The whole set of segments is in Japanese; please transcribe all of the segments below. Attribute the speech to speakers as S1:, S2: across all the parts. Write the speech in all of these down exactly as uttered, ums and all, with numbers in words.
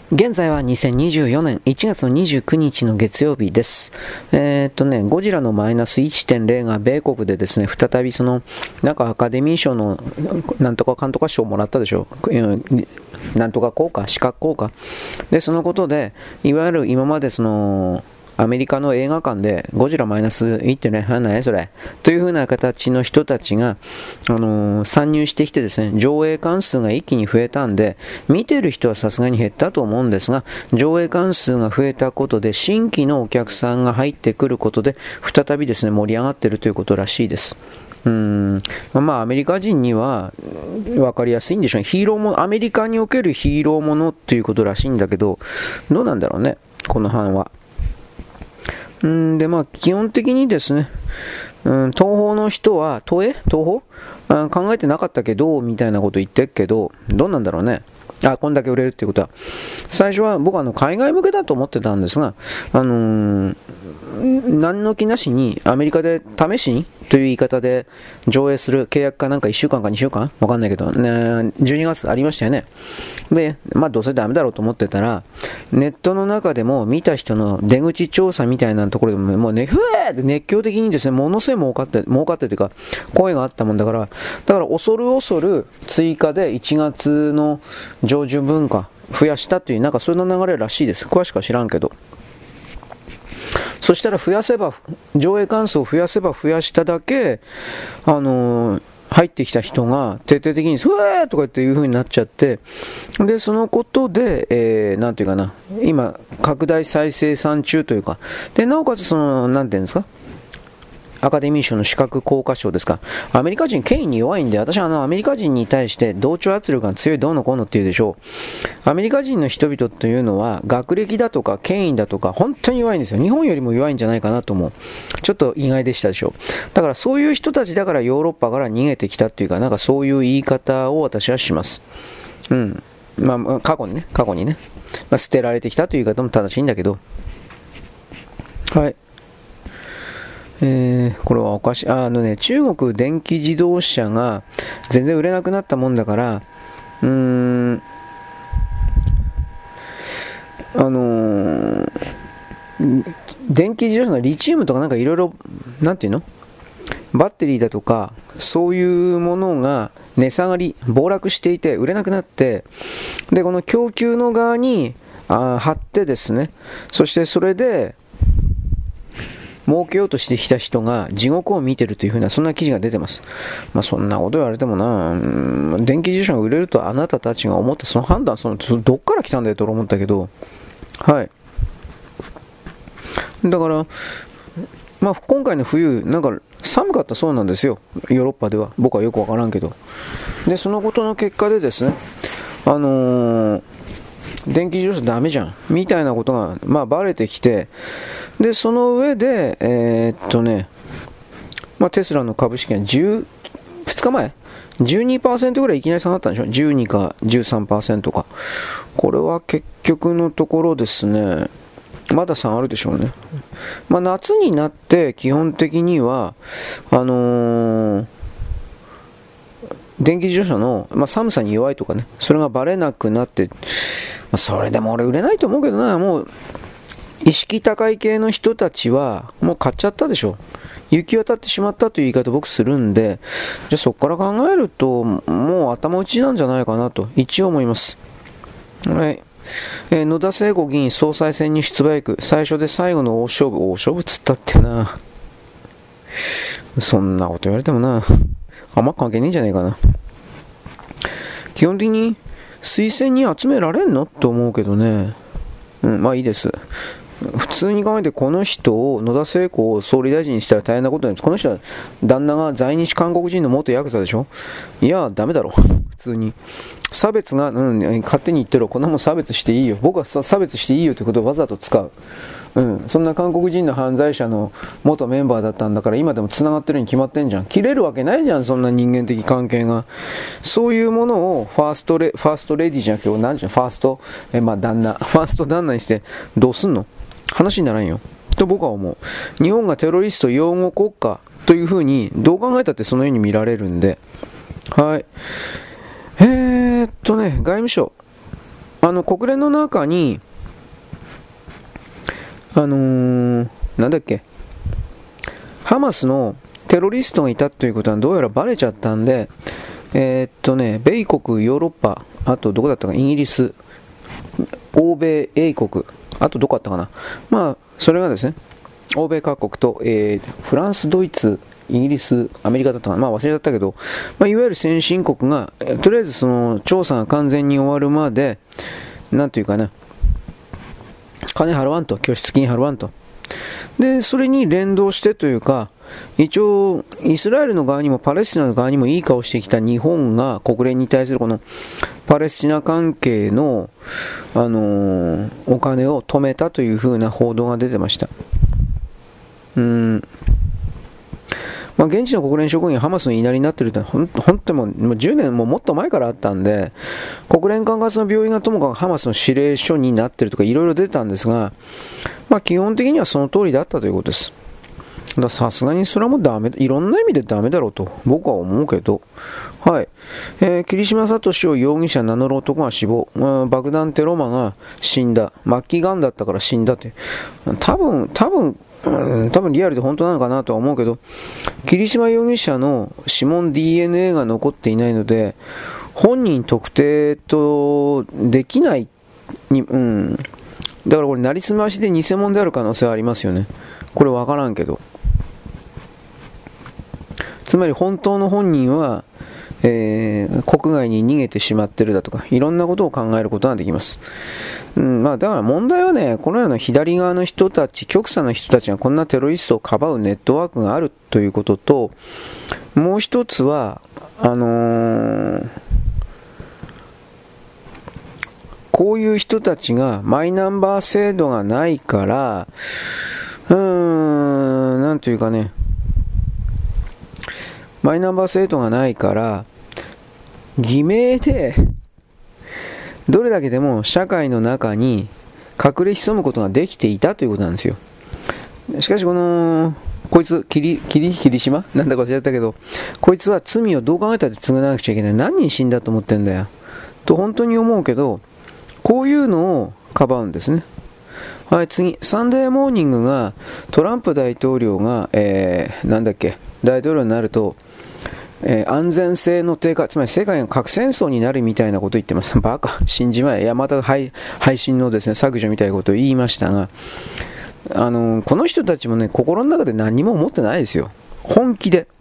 S1: 現在はにせんにじゅうよねんいちがつのにじゅうくにちの月曜日です。えー、っとね、ゴジラのマイナス いってんれい が米国でですね、再びその、なんかアカデミー賞のなんとかかんとか賞をもらったでしょ。なんとか効果、視覚効果。で、そのことで、いわゆる今までその、アメリカの映画館でゴジラマイナス いってんれい なんないそれという風な形の人たちが、あのー、参入してきてですね、上映関数が一気に増えたんで、見てる人はさすがに減ったと思うんですが、上映関数が増えたことで新規のお客さんが入ってくることで再びですね、盛り上がっているということらしいです。うーんまあアメリカ人には分かりやすいんでしょうね。ヒーローもアメリカにおけるヒーローものっていうことらしいんだけど、どうなんだろうね、この班は。うんでまあ基本的にですね、うん、東方の人は東映東方あ考えてなかったけどみたいなこと言ってるけど、どうなんだろうね。あこんだけ売れるっていうことは、最初は僕はあの海外向けだと思ってたんですが、あのー、何の気なしにアメリカで試しにという言い方で上映する契約かなんかいっしゅうかんかにしゅうかんわかんないけど、ね、じゅうにがつありましたよね。で、まあどうせダメだろうと思ってたら、ネットの中でも見た人の出口調査みたいなところでももうね、ふえーって熱狂的にですね、ものすごい儲かって、儲かってというか、声があったもんだから、だから恐る恐る追加でいちがつの上旬分か増やしたという、なんかそんな流れらしいです。詳しくは知らんけど。そしたら増やせば、上映関数を増やせば増やしただけ、あのー、入ってきた人が徹底的に、うわーとかっていう風になっちゃって、で、そのことで、えー、なんていうかな、今、拡大再生産中というか、で、なおかつその、なんていうんですか、アカデミー賞の視覚効果賞ですか。アメリカ人権威に弱いんで、私はあのアメリカ人に対して同調圧力が強いどうのこうのっていうでしょう。アメリカ人の人々というのは学歴だとか権威だとか本当に弱いんですよ。日本よりも弱いんじゃないかなと思う。ちょっと意外でしたでしょう。だからそういう人たちだからヨーロッパから逃げてきたっていうか、なんかそういう言い方を私はします。うん。まあ過去にね、過去にね。まあ、捨てられてきたという言い方も正しいんだけど。はい。えー、これはおかしい。あ、あのね、中国電気自動車が全然売れなくなったもんだから、うーん、あのー、電気自動車のリチウムとかなんかいろいろ、なんていうの？バッテリーだとか、そういうものが値下がり、暴落していて売れなくなって、で、この供給の側にあ貼ってですね、そしてそれで、儲けようとしてきた人が地獄を見てるというふうなそんな記事が出てます。まあそんなこと言われてもな、うん、電気自動車が売れるとあなたたちが思ったその判断、そのどっから来たんだよと思ったけど、はい。だから、まあ今回の冬なんか寒かったそうなんですよ。ヨーロッパでは。僕はよくわからんけど。でそのことの結果でですね、あのー。電気自動車ダメじゃんみたいなことが、まあ、バレてきて、でその上で、えー、っとね、まあ、テスラの株式がじゅう、ふつかまえ じゅうにパーセント ぐらいいきなり下がったんでしょ。じゅうにか じゅうさんパーセント か。これは結局のところですね、まだ差あるでしょうね。まあ、夏になって基本的にはあのー電気自動車の、まあ、寒さに弱いとかね、それがバレなくなって、まあ、それでも俺売れないと思うけどな。もう意識高い系の人たちはもう買っちゃったでしょ。行き渡ってしまったという言い方僕するんで、じゃあそこから考えるともう頭打ちなんじゃないかなと一応思います。はい。えー、野田聖子議員総裁選に出馬行く、最初で最後の大勝負、大勝負つったってな、そんなこと言われてもな、あんま関係ねえんじゃねえかな。基本的に推薦に集められんのと思うけどね。うん、まあいいです。普通に考えてこの人を野田聖子を総理大臣にしたら大変なことになる。この人は旦那が在日韓国人の元ヤクザでしょ。いやダメだろ普通に差別が、うん、勝手に言ってろ、こんなもん差別していいよ、僕は差別していいよということをわざと使う。うん、そんな韓国人の犯罪者の元メンバーだったんだから今でも繋がってるに決まってんじゃん。切れるわけないじゃん、そんな人間的関係が。そういうものをファーストレファーストレディじゃなくて何じゃん、ファーストえまあ旦那ファースト旦那にしてどうすんの、話にならんよと僕は思う。日本がテロリスト擁護国家というふうにどう考えたってそのように見られるんで、はい。えーっとね外務省、ああの国連の中にあのー、なんだっけハマスのテロリストがいたということはどうやらバレちゃったんで、えー、っとね米国、ヨーロッパ、あとどこだったか、イギリス、欧米、英国、あとどこだったかな、まあそれがですね欧米各国と、えー、フランス、ドイツ、イギリス、アメリカだったかな、まあ忘れちゃったけど、まあ、いわゆる先進国が、とりあえずその調査が完全に終わるまで、なんていうかな、金払わんと、拠出金払わんと。で、それに連動してというか、一応、イスラエルの側にもパレスチナの側にもいい顔してきた日本が国連に対するこのパレスチナ関係の、あのー、お金を止めたというふうな報道が出てました。うーん。まあ、現地の国連職員はハマスの言いなりになっているというのは本当にもう、もうじゅうねんももっと前からあったんで、国連管轄の病院がともかくハマスの指令所になっているとかいろいろ出たんですが、まあ、基本的にはその通りだったということです。さすがにそれはもうダメ、いろんな意味でダメだろうと僕は思うけど、はい、えー、桐島聡を容疑者名乗る男が死亡、うん、爆弾テロ魔が死んだ、末期がんだったから死んだって、多分多分うん、多分リアルで本当なのかなとは思うけど、桐島容疑者の指紋 ディーエヌエー が残っていないので本人特定とできないに、うん、だからこれなりすましで偽物である可能性はありますよね。これ分からんけど、つまり本当の本人は、えー、国外に逃げてしまってるだとかいろんなことを考えることができます。うん、まあだから問題はね、このような左側の人たち、極左の人たちがこんなテロリストをかばうネットワークがあるということと、もう一つはあのー、こういう人たちがマイナンバー制度がないから、うーん、なんというかね、マイナンバー制度がないから偽名でどれだけでも社会の中に隠れ潜むことができていたということなんですよ。しかしこのこいつ霧霧霧島なんだか忘れちゃったけど、こいつは罪をどう考えたって償わなくちゃいけない。何人死んだと思ってんだよと本当に思うけど、こういうのをかばうんですね。はい、次、サンデーモーニングがトランプ大統領が、えー、なんだっけ大統領になると、えー、安全性の低下、つまり世界が核戦争になるみたいなことを言ってます。バカ、信じまえ。いや、また配配信のですね削除みたいなことを言いましたが、あのー、この人たちもね、心の中で何も思ってないですよ。本気で。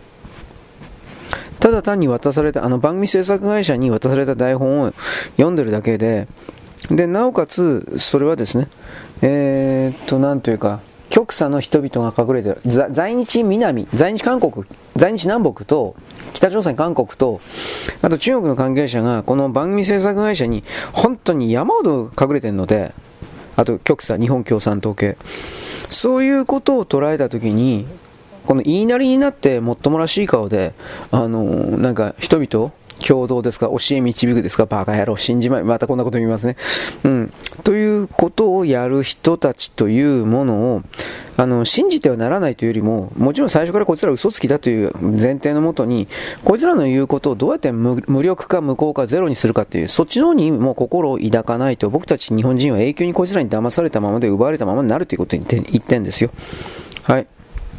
S1: ただ単に渡された、あの番組制作会社に渡された台本を読んでるだけで、で、なおかつ、それはですね、えー、っと、なんというか、極左の人々が隠れてる。在日南、在日韓国、在日南北と、北朝鮮、韓国と、あと中国の関係者が、この番組制作会社に、本当に山ほど隠れてるので、あと極左、日本共産党系。そういうことを捉えたときに、この言いなりになってもっともらしい顔で、あのー、なんか人々、共同ですか、教え導くですか、バカ野郎、死んじまい、またこんなこと言いますね。うん。ということをやる人たちというものを、あの、信じてはならないというよりも、もちろん最初からこいつら嘘つきだという前提のもとに、こいつらの言うことをどうやって 無, 無力か無効かゼロにするかという、そっちの方にもう心を抱かないと、僕たち日本人は永久にこいつらに騙されたままで奪われたままになるということに言ってんですよ。はい。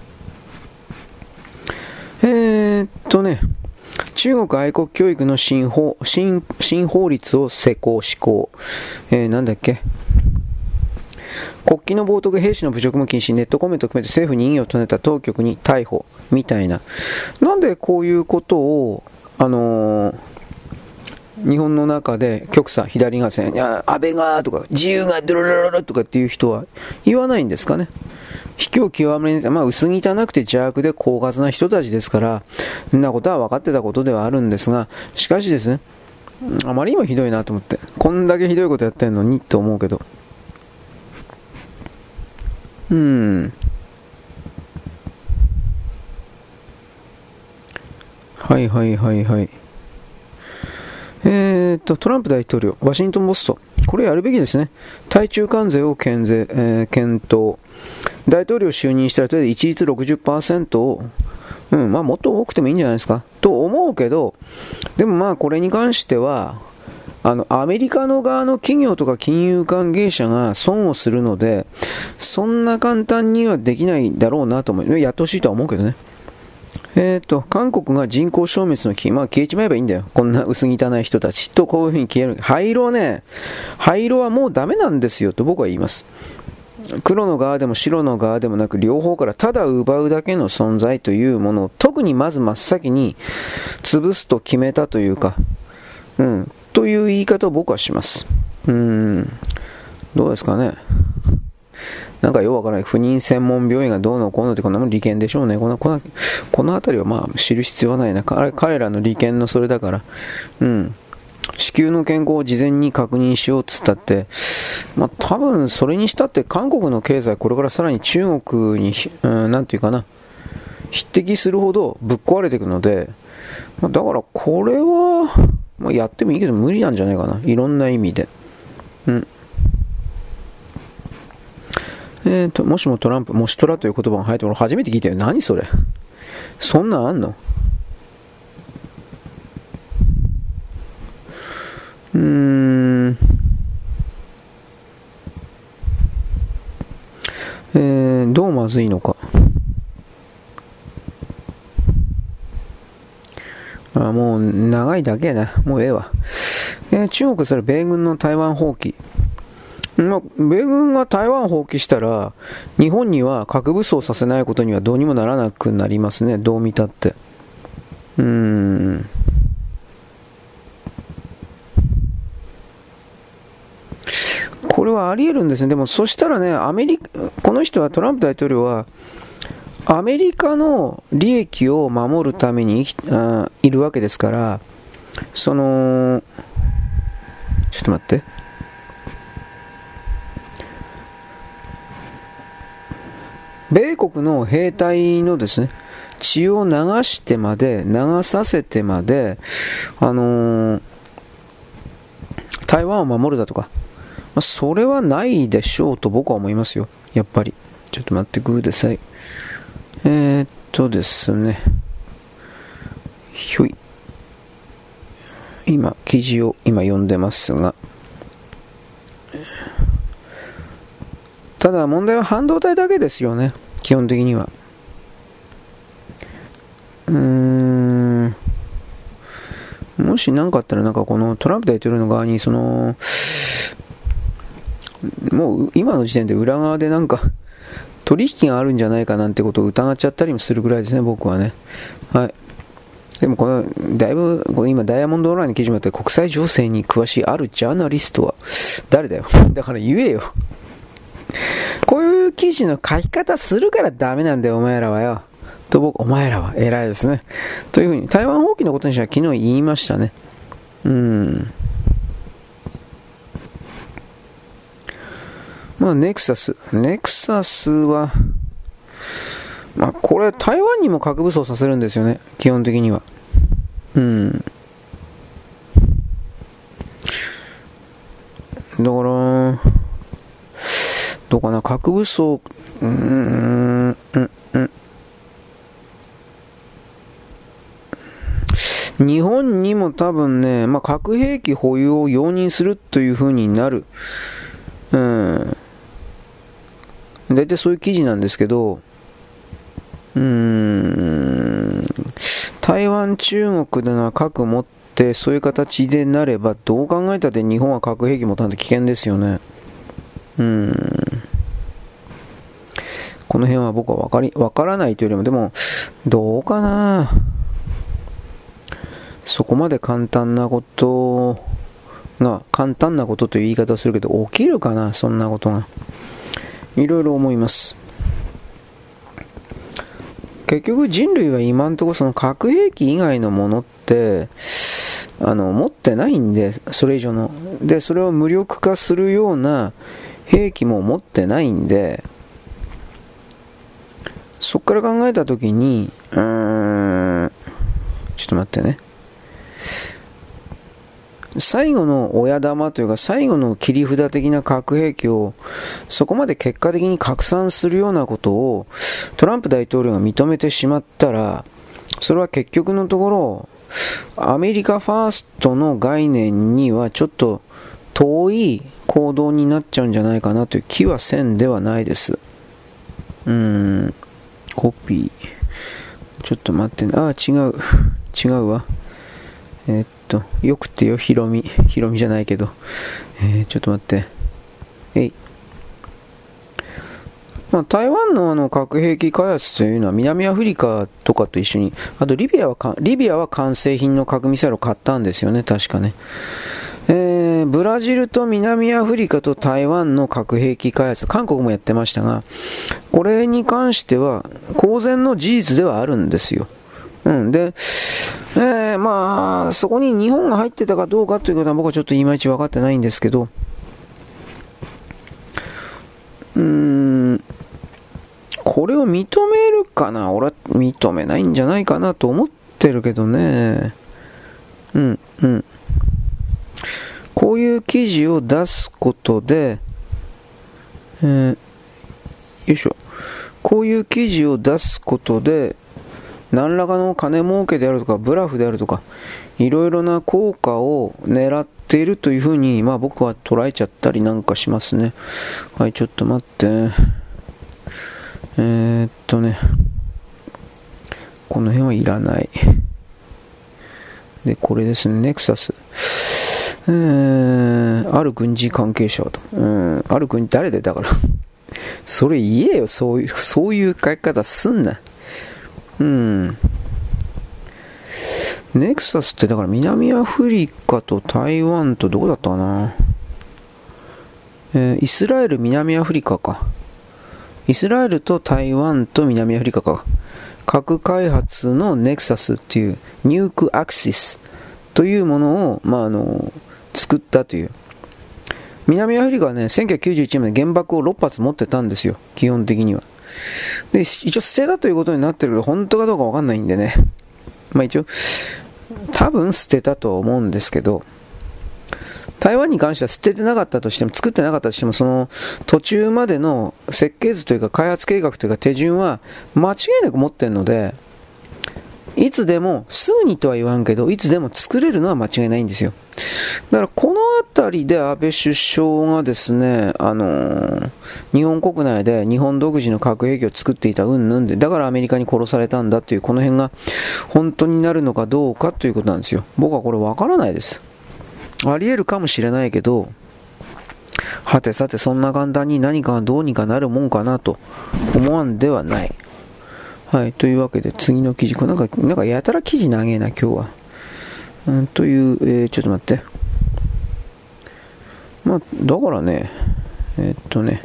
S1: えーっとね、中国愛国教育の新法、新、新法律を施行施行、えー、なんだっけ、国旗の冒涜、兵士の侮辱も禁止、ネットコメントを含めて政府に異議を唱えた当局に逮捕みたいな。なんでこういうことを、あのー、日本の中で極左、左がですね、いや安倍がとか自由がドロロロロとかっていう人は言わないんですかね。卑怯極めに、まあ、薄汚くて邪悪で狡猾な人たちですから、そんなことは分かってたことではあるんですが、しかしですね、あまりにもひどいなと思って、こんだけひどいことやってんのにと思うけど、うーん、はいはいはいはい。えー、っと、トランプ大統領、ワシントンポスト、これやるべきですね。対中関税を検税、えー、検討。大統領就任したらとりあえず一律 ろくじゅっパーセント を、うん、まあもっと多くてもいいんじゃないですかと思うけど、でもまあこれに関しては、 あの、アメリカの側の企業とか金融関係者が損をするので、そんな簡単にはできないだろうなと思う。やってほしいとは思うけどね。えっと、韓国が人口消滅の危機、まあ消えちまえばいいんだよ。こんな薄汚い人たちとこういうふうに消える。灰色はね、灰色はもうダメなんですよと僕は言います。黒の側でも白の側でもなく両方からただ奪うだけの存在というものを特にまず真っ先に潰すと決めたというか、うん、という言い方を僕はします。うーん、どうですかね。なんかよくわからない。不妊専門病院がどうのこうのってこんなもん利権でしょうね。この、この、このあたりはまあ知る必要はないな。彼らの利権のそれだから。うん。子宮の健康を事前に確認しようっつったって、まあ多分それにしたって韓国の経済これからさらに中国に、うん、なんていうかな、匹敵するほどぶっ壊れていくので、まあ、だからこれは、まあ、やってもいいけど無理なんじゃないかな。いろんな意味で。うん。えーと、もしもトランプ、もしトラという言葉が入って、俺初めて聞いたよ。何それ。そんなんあんの？うーん。えー、どうまずいのか。あ、もう長いだけやな。もうええわ。えー、中国それ米軍の台湾放棄。まあ、米軍が台湾を放棄したら日本には核武装させないことにはどうにもならなくなりますね。どう見たって。うーん。これはあり得るんですね。でもそしたらね、アメリカ、この人はトランプ大統領はアメリカの利益を守るために生きあいるわけですから、そのちょっと待って。米国の兵隊のですね、血を流してまで、流させてまで、あのー、台湾を守るだとか、まあ、それはないでしょうと僕は思いますよ。やっぱり。ちょっと待ってください。えー、っとですね。ひょい。今、記事を今読んでますが、ただ問題は半導体だけですよね。基本的には。うーん。もし何かあったらなんかこのトランプ大統領の側にそのもう今の時点で裏側でなんか取引があるんじゃないかなんてことを疑っちゃったりもするぐらいですね、僕はね。はい。でもこのだいぶこの今ダイヤモンドオンラインの記事もあって国際情勢に詳しいあるジャーナリストは誰だよ。だから言えよ。こういう記事の書き方するからダメなんだよ、お前らはよ。と僕、お前らは偉いですね。というふうに、台湾放棄のことにしては昨日言いましたね。うーん。まあ、ネクサス。ネクサスは、まあ、これ、台湾にも核武装させるんですよね、基本的には。うん。だから、どうかな、核武装、うーん、うん、うん。日本にも多分ね、まあ、核兵器保有を容認するという風になる。うん。大体そういう記事なんですけど、うーん、台湾、中国での核持って、そういう形でなれば、どう考えたって日本は核兵器持たないと危険ですよね。うーん。この辺は僕は分かり、分からないというよりも、でも、どうかな。そこまで簡単なことが、簡単なことという言い方をするけど、起きるかな、そんなことが。いろいろ思います。結局人類は今のところその核兵器以外のものって、あの、持ってないんで、それ以上の。で、それを無力化するような兵器も持ってないんで、そこから考えたときに、うーん、ちょっと待ってね。最後の親玉というか最後の切り札的な核兵器をそこまで結果的に拡散するようなことをトランプ大統領が認めてしまったら、それは結局のところアメリカファーストの概念にはちょっと遠い行動になっちゃうんじゃないかなという気はせんではないです。うーん、コピー。ちょっと待ってね。ああ、違う。違うわ。えー、っと、よくてよ、ヒロミ。ヒロミじゃないけど。えー、ちょっと待って。えい。まあ、台湾のあの核兵器開発というのは南アフリカとかと一緒に、あとリビアはか、リビアは完成品の核ミサイルを買ったんですよね、確かね。えー、ブラジルと南アフリカと台湾の核兵器開発、韓国もやってましたが、これに関しては公然の事実ではあるんですよ。うん、で、えー、まあそこに日本が入ってたかどうかということは僕はちょっといまいち分かってないんですけど、うーん、これを認めるかな、俺は認めないんじゃないかなと思ってるけどね。うんうんこういう記事を出すことで、えー、よいしょ。こういう記事を出すことで、何らかの金儲けであるとか、ブラフであるとか、いろいろな効果を狙っているというふうに、まあ僕は捉えちゃったりなんかしますね。はい、ちょっと待って。えー、っとね、この辺はいらない。で、これですね、ネクサス。えー、ある軍事関係者と、うん、ある軍誰でだからそれ言えよ、そういうそういう書き方すんな。うん。ネクサスってだから南アフリカと台湾とどこだったかな。えー、イスラエル、南アフリカか。イスラエルと台湾と南アフリカか。核開発のネクサスっていうニュークアクシスというものを、まああの作ったという。南アフリカはね、せんきゅうひゃくきゅうじゅういちねんまで原爆をろっぱつ持ってたんですよ、基本的には。で、一応捨てたということになってるけど、本当かどうかわかんないんでね。まあ一応、多分捨てたと思うんですけど、台湾に関しては捨ててなかったとしても、作ってなかったとしても、その途中までの設計図というか開発計画というか手順は間違いなく持ってるので、いつでも、すぐにとは言わんけど、いつでも作れるのは間違いないんですよ。だからこのあたりで安倍首相がですね、あのー、日本国内で日本独自の核兵器を作っていたうんぬんで、だからアメリカに殺されたんだという、この辺が本当になるのかどうかということなんですよ。僕はこれわからないです。あり得るかもしれないけど、はてさてそんな簡単に何かがどうにかなるもんかなと思わんではない。はい、というわけで次の記事、これなんか、なんかやたら記事長えな今日は。うん、という、えー、ちょっと待って。まあ、だからね、えー、っとね、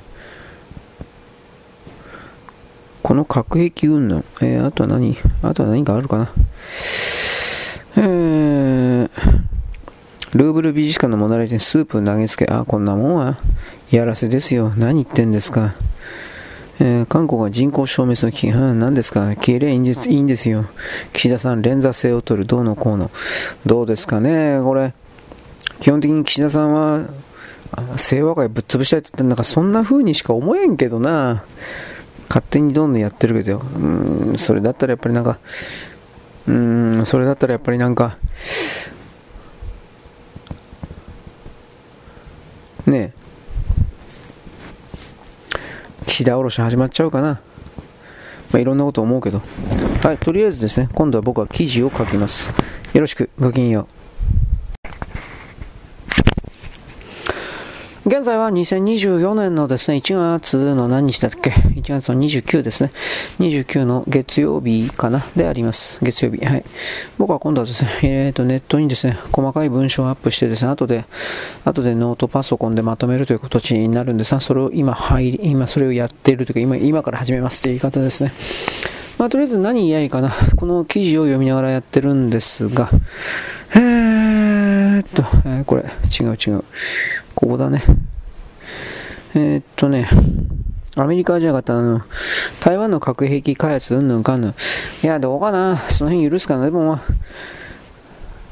S1: この核兵器云々、えー、あとは何、あとは何かあるかな。えー、ルーブル美術館のモナリザにスープ投げつけ、あ、こんなもんはやらせですよ。何言ってんですか。えー、韓国は人口消滅の危機、は何ですか、消えりゃいいんです、いいんですよ。岸田さん、連座制を取る、どうのこうの。どうですかね、これ。基本的に岸田さんは、清和会ぶっ潰したいって言って、なんかそんな風にしか思えんけどな。勝手にどんどんやってるけど、うーん、それだったらやっぱりなんか、うーん、それだったらやっぱりなんか、ねえ。岸田おろし始まっちゃうかな。まあ、いろんなこと思うけど。はい、とりあえずですね、今度は僕は記事を書きます。よろしく、ごきげんよう。現在はにせんにじゅうよねんのですね、いちがつの何日だっけ ?いち 月のにじゅうくですね。にじゅうくの月曜日かなであります。月曜日。はい。僕は今度はですね、えーと、ネットにですね、細かい文章をアップしてですね、後で、後でノートパソコンでまとめるという形になるんですが、それを今入り、今それをやっているというか、今、今から始めますという言い方ですね。まあ、とりあえず何言いやいいかな。この記事を読みながらやってるんですが、えーっと、えー、これ、違う違う。ここだね。えー、っとね、アメリカじゃなかったあの、台湾の核兵器開発うんぬんかんぬん。いや、どうかな。その辺許すかな。でもまあ、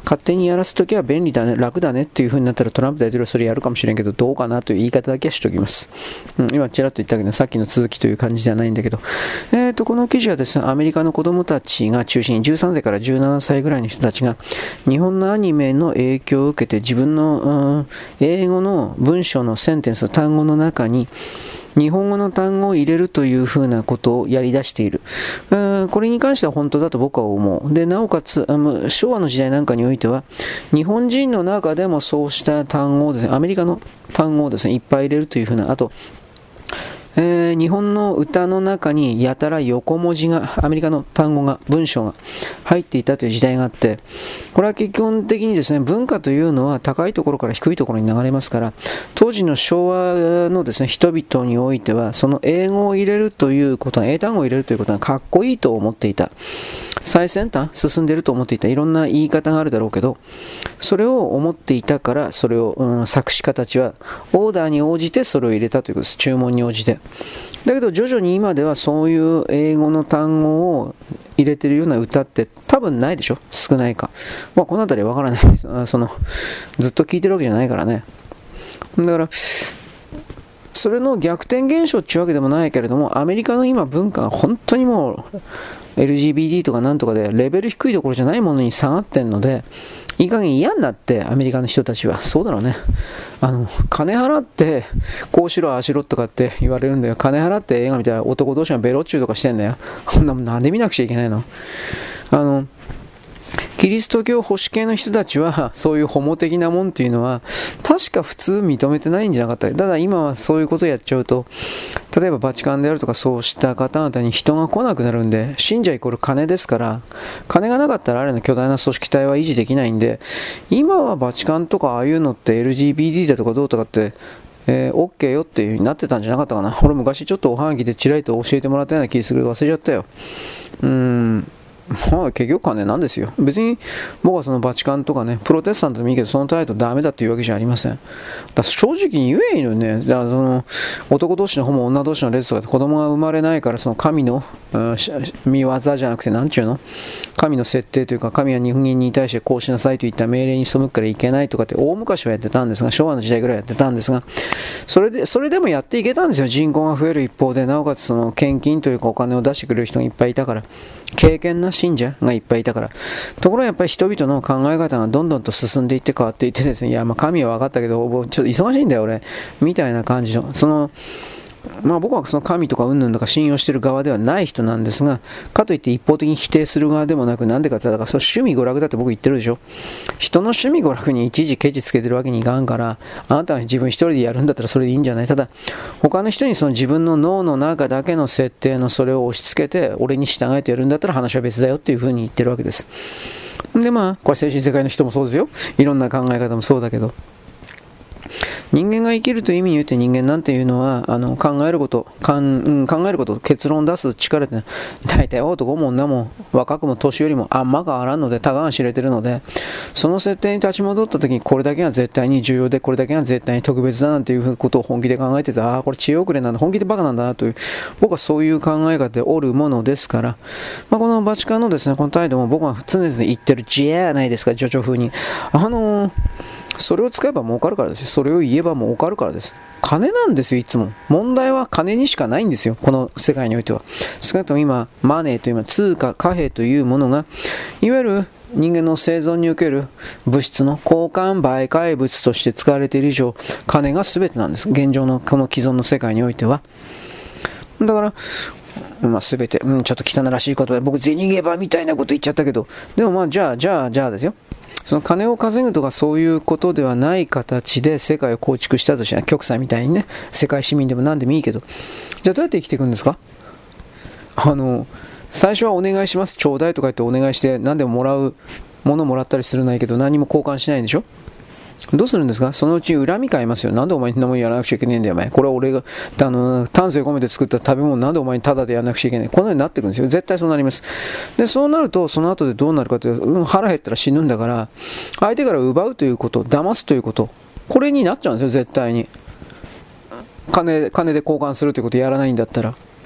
S1: 勝手にやらすときは便利だね、楽だねっていう風になったらトランプ大統領はそれやるかもしれんけど、どうかなという言い方だけはしておきます。うん、今ちらっと言ったけど、さっきの続きという感じではないんだけど、えーと、この記事はですね、アメリカの子供たちが中心にじゅうさんさいからじゅうななさいぐらいの人たちが日本のアニメの影響を受けて自分の、うん、英語の文章のセンテンス、単語の中に日本語の単語を入れるというふうなことをやり出している。これに関しては本当だと僕は思う。で、なおかつ、昭和の時代なんかにおいては、日本人の中でもそうした単語をですね、アメリカの単語をですね、いっぱい入れるというふうな、あと、えー、日本の歌の中にやたら横文字が、アメリカの単語が、文章が入っていたという時代があって、これは基本的にですね、文化というのは高いところから低いところに流れますから、当時の昭和のですね、人々においては、その英語を入れるということは、英単語を入れるということはかっこいいと思っていた。最先端進んでいると思っていた。いろんな言い方があるだろうけど、それを思っていたから、それを、うん、作詞家たちはオーダーに応じてそれを入れたということです。注文に応じて。だけど徐々に今ではそういう英語の単語を入れているような歌って多分ないでしょ、少ないか。まあこのあたりはわからない。そのずっと聞いてるわけじゃないからね。だからそれの逆転現象っていうわけでもないけれども、アメリカの今文化が本当にもう エルジービーティー とかなんとかでレベル低いところじゃないものに下がってんので、いい加減嫌になってアメリカの人たちは。そうだろうね。あの金払ってこうしろああしろとかって言われるんだよ。金払って映画見たら男同士がベロッチューとかしてんだよ。こんなもんなんで見なくちゃいけないの。あのキリスト教保守系の人たちはそういうホモ的なもんっていうのは確か普通認めてないんじゃなかった。ただ今はそういうことをやっちゃうと、例えばバチカンであるとかそうした方々に人が来なくなるんで、信者イコール金ですから、金がなかったらあれの巨大な組織体は維持できないんで、今はバチカンとかああいうのって エルジービーティー だとかどうとかってえー、OK よっていう風になってたんじゃなかったかな。俺昔ちょっとおはがきでちらりと教えてもらったような気がするけど忘れちゃったよ。うーんまあ結局金なんですよ。別に僕はそのバチカンとかね、プロテスタントでもいいけど、その態度ダメだっていうわけじゃありません。だから正直に言えいいのにね。だからその男同士のホモ、女同士のレズとか子供が生まれないから、その神の、うん、見業じゃなくてなんちゅうの、神の設定というか、神は人間に対してこうしなさいといった命令に背くからいけないとかって大昔はやってたんですが、昭和の時代ぐらいやってたんですが、それでそれでもやっていけたんですよ。人口が増える一方で、なおかつその献金というかお金を出してくれる人がいっぱいいたから、経験な信者がいっぱいいたから。ところがやっぱり人々の考え方がどんどんと進んでいって変わっていってですね、いやまあ神は分かったけどちょっと忙しいんだよ俺みたいな感じの、そのまあ僕はその神とか云々とか信用している側ではない人なんですが、かといって一方的に否定する側でもなく、なんでかって言ったら、その趣味娯楽だって僕言ってるでしょ。人の趣味娯楽に一時ケチつけてるわけにいかんから、あなたが自分一人でやるんだったらそれでいいんじゃない。ただ他の人にその自分の脳の中だけの設定のそれを押し付けて俺に従えてやるんだったら話は別だよっていうふうに言ってるわけです。でまあこれ精神世界の人もそうですよ。いろんな考え方もそうだけど、人間が生きるという意味において人間なんていうのはあの考えることかん、うん、考えること結論出す力って大体男も女も若くも年寄りもあんま変わらんので、たかが知れてるので、その設定に立ち戻った時にこれだけが絶対に重要でこれだけが絶対に特別だなんていうことを本気で考えてて、ああこれ知恵遅れなんだ、本気でバカなんだなという、僕はそういう考え方でおるものですから、まあ、このバチカンのですねこの態度も僕は常々言ってる知恵やないですか、叙々風に。あのーそれを使えば儲かるからですよ。それを言えば儲かるからです。金なんですよ、いつも。問題は金にしかないんですよ、この世界においては。少なくとも今、マネーという通貨、貨幣というものが、いわゆる人間の生存における物質の交換媒介物として使われている以上、金が全てなんです。現状のこの既存の世界においては。だから、まあ、全て、うん、ちょっと汚らしいことで、僕、銭ゲバみたいなこと言っちゃったけど、でもまあ、じゃあ、じゃあ、じゃあですよ。その金を稼ぐとかそういうことではない形で世界を構築したとして、極左みたいにね、世界市民でも何でもいいけど、じゃあどうやって生きていくんですか。あの最初はお願いしますちょうだいとか言ってお願いして何でももらうものもらったりするないけど何も交換しないんでしょ。どうするんですか。そのうち恨み買いますよ。なんでお前にもやらなくちゃいけないんだよお前。これは俺があの丹精込めて作った食べ物なんでお前にタダでやらなくちゃいけない。このようになっていくんですよ。絶対そうなります。でそうなるとその後でどうなるかというと、うん、腹減ったら死ぬんだから相手から奪うということ騙すということこれになっちゃうんですよ。絶対に金、金で交換するということをやらないんだったら。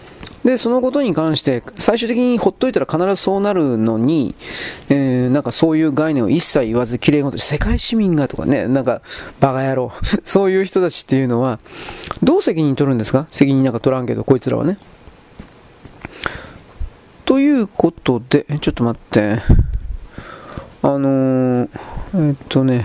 S1: で、そのことに関して、最終的にほっといたら必ずそうなるのに、えー、なんかそういう概念を一切言わず、きれいごと、世界市民がとかね、なんか、バカ野郎。そういう人たちっていうのは、どう責任取るんですか？責任なんか取らんけど、こいつらはね。ということで、ちょっと待って。あのー、えー、っとね、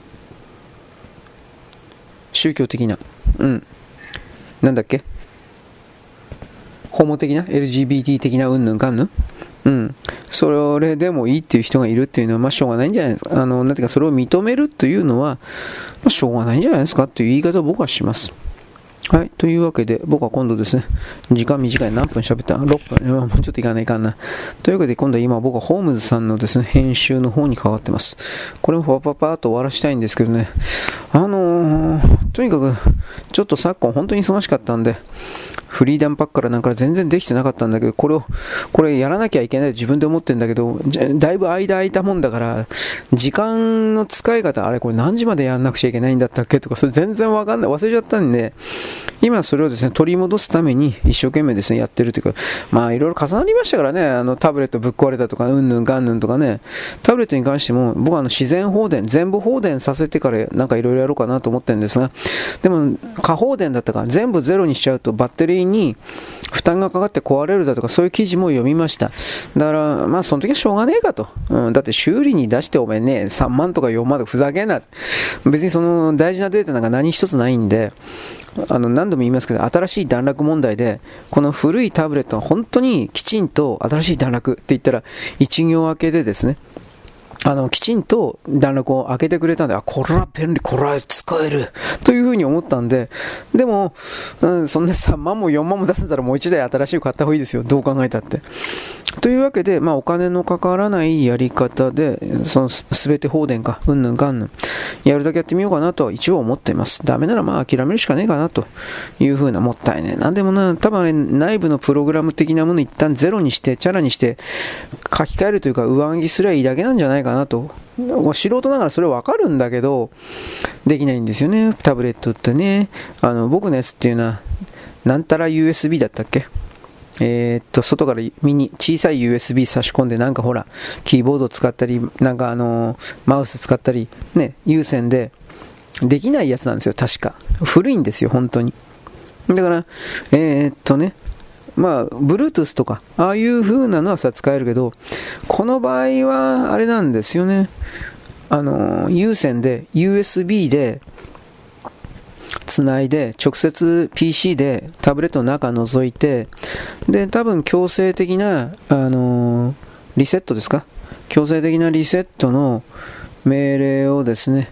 S1: 宗教的な、うん。なんだっけ？ホモ的な エルジービーティー 的なうんぬんかんぬん、うん、それでもいいっていう人がいるっていうのは、まあ、しょうがないんじゃないですか。あのなんていうか、それを認めるというのは、まあ、しょうがないんじゃないですかっていう言い方を僕はします。はい、というわけで、僕は今度ですね、時間短い、何分喋った？ ろっ 分、もうちょっといかないかんな。というわけで、今度は今僕はホームズさんのですね、編集の方に関わってます。これもパパパーっと終わらしたいんですけどね、あのー、とにかく、ちょっと昨今本当に忙しかったんで、フリーダムパックからなんか全然できてなかったんだけど、これを、これやらなきゃいけないと自分で思ってるんだけど、だいぶ間空いたもんだから、時間の使い方、あれこれ何時までやんなくちゃいけないんだったっけとか、それ全然わかんない、忘れちゃったんで、今それをですね、取り戻すために一生懸命ですね、やってるというか、まあいろいろ重なりましたからね、あのタブレットぶっ壊れたとか、うんぬんかんぬんとかね、タブレットに関しても、僕はあの自然放電、全部放電させてからなんかいろいろやろうかなと思ってるんですが、でも過放電だったから全部ゼロにしちゃうとバッテリーに負担がかかって壊れるだとか、そういう記事も読みました。だからまあその時はしょうがねえかと、うん、だって修理に出しておめえね、さんまんとかよんまんとかふざけんな、別にその大事なデータなんか何一つないんで、あの何度も言いますけど、新しい段落問題で、この古いタブレットは本当にきちんと新しい段落って言ったら一行明けでですね、あのきちんと段落を開けてくれたんで、あ、これは便利、これは使えるというふうに思ったんで、でも、うん、そんなさんまんもよんまんも出せたらもう一台新しいの買った方がいいですよ、どう考えたって。というわけで、まあ、お金のかからないやり方で、そのすべて放電か、うんぬんかんぬん、やるだけやってみようかなと一応思っています。ダメならまあ諦めるしかねえかなというふうな、もったいね。なんでもな、多分あれ、内部のプログラム的なものを一旦ゼロにして、チャラにして書き換えるというか、上書きすればいいだけなんじゃないかなと。素人ながらそれわかるんだけど、できないんですよね、タブレットってね。あの僕のやつっていうのは、なんたら ユーエスビー だったっけ、えー、っと外からミニ小さい ユーエスビー 差し込んで、なんかほらキーボード使ったり、なんかあのー、マウス使ったりね、有線でできないやつなんですよ。確か古いんですよ本当に。だからえー、っとねまあ Bluetooth とかああいう風なのはさ使えるけど、この場合はあれなんですよね、あのー、有線で ユーエスビー でつないで直接 ピーシー でタブレットの中覗いて、で多分強制的な、あのー、リセットですか、強制的なリセットの命令をですね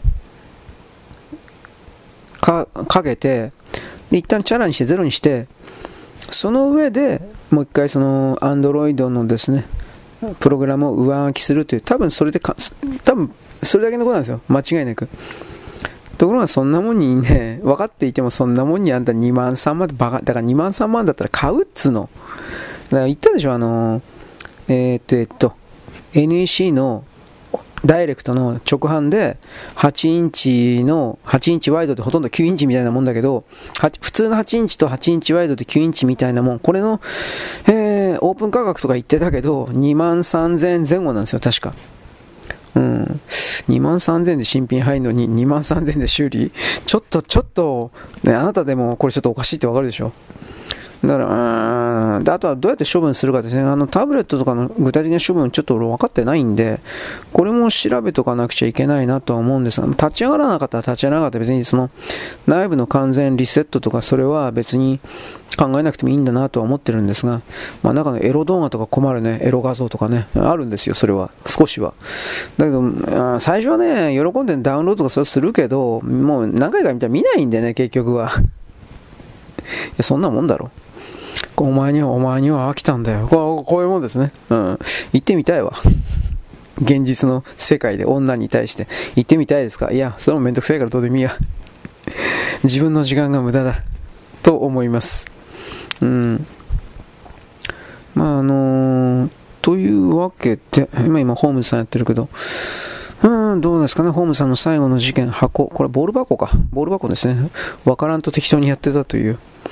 S1: か, かけて、で一旦チャラにしてゼロにして、その上でもう一回その Android のですねプログラムを上書きするという、多分それでか多分それだけのことなんですよ、間違いなく。ところがそんなもんにね、分かっていてもそんなもんにあんたにまんさんまんでバカだから、にまんさんまんだったら買うっつの。だから言ったでしょ、あのえー、っとえー、っと エヌイーシー のダイレクトの直販ではちインチのはちインチワイドでほとんどきゅうインチみたいなもんだけど、普通のはちインチとはちインチワイドできゅうインチみたいなもん、これの、えー、オープン価格とか言ってたけどにまんさんぜんえんぜん後なんですよ確か。うん、にまんさんぜんえんで新品入るのににまんさんぜんえんで修理、ちょっとちょっと、ね、あなたでもこれちょっとおかしいってわかるでしょ。だから、うーん、であとはどうやって処分するかですね。あのタブレットとかの具体的な処分ちょっと俺分かってないんで、これも調べとかなくちゃいけないなとは思うんですが、立ち上がらなかったら立ち上がらなかったら別にその内部の完全リセットとかそれは別に考えなくてもいいんだなとは思ってるんですが、まあ、中のエロ動画とか困るね、エロ画像とかね、あるんですよ、それは少しは。だけど最初はね、喜んでダウンロードとかそれするけど、もう何回か見たら見ないんでね、結局は。いや、そんなもんだろ。お前にはお前には飽きたんだよ。こう、こういうもんですね。うん。行ってみたいわ。現実の世界で女に対して行ってみたいですか。いや、それもめんどくさいからどうでもいいや。自分の時間が無駄だと思います。うん。まああのー、というわけで、今今ホームズさんやってるけど、うん、どうですかね、ホームズさんの最後の事件、箱、これボール箱か、ボール箱ですね。わからんと適当にやってたという。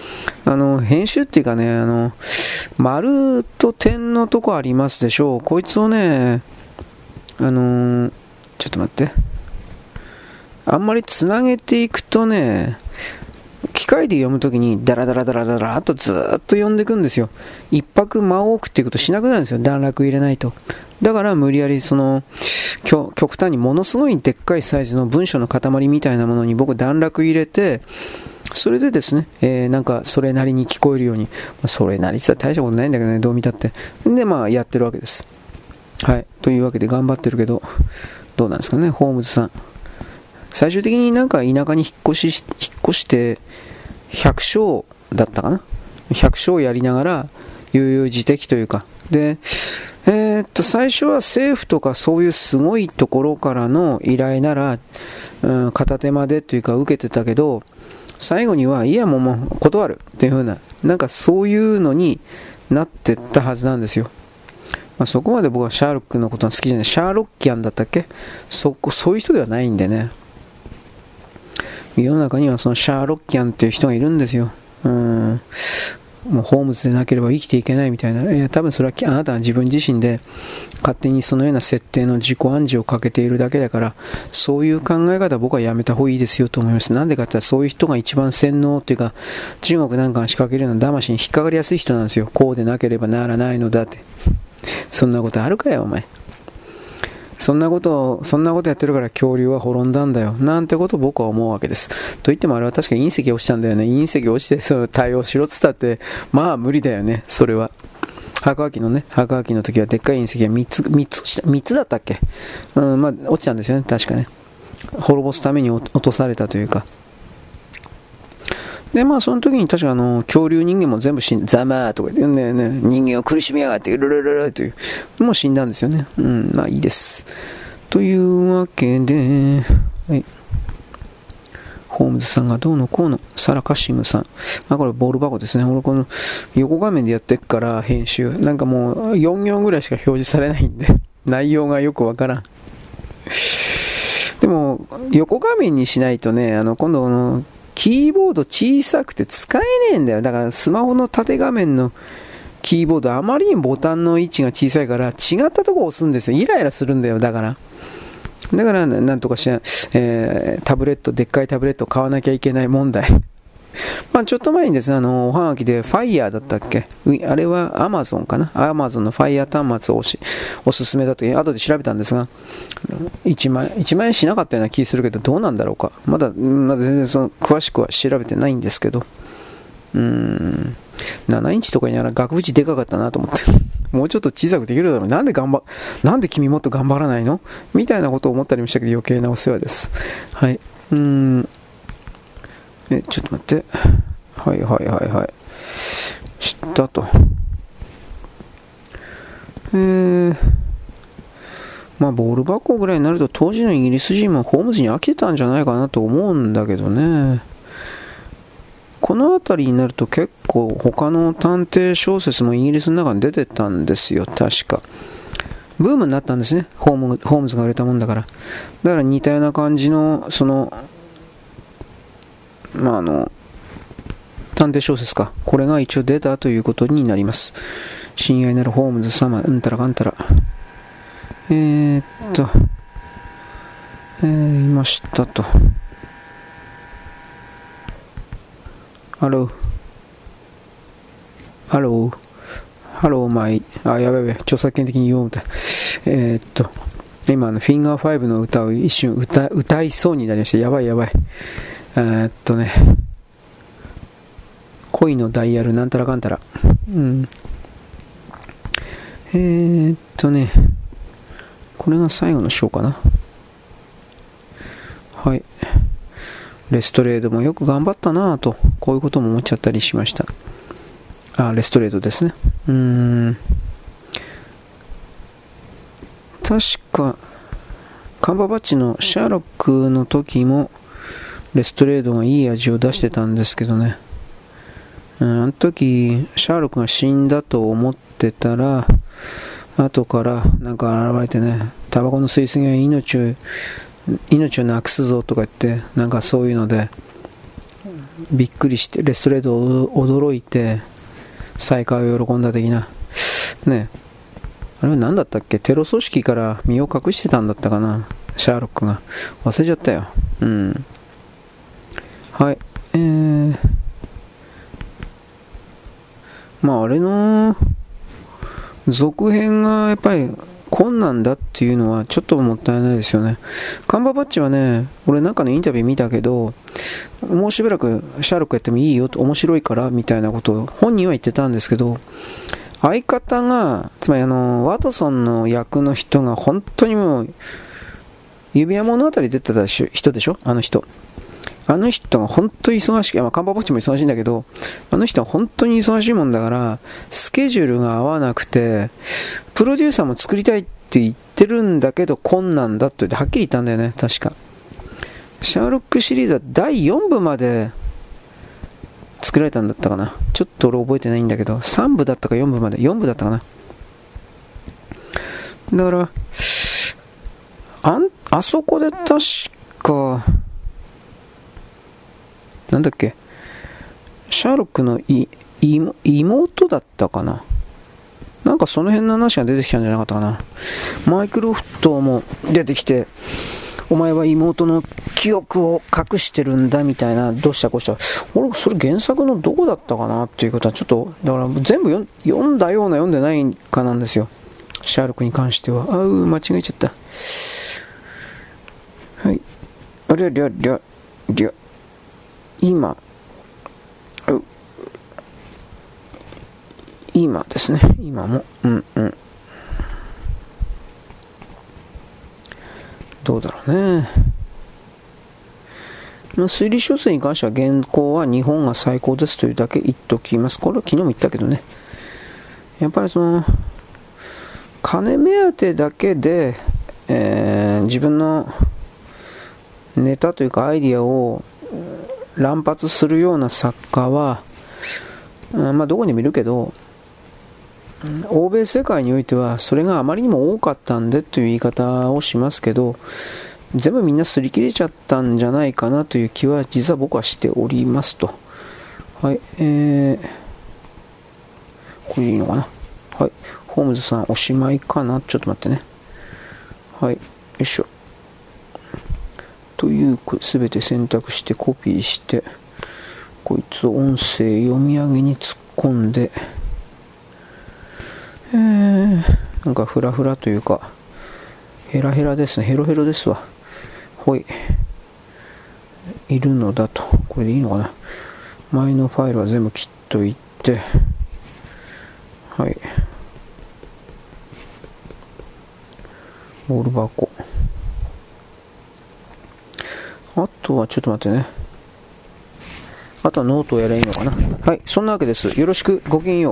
S1: あの、編集っていうかね、あの、丸と点のとこありますでしょう。こいつをね、あのー、ちょっと待って。あんまりつなげていくとね、機械で読むときにダラダラダラダラっとずーっと読んでいくんですよ。一泊間を置くっていうことしなくなるんですよ。段落入れないと。だから無理やりその極端にものすごいでっかいサイズの文章の塊みたいなものに僕段落入れて、それでですね、えー、なんかそれなりに聞こえるように、まあ、それなりって大したことないんだけどね、どう見たって。で、まあやってるわけです。はい。というわけで頑張ってるけど、どうなんですかね、ホームズさん。最終的になんか田舎に引っ越し、引っ越して、百姓だったかな。百姓やりながら、悠々自適というか。で、えー、っと、最初は政府とかそういうすごいところからの依頼なら、うん、片手間でというか受けてたけど、最後には、いやもうもう断るっていう風な、なんかそういうのになってったはずなんですよ。まあ、そこまで僕はシャーロックのことが好きじゃない。シャーロッキアンだったっけ？そこ、そういう人ではないんでね。世の中にはそのシャーロッキアンっていう人がいるんですよ。うん。もうホームズでなければ生きていけないみたいな。いや、多分それはあなたは自分自身で勝手にそのような設定の自己暗示をかけているだけだから、そういう考え方は僕はやめた方がいいですよと思います。なんでかって言ったら、そういう人が一番洗脳っていうか、中国なんかが仕掛けるような騙しに引っかかりやすい人なんですよ。こうでなければならないのだって。そんなことあるかよお前。そんなことを、そんなことやってるから恐竜は滅んだんだよ。なんてことを僕は思うわけです。と言ってもあれは確か隕石落ちたんだよね。隕石落ちてその対応しろっつったって、まあ無理だよね。それは。白亜紀のね、白亜紀の時はでっかい隕石がみっつ、みっつ落ちた。みっつだったっけ？うん、まあ落ちたんですよね。確かね。滅ぼすために落とされたというか。で、まあその時に確かあの、恐竜人間も全部死んだ。ざまーとか言ってね、ね、人間を苦しみやがって、ルルルルという。もう死んだんですよね。うん、まあいいです。というわけで、はい。ホームズさんがどうのこうの、サラカッシングさん。まあこれボール箱ですね。俺この横画面でやってっから編集。なんかもうよん行ぐらいしか表示されないんで、内容がよくわからん。でも、横画面にしないとね、あの、今度の、キーボード小さくて使えねえんだよ。だからスマホの縦画面のキーボードあまりにボタンの位置が小さいから違ったとこを押すんですよ。イライラするんだよ。だからだからなんとかしら、えー、タブレット、でっかいタブレットを買わなきゃいけない問題。まあちょっと前にですね、あのおはがきで Fire だったっけ、あれは Amazon かな、 Amazon の Fire 端末をおしおすすめだと後で調べたんですが、いちまん円しなかったような気するけど、どうなんだろうか。まだ、まだ全然その詳しくは調べてないんですけど、うーん、ななインチとかになら額縁でかかったなと思ってもうちょっと小さくできるだろう。なんで頑張なんで君もっと頑張らないのみたいなことを思ったりもしたけど、余計なお世話です。はい。うーんえ、ちょっと待って。はいはいはいはい。知ったと。えー、まあボール箱ぐらいになると当時のイギリス人もホームズに飽きてたんじゃないかなと思うんだけどね。この辺りになると結構他の探偵小説もイギリスの中に出てたんですよ、確か。ブームになったんですね、ホーム、ホームズが売れたもんだから。だから似たような感じの、その、まああの、探偵小説か。これが一応出たということになります。親愛なるホームズ様、うんたらかんたら。えー、っと、えー、いましたと。ハロー。ハロー。ハローマイ。あ、やべやべ。著作権的に言おうみたい。えー、っと、今のフィンガーファイブの歌を一瞬歌、歌いそうになりました。やばいやばい。えー、っとね。恋のダイヤルなんたらかんたら。うん。えー、っとね。これが最後の章かな。はい。レストレードもよく頑張ったなぁと、こういうことも思っちゃったりしました。あ、レストレードですね。うーん。確か、カンバーバッチのシャーロックの時も、レストレードがいい味を出してたんですけどね。うん、あの時、シャーロックが死んだと思ってたら、後からなんか現れてね、タバコの吸い過ぎは命を、命をなくすぞとか言って、なんかそういうので、 びっくりして、レストレード驚いて、再会を喜んだ的な。ね。あれは何だったっけ？テロ組織から身を隠してたんだったかな、シャーロックが。忘れちゃったよ。うん。はい。えー、まああれの続編がやっぱり困難だっていうのはちょっともったいないですよね。カンバーバッチはね、俺なんかのインタビュー見たけど、もうしばらくシャーロックやってもいいよと、面白いからみたいなことを本人は言ってたんですけど、相方が、つまりあのワトソンの役の人が本当にもう指輪物語出てた人でしょ、あの人。あの人が本当に忙しく、まあ、カンバーバッチも忙しいんだけど、あの人は本当に忙しいもんだから、スケジュールが合わなくて、プロデューサーも作りたいって言ってるんだけど、困難だと言って、はっきり言ったんだよね、確か。シャーロックシリーズはだいよんぶまで作られたんだったかな。ちょっと俺覚えてないんだけど、さんぶだったかよんぶまで、よんぶだったかな。だから、あん、あそこで確か、なんだっけ、シャーロックのいい妹だったかな、なんかその辺の話が出てきたんじゃなかったかな。マイクロフトも出てきて、お前は妹の記憶を隠してるんだみたいな、どうしたこうした。俺それ原作のどこだったかなっていうことはちょっと、だから全部読読んだような読んでないかなんですよ、シャーロックに関しては。あう間違えちゃった。はい、ありゃりゃりゃりゃ、今今ですね、今もうんうんどうだろうね。まあ、推理小説に関しては原稿は日本が最高ですというだけ言っときます。これは昨日も言ったけどね、やっぱりその金目当てだけで、えー、自分のネタというかアイディアを乱発するような作家は、まあどこにもいるけど、欧米世界においてはそれがあまりにも多かったんでという言い方をしますけど、全部みんな擦り切れちゃったんじゃないかなという気は実は僕はしておりますと。はい、えー、これでいいのかな。はい、ホームズさんおしまいかな。ちょっと待ってね。はい、よいしょ。というすべて選択してコピーして、こいつを音声読み上げに突っ込んで、えー、なんかフラフラというかヘラヘラですね、ヘロヘロですわ。ほい、いるのだと。これでいいのかな。前のファイルは全部切っといて、はい、ボール箱。あとはちょっと待ってね。あとはノートをやればいいのかな。はい、そんなわけです。よろしく、ごきげんよう。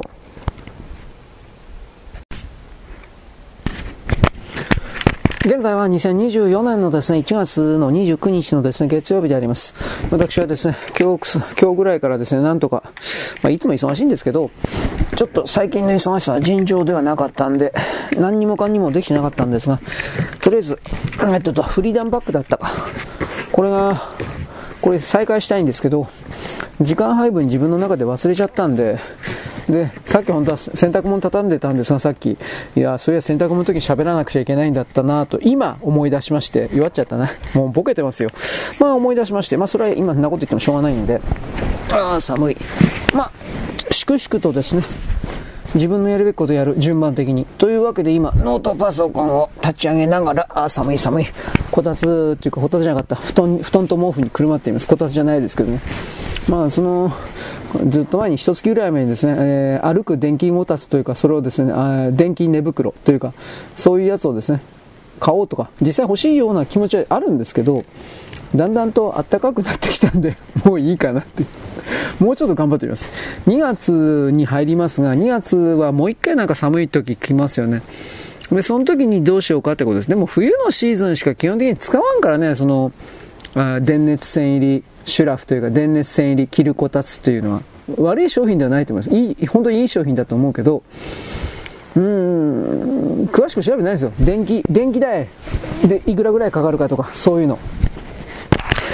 S1: 現在はにせんにじゅうよねんのですね、いちがつのにじゅうくにちのですね、月曜日であります。私はですね、今日、今日ぐらいからですね、なんとか、まあ、いつも忙しいんですけど、ちょっと最近の忙しさは尋常ではなかったんで、何にもかんにもできてなかったんですが、とりあえず、えっと、フリーダムバックだったか。これが、これ再開したいんですけど、時間配分自分の中で忘れちゃったんで、で、さっき本当は洗濯物畳んでたんですが、さっき、いや、そういや洗濯物の時に喋らなくちゃいけないんだったなと、今思い出しまして、弱っちゃったな。もうボケてますよ。まあ思い出しまして、まあそれは今そんなこと言ってもしょうがないんで、ああ、寒い。まあ、粛々とですね、自分のやるべきことをやる、順番的に。というわけで今、ノートパソコンを立ち上げながら、ああ、寒い寒い。こたつっていうか、こたつじゃなかった。布団、布団と毛布にくるまっています。こたつじゃないですけどね。まあ、その、ずっと前に一月ぐらい前にですね、えー、歩く電気こたつというか、それをですね、あ電気寝袋というか、そういうやつをですね、買おうとか、実際欲しいような気持ちはあるんですけど、だんだんと暖かくなってきたんで、もういいかなって。もうちょっと頑張ってみます。にがつに入りますが、にがつはもう一回なんか寒い時来ますよね。で、その時にどうしようかってことです。でも冬のシーズンしか基本的に使わんからね、その、あ電熱線入り、シュラフというか電熱線入り着るこたつっていうのは悪い商品ではないと思います。いい、本当にいい商品だと思うけど、うーん、詳しく調べてないですよ。電気、電気代でいくらぐらいかかるかとか、そういうの。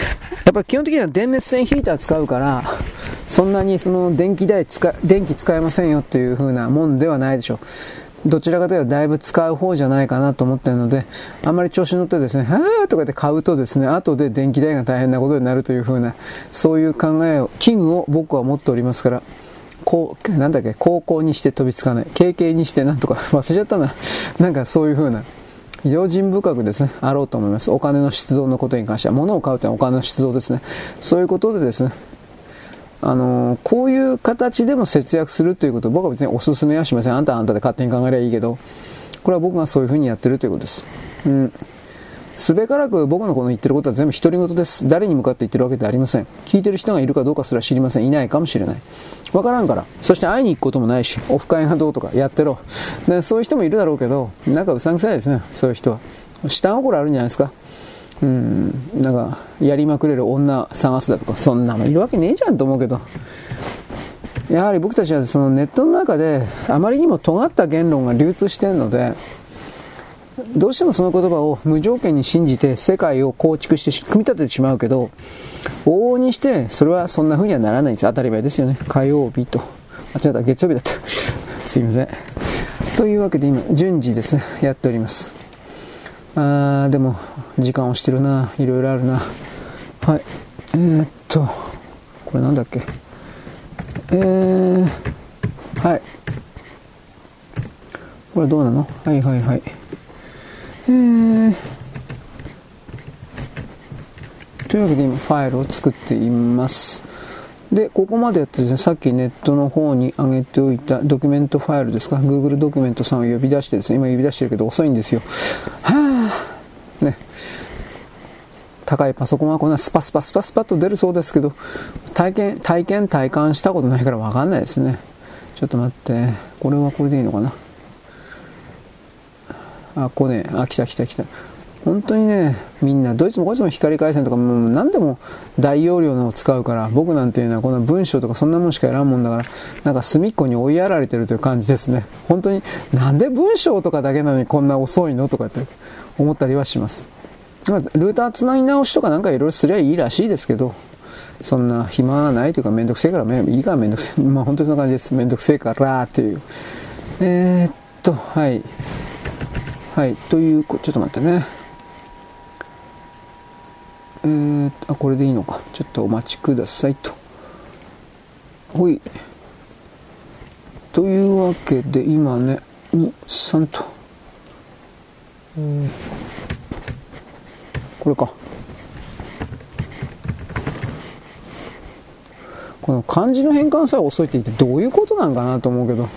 S1: やっぱり基本的には電熱線ヒーター使うから、そんなにその電気代使、電気使えませんよっていう風なもんではないでしょう。どちらかというとだいぶ使う方じゃないかなと思っているので、あんまり調子に乗ってですね、はーとかで買うとですね、後で電気代が大変なことになるという風な、そういう考えを、器具を僕は持っておりますから、こう、なんだっけ、高校にして飛びつかない、経験にしてなんとか忘れちゃったな。なんかそういう風な、用心深くですね、あろうと思います。お金の出動のことに関しては、物を買うというのはお金の出動ですね。そういうことでですね、あのー、こういう形でも節約するということを僕は別にお勧めはしません。あんたはあんたで勝手に考えればいいけど、これは僕がそういうふうにやってるということです。うん。すべからく僕のこの言ってることは全部独り言です。誰に向かって言ってるわけではありません。聞いてる人がいるかどうかすら知りません。いないかもしれない。わからんから。そして会いに行くこともないし、オフ会がどうとかやってろ。で、そういう人もいるだろうけど、なんかうさんくさいですね。そういう人は。下心あるんじゃないですか。うん、なんかやりまくれる女探すだとか、そんなのいるわけねえじゃんと思うけど、やはり僕たちはそのネットの中であまりにも尖った言論が流通しているので、どうしてもその言葉を無条件に信じて世界を構築して組み立ててしまうけど、往々にしてそれはそんな風にはならないんです。当たり前ですよね。火曜日と、あ、違った、月曜日だったすいません。というわけで今順次ですねやっております。あーでも時間をしてるな、いろいろあるな。はい、えー、っとこれなんだっけ、えー、はいこれどうなの、はいはいはい、えー、というわけで今ファイルを作っています。でここまでやってですね、さっきネットの方に上げておいたドキュメントファイルですか、 Google ドキュメントさんを呼び出してですね、今呼び出してるけど遅いんですよ。はぁね、高いパソコンはこんなスパスパスパスパッと出るそうですけど、体験体験体感したことないから分かんないですね。ちょっと待って、これはこれでいいのかな。あ、これね、あ、来た来た来た。本当にね、みんなどいつもこいつも光回線とかもう何でも大容量のを使うから、僕なんていうのはこんな文章とかそんなもんしかやらんもんだから、なんか隅っこに追いやられてるという感じですね。本当になんで文章とかだけなのにこんな遅いのとかって思ったりはします。ルーターつなぎ直しとかなんかいろいろすりゃいいらしいですけど、そんな暇がないというかめんどくせえから、いいからめんどくせえ、まあ本当にそんな感じです。めんどくせえからっていう。えー、っとはいはいという、ちょっと待ってね。えー、あ、これでいいのか。ちょっとお待ちくださいと。ほい。というわけで、今ね、に、さんと。えー、これか。この漢字の変換さえ遅いって言ってどういうことなんかなと思うけど。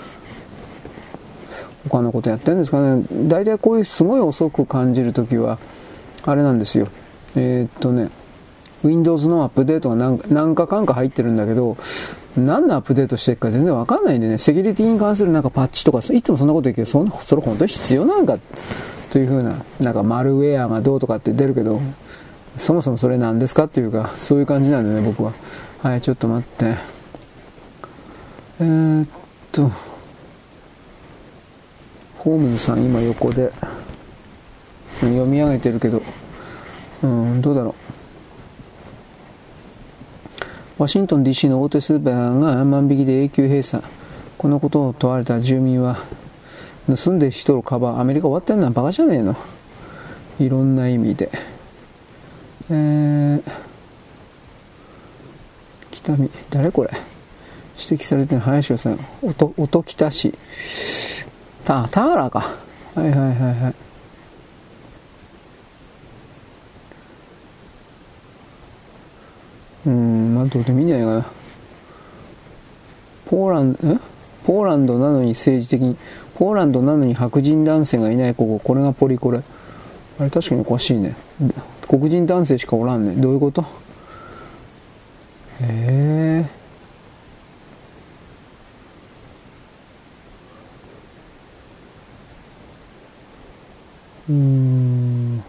S1: 他のことやってるんですかね。大体こういうすごい遅く感じるときは、あれなんですよ。えー、っとね、Windows のアップデートが何何かかんか入ってるんだけど、何のアップデートしてるか全然わかんないんでね、セキュリティに関するなんかパッチとか、いつもそんなこと言うけど、そんそれ本当に必要なんかという風な、なんかマルウェアがどうとかって出るけど、そもそもそれ何ですかっていうか、そういう感じなんでね、僕は。はい、ちょっと待って。えー、っと、ホームズさん今横で読み上げてるけど、うん、どうだろう。ワシントン ディーシー の大手スーパーが万引きで永久閉鎖。このことを問われた住民は、盗んで人をかばう。アメリカ終わってんのはバカじゃねえの。いろんな意味で。えー、北見、誰これ。指摘されてる林さん。音、音北市。た、田原か。はいはいはいはい。うーん、まあどうでもいいんじゃないかな。ポーランド、んポーランドなのに政治的に、ポーランドなのに白人男性がいないここ、これがポリコレ。あれ確かにおかしいね。黒人男性しかおらんね。どういうこと？へえ。うーん。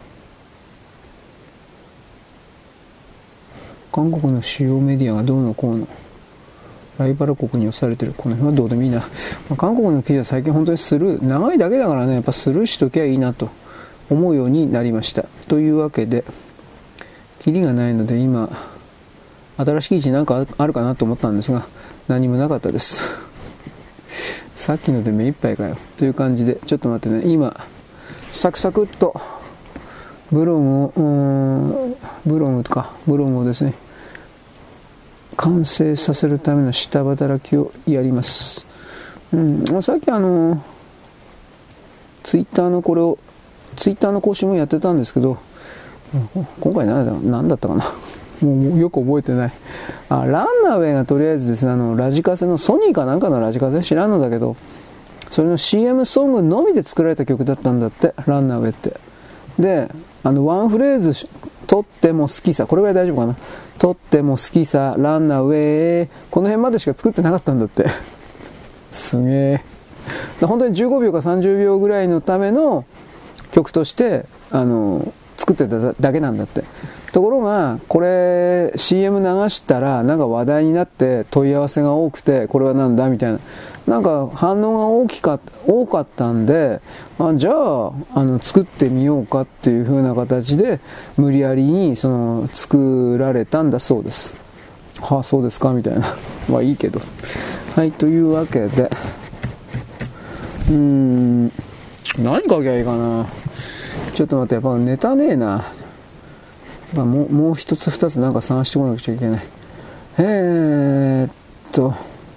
S1: 韓国の主要メディアがどうのこうの。ライバル国に押されてる。この辺はどうでもいいな。まあ、韓国の記事は最近本当にスルー、長いだけだからね、やっぱスルーしときゃいいなと思うようになりました。というわけで、 キリがないので今新しい記事なんかあるかなと思ったんですが何もなかったですさっきので目いっぱいかよという感じで、ちょっと待ってね、今サクサクっとブログをうーんブログとかブログをですね完成させるための下働きをやります。うん、さっきあのツイッターのこれをツイッターの更新もやってたんですけど、今回何だ何だったかなもうよく覚えてない。あ、ランナーウェイがとりあえずですね、あのラジカセのソニーかなんかのラジカセ知らんのだけど、それの シーエム ソングのみで作られた曲だったんだって、ランナーウェイって。で、あのワンフレーズとっても好きさ、これぐらい大丈夫かな、とっても好きさランナーウェイ、この辺までしか作ってなかったんだってすげえ。本当にじゅうごびょうかさんじゅうびょうぐらいのための曲としてあの作ってただけなんだって。ところがこれ シーエム 流したらなんか話題になって問い合わせが多くて、これはなんだみたいな、なんか反応が大きか多かったんで、あじゃああの作ってみようかっていう風な形で無理やりにその作られたんだそうです。はあ、そうですかみたいなまあいいけど、はい、というわけで、うーん何書きゃいいかな。ちょっと待って、やっぱネタねえな。まあ、もう、もう一つ二つなんか探してこなくちゃいけない。えーっと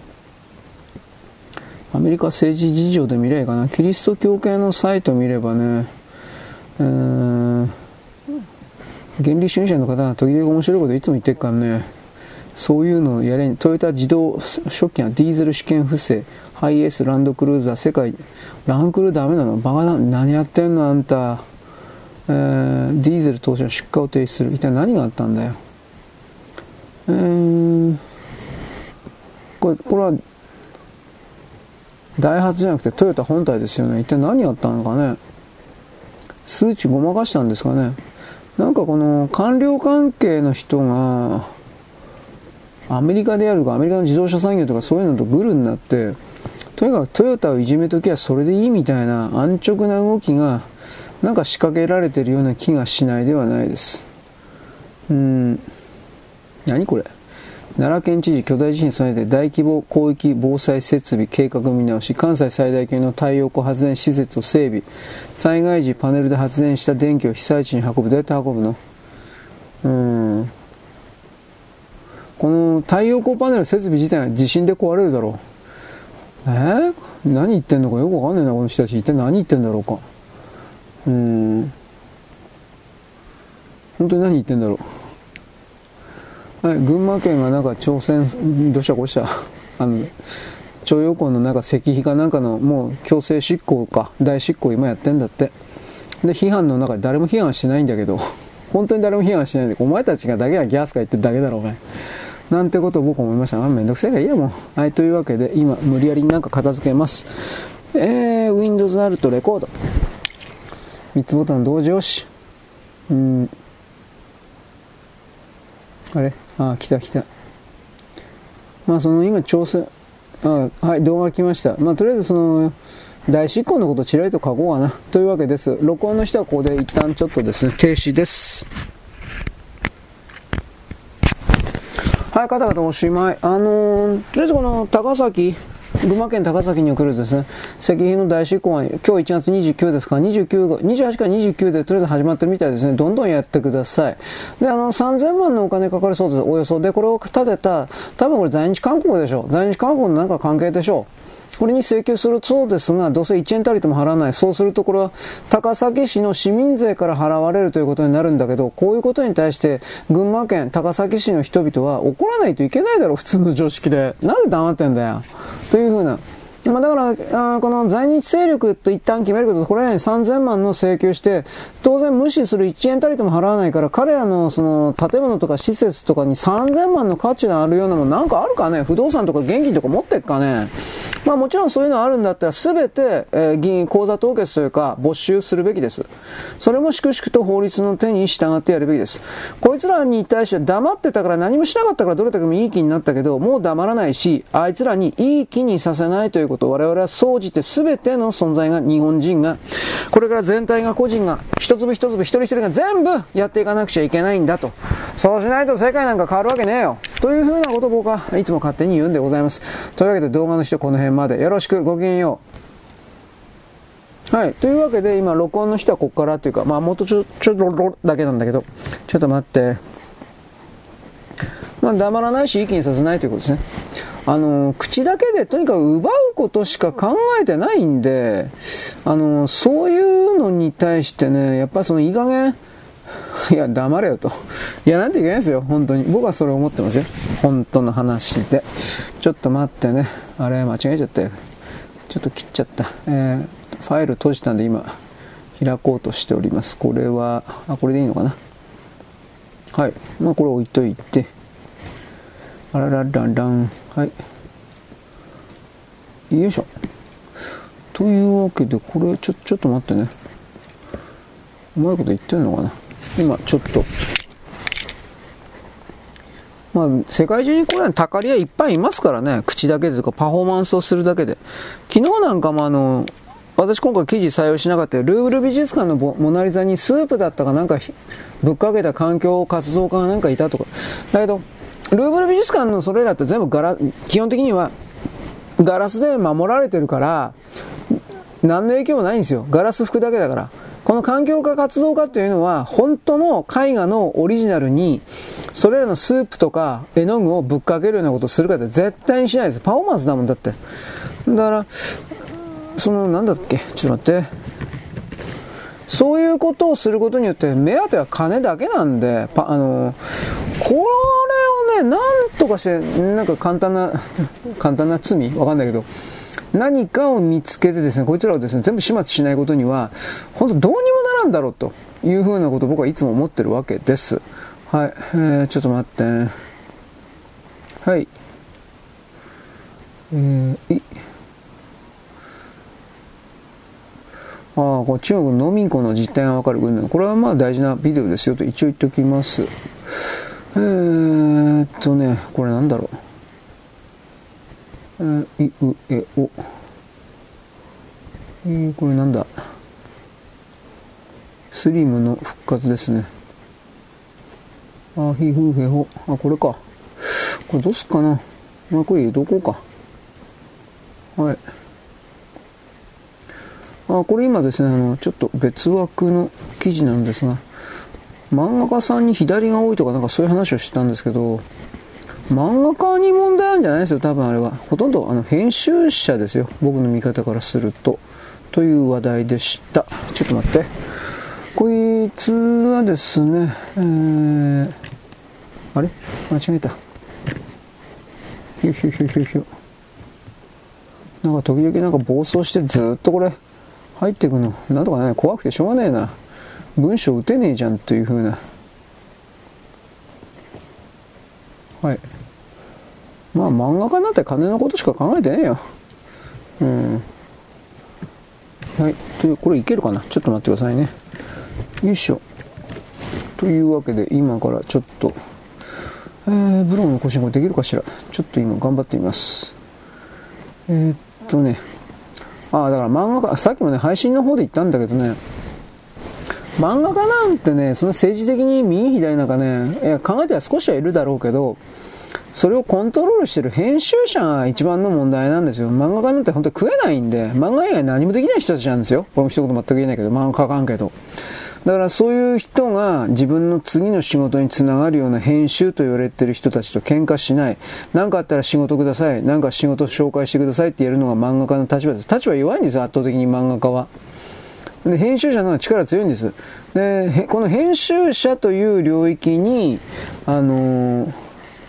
S1: アメリカ政治事情で見ればいいかな。キリスト教系のサイト見ればね、うーん原理主義者の方が時々面白いこといつも言ってるからね、そういうのをやれに、トヨタ自動食器がディーゼル試験不正、ハイエースランドクルーザー世界、ランクルダメなのバカだ、何やってんのあんた、えー、ディーゼル投資の出荷を停止する、一体何があったんだよ。えー、これこれはダイハツじゃなくてトヨタ本体ですよね。一体何があったのかね。数値ごまかしたんですかね。なんかこの官僚関係の人がアメリカであるかアメリカの自動車産業とかそういうのとグルになって、とにかくトヨタをいじめときはそれでいいみたいな安直な動きがなんか仕掛けられているような気がしないではないです。うーん何これ。奈良県知事巨大地震に備えて大規模広域防災設備計画見直し、関西最大級の太陽光発電施設を整備、災害時パネルで発電した電気を被災地に運ぶ。どうやって運ぶの。うーんこの太陽光パネル設備自体が地震で壊れるだろう。えー、何言ってんのかよくわかんないなこの人たち。一体何言ってんだろうか。うーん本当に何言ってんだろう。はい、群馬県がなんか朝鮮どうしたこうしたあの徴用工のなんか石碑かなんかのもう強制執行か大執行今やってんだって。で批判の中で誰も批判しないんだけど本当に誰も批判しないんで、お前たちがだけはギャースか言ってるだけだろうがなんてことを僕は思いましたが、めんどくせえがいいやもう。はい、というわけで今無理やりになんか片付けます。えー、Windows Alt レコードみっつボタン同時押し。うーんあれあ、来た来た。まあその今調整、あ、はい、動画来ました。まあとりあえずその大執行のことをちらりと書こうかなというわけです。録音の人はここで一旦ちょっとですね停止です。はい、方々おしまい。あのー、とりあえずこの高崎、群馬県高崎に来るですね、石碑の大執行が今日いちがつにじゅうくですから、にじゅうく、にじゅうはちからにじゅうくでとりあえず始まってるみたいですね。どんどんやってください。で、あの、さんぜんまんのお金かかるそうです。およそ。で、これを建てた、多分これ在日韓国でしょ。在日韓国のなんか関係でしょう。これに請求するそうですが、どうせいちえんたりとも払わない。そうするとこれは高崎市の市民税から払われるということになるんだけど、こういうことに対して群馬県高崎市の人々は怒らないといけないだろう、普通の常識で。なんで黙ってんだよ。というふうな。まあ、だからあ、この在日勢力と一旦決めるけど、これね、さんぜんまんの請求して、当然無視するいちえんたりとも払わないから、彼らのその建物とか施設とかにさんぜんまんの価値のあるようなものなんかあるかね。不動産とか現金とか持ってっかね。 まあもちろんそういうのあるんだったら全て、えー、議員口座凍結というか没収するべきです。それも粛々と法律の手に従ってやるべきです。こいつらに対して黙ってたから何もしなかったからどれだけもいい気になったけど、もう黙らないし、あいつらにいい気にさせないということを我々は総じて全ての存在が日本人が、これから全体が個人が一粒一粒一人一人が全部やっていかなくちゃいけないんだと。そうしないと世界なんか変わるわけねえよ。というふうなことを僕はいつも勝手に言うんでございます。というわけで動画の人この辺までよろしく、ごきげんよう。はい。というわけで今録音の人はここからというか、まあもっとちょ、ちょっとだけなんだけど、ちょっと待って。まあ黙らないしいい気にさせないということですね。あの、口だけでとにかく奪うことしか考えてないんで、あの、そういうのに対してね、やっぱりそのいい加減、いや、黙れよと。やらないといけないですよ、本当に。僕はそれを思ってますよ。本当の話で。ちょっと待ってね。あれ、間違えちゃったよ。ちょっと切っちゃった。えー、ファイル閉じたんで今、開こうとしております。これは、あ、これでいいのかな。はい。まあ、これ置いといて。あららららん。はい。よいしょ。というわけで、これ、ちょ、ちょっと待ってね。うまいこと言ってんのかな。今ちょっとまあ世界中にこれはたかりはいっぱいいますからね。口だけでとかパフォーマンスをするだけで。昨日なんかもあの私今回記事採用しなかったよ。ルーブル美術館のモナリザにスープだったかなんかぶっかけた環境活動家がなんかいたとか。だけどルーブル美術館のそれらって全部ガラ基本的にはガラスで守られてるから何の影響もないんですよ。ガラス拭くだけだから。この環境家活動家というのは本当の絵画のオリジナルにそれらのスープとか絵の具をぶっかけるようなことをするかって絶対にしないです。パフォーマンスだもんだって。だからそのなんだっけちょっと待ってそういうことをすることによって目当ては金だけなんでパあのこれをねなんとかしてなんか簡単な簡単な罪わかんないけど何かを見つけてですね、こいつらをですね、全部始末しないことには、本当どうにもならんだろうというふうなことを僕はいつも思ってるわけです。はい、えー、ちょっと待って。はい。えー、いああ、これ中国の農民工の実態がわかる軍団。これはまあ大事なビデオですよと一応言っておきます。えーっとね、これなんだろう。えー、いうえおえー、これなんだスリムの復活ですね。あひふへほあこれかこれどうすっかなまあこれ入れとこうか。はいあこれ今ですねあのちょっと別枠の記事なんですが漫画家さんに左が多いとかなんかそういう話をしたんですけど漫画家に問題あるんじゃないですよ多分あれはほとんどあの編集者ですよ僕の見方からするとという話題でした。ちょっと待ってこいつはですね、えー、あれ間違えたひゅひゅひゅひゅひゅなんか時々なんか暴走してずっとこれ入っていくのなんとかね怖くてしょうがねえな文章打てねえじゃんという風なはいまあ漫画家なんて金のことしか考えてねえようんはいというこれいけるかなちょっと待ってくださいねよいしょというわけで今からちょっとえー、ブログの更新これできるかしらちょっと今頑張ってみますえー、っとねああだから漫画家さっきもね配信の方で言ったんだけどね漫画家なんてねその政治的に右左なんかねいや考えては少しはいるだろうけどそれをコントロールしてる編集者が一番の問題なんですよ。漫画家なんて本当に食えないんで漫画以外何もできない人たちなんですよ。これも一言全く言えないけど漫画描かんけどだからそういう人が自分の次の仕事につながるような編集と言われてる人たちと喧嘩しない何かあったら仕事ください何か仕事紹介してくださいって言えるのが漫画家の立場です。立場弱いんですよ圧倒的に漫画家は。で編集者の方が力強いんです。でこの編集者という領域にあのー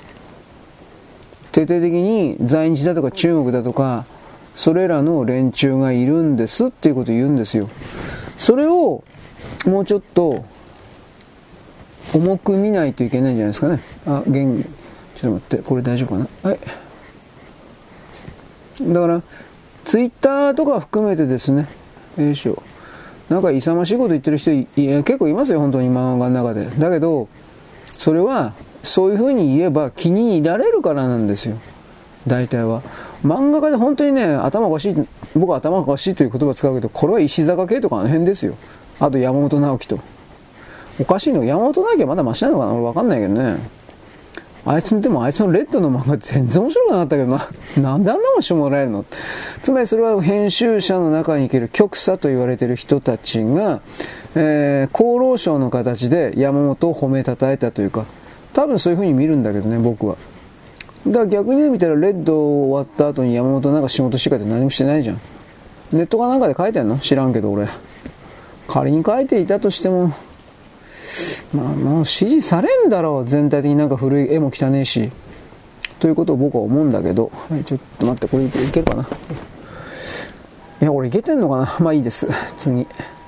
S1: 徹底的に在日だとか中国だとかそれらの連中がいるんですっていうことを言うんですよ。それをもうちょっと重く見ないといけないんじゃないですかね。あ、現ちょっと待ってこれ大丈夫かなはいだからツイッターとか含めてですね、よいしょ、なんか勇ましいこと言ってる人いい結構いますよ、本当に漫画の中で。だけどそれはそういう風に言えば気に入られるからなんですよ。大体は漫画家で本当にね、頭おかしい、僕は頭おかしいという言葉を使うけど、これは石坂系とかあの辺ですよ。あと山本直樹と。おかしいの、山本直樹はまだマシなのかな、俺わかんないけどね。あいつでもあいつのレッドの漫画全然面白くなかったけどな。なんであんなもんしてもらえるの。つまりそれは編集者の中における極左と言われている人たちが、えー、厚労省の形で山本を褒めたたえたというか、多分そういう風に見るんだけどね、僕は。だから逆に見たらレッド終わった後に山本なんか仕事してかって何もしてないじゃん。ネットかなんかで書いてんの知らんけど俺。仮に書いていたとしても、まあまあ支持されんだろう。全体的になんか古い絵も汚ねえし。ということを僕は思うんだけど。はい、ちょっと待って、これいけるかな。いや、俺いけてんのかな。まあいいです。次。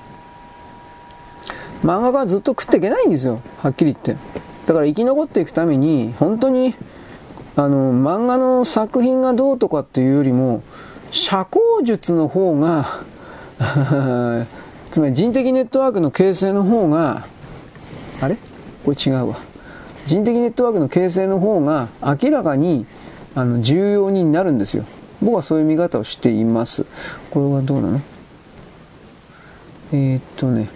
S1: 漫画家はずっと食っていけないんですよ。はっきり言って。だから生き残っていくために、本当に、あの、漫画の作品がどうとかっていうよりも、社交術の方が、つまり人的ネットワークの形成の方が、あれこれ違うわ。人的ネットワークの形成の方が明らかにあの重要になるんですよ。僕はそういう見方をしています。これはどうなの？えー、っとね、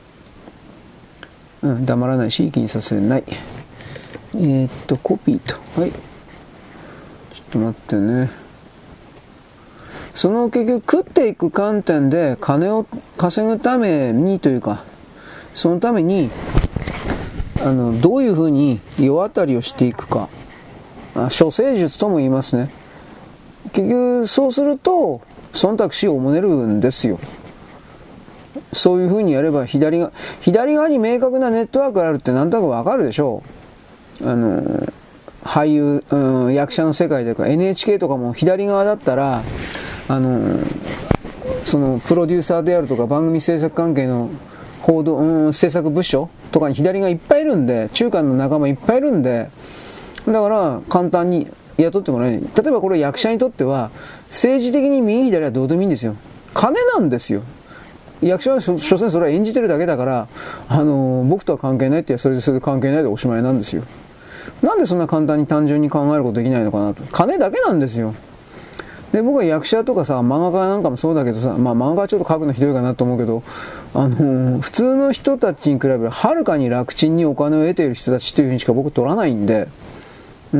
S1: うん、黙らないし、気にさせない。えー、っと、コピーと。はい。ちょっと待ってね。その結局食っていく観点で金を稼ぐためにというか、そのためにあのどういうふうに世渡りをしていくか、処世術とも言いますね。結局そうすると忖度しをもねるんですよ。そういうふうにやれば左が左側に明確なネットワークがあるってなんとなくわかるでしょう。あの俳優、うん、役者の世界というか エヌエイチケー とかも左側だったらあのそのプロデューサーであるとか番組制作関係の報道、うん、制作部署とかに左がいっぱいいるんで、中間の仲間いっぱいいるんで、だから簡単に雇ってもらえない。例えばこれ役者にとっては政治的に右左はどうでもいいんですよ。金なんですよ。役者は所詮それは演じてるだけだから、あの僕とは関係ないって言えばそれでそれで関係ないでおしまいなんですよ。なんでそんな簡単に単純に考えることできないのかなと。金だけなんですよ。で僕は役者とかさ、漫画家なんかもそうだけどさ、まあ漫画はちょっと書くのひどいかなと思うけど、あのー、普通の人たちに比べるはるかに楽ちんにお金を得ている人たちというふうにしか僕取らないんで、うん。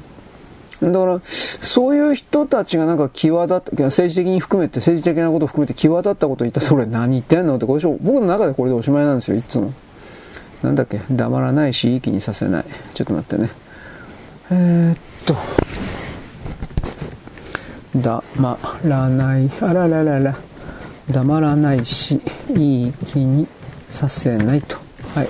S1: だからそういう人たちがなんか際立った、政治的に含めて政治的なことを含めて際立ったことを言ったら、それ何言ってんのってこれでしょ。僕の中でこれでおしまいなんですよ、いつも。なんだっけ、黙らないしいい気にさせない。ちょっと待ってね。えー、っと。黙らない、あらららら、黙らないし、いい気にさせないと。はい。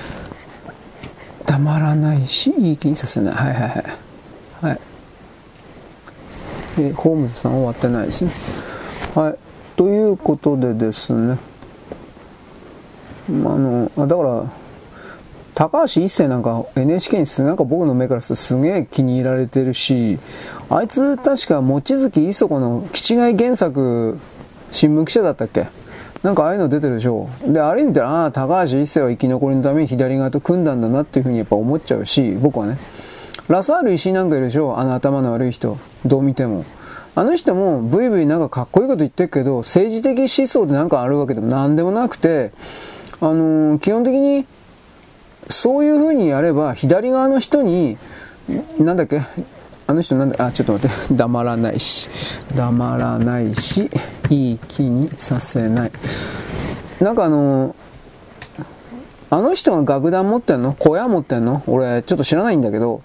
S1: 黙らないし、いい気にさせない。はいはいはい。はい。で、ホームズさん終わってないですね。はい。ということでですね。あの、だから、高橋一生なんか エヌエイチケー になんか僕の目からするとすげえ気に入られてるし、あいつ確か望月磯子の気違い原作新聞記者だったっけ、なんかああいうの出てるでしょ。であれ見たら、ああ高橋一生は生き残りのために左側と組んだんだなっていうふうにやっぱ思っちゃうし、僕はね、ラサール石井なんかいるでしょ、あの頭の悪い人、どう見てもあの人もブイブイなんかかっこいいこと言ってるけど、政治的思想でなんかあるわけでもなんでもなくて、あのー、基本的にそういう風にやれば左側の人に、なんだっけ、あの人なんだ、あ、ちょっと待って、黙らないし、黙らないし、いい気にさせない。なんかあの、あの人が楽団持ってんの？小屋持ってんの？俺ちょっと知らないんだけど。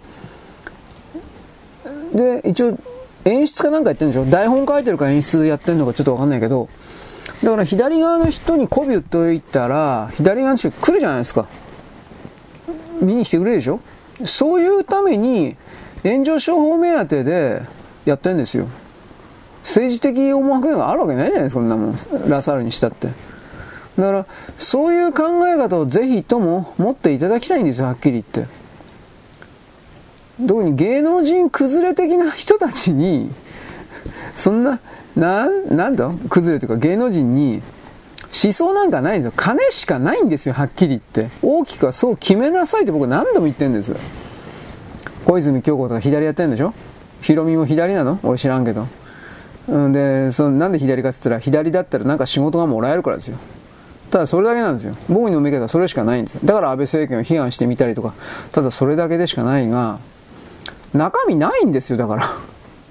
S1: で、一応演出かなんかやってるんでしょ？台本書いてるか演出やってるのかちょっとわかんないけど。だから左側の人に媚び売っといたら、左側の人来るじゃないですか。見に来てくれるでしょ。そういうために炎上商法目当てでやってるんですよ。政治的思惑があるわけないじゃないですか、こんなもん。ラサールにしたって。だからそういう考え方をぜひとも持っていただきたいんですよ、はっきり言って。特に芸能人崩れ的な人たちにそんな、なん、なんだ崩れというか芸能人に思想なんかないんですよ。金しかないんですよ、はっきり言って。大きくはそう決めなさいって僕何度も言ってるんです。小泉京子とか左やってるんでしょ。ヒロミも左なの俺知らんけど。うんで、そのなんで左かって言ったら、左だったらなんか仕事がもらえるからですよ。ただそれだけなんですよ。僕にの見方はそれしかないんです。だから安倍政権を批判してみたりとか、ただそれだけでしかないが、中身ないんですよ、だから。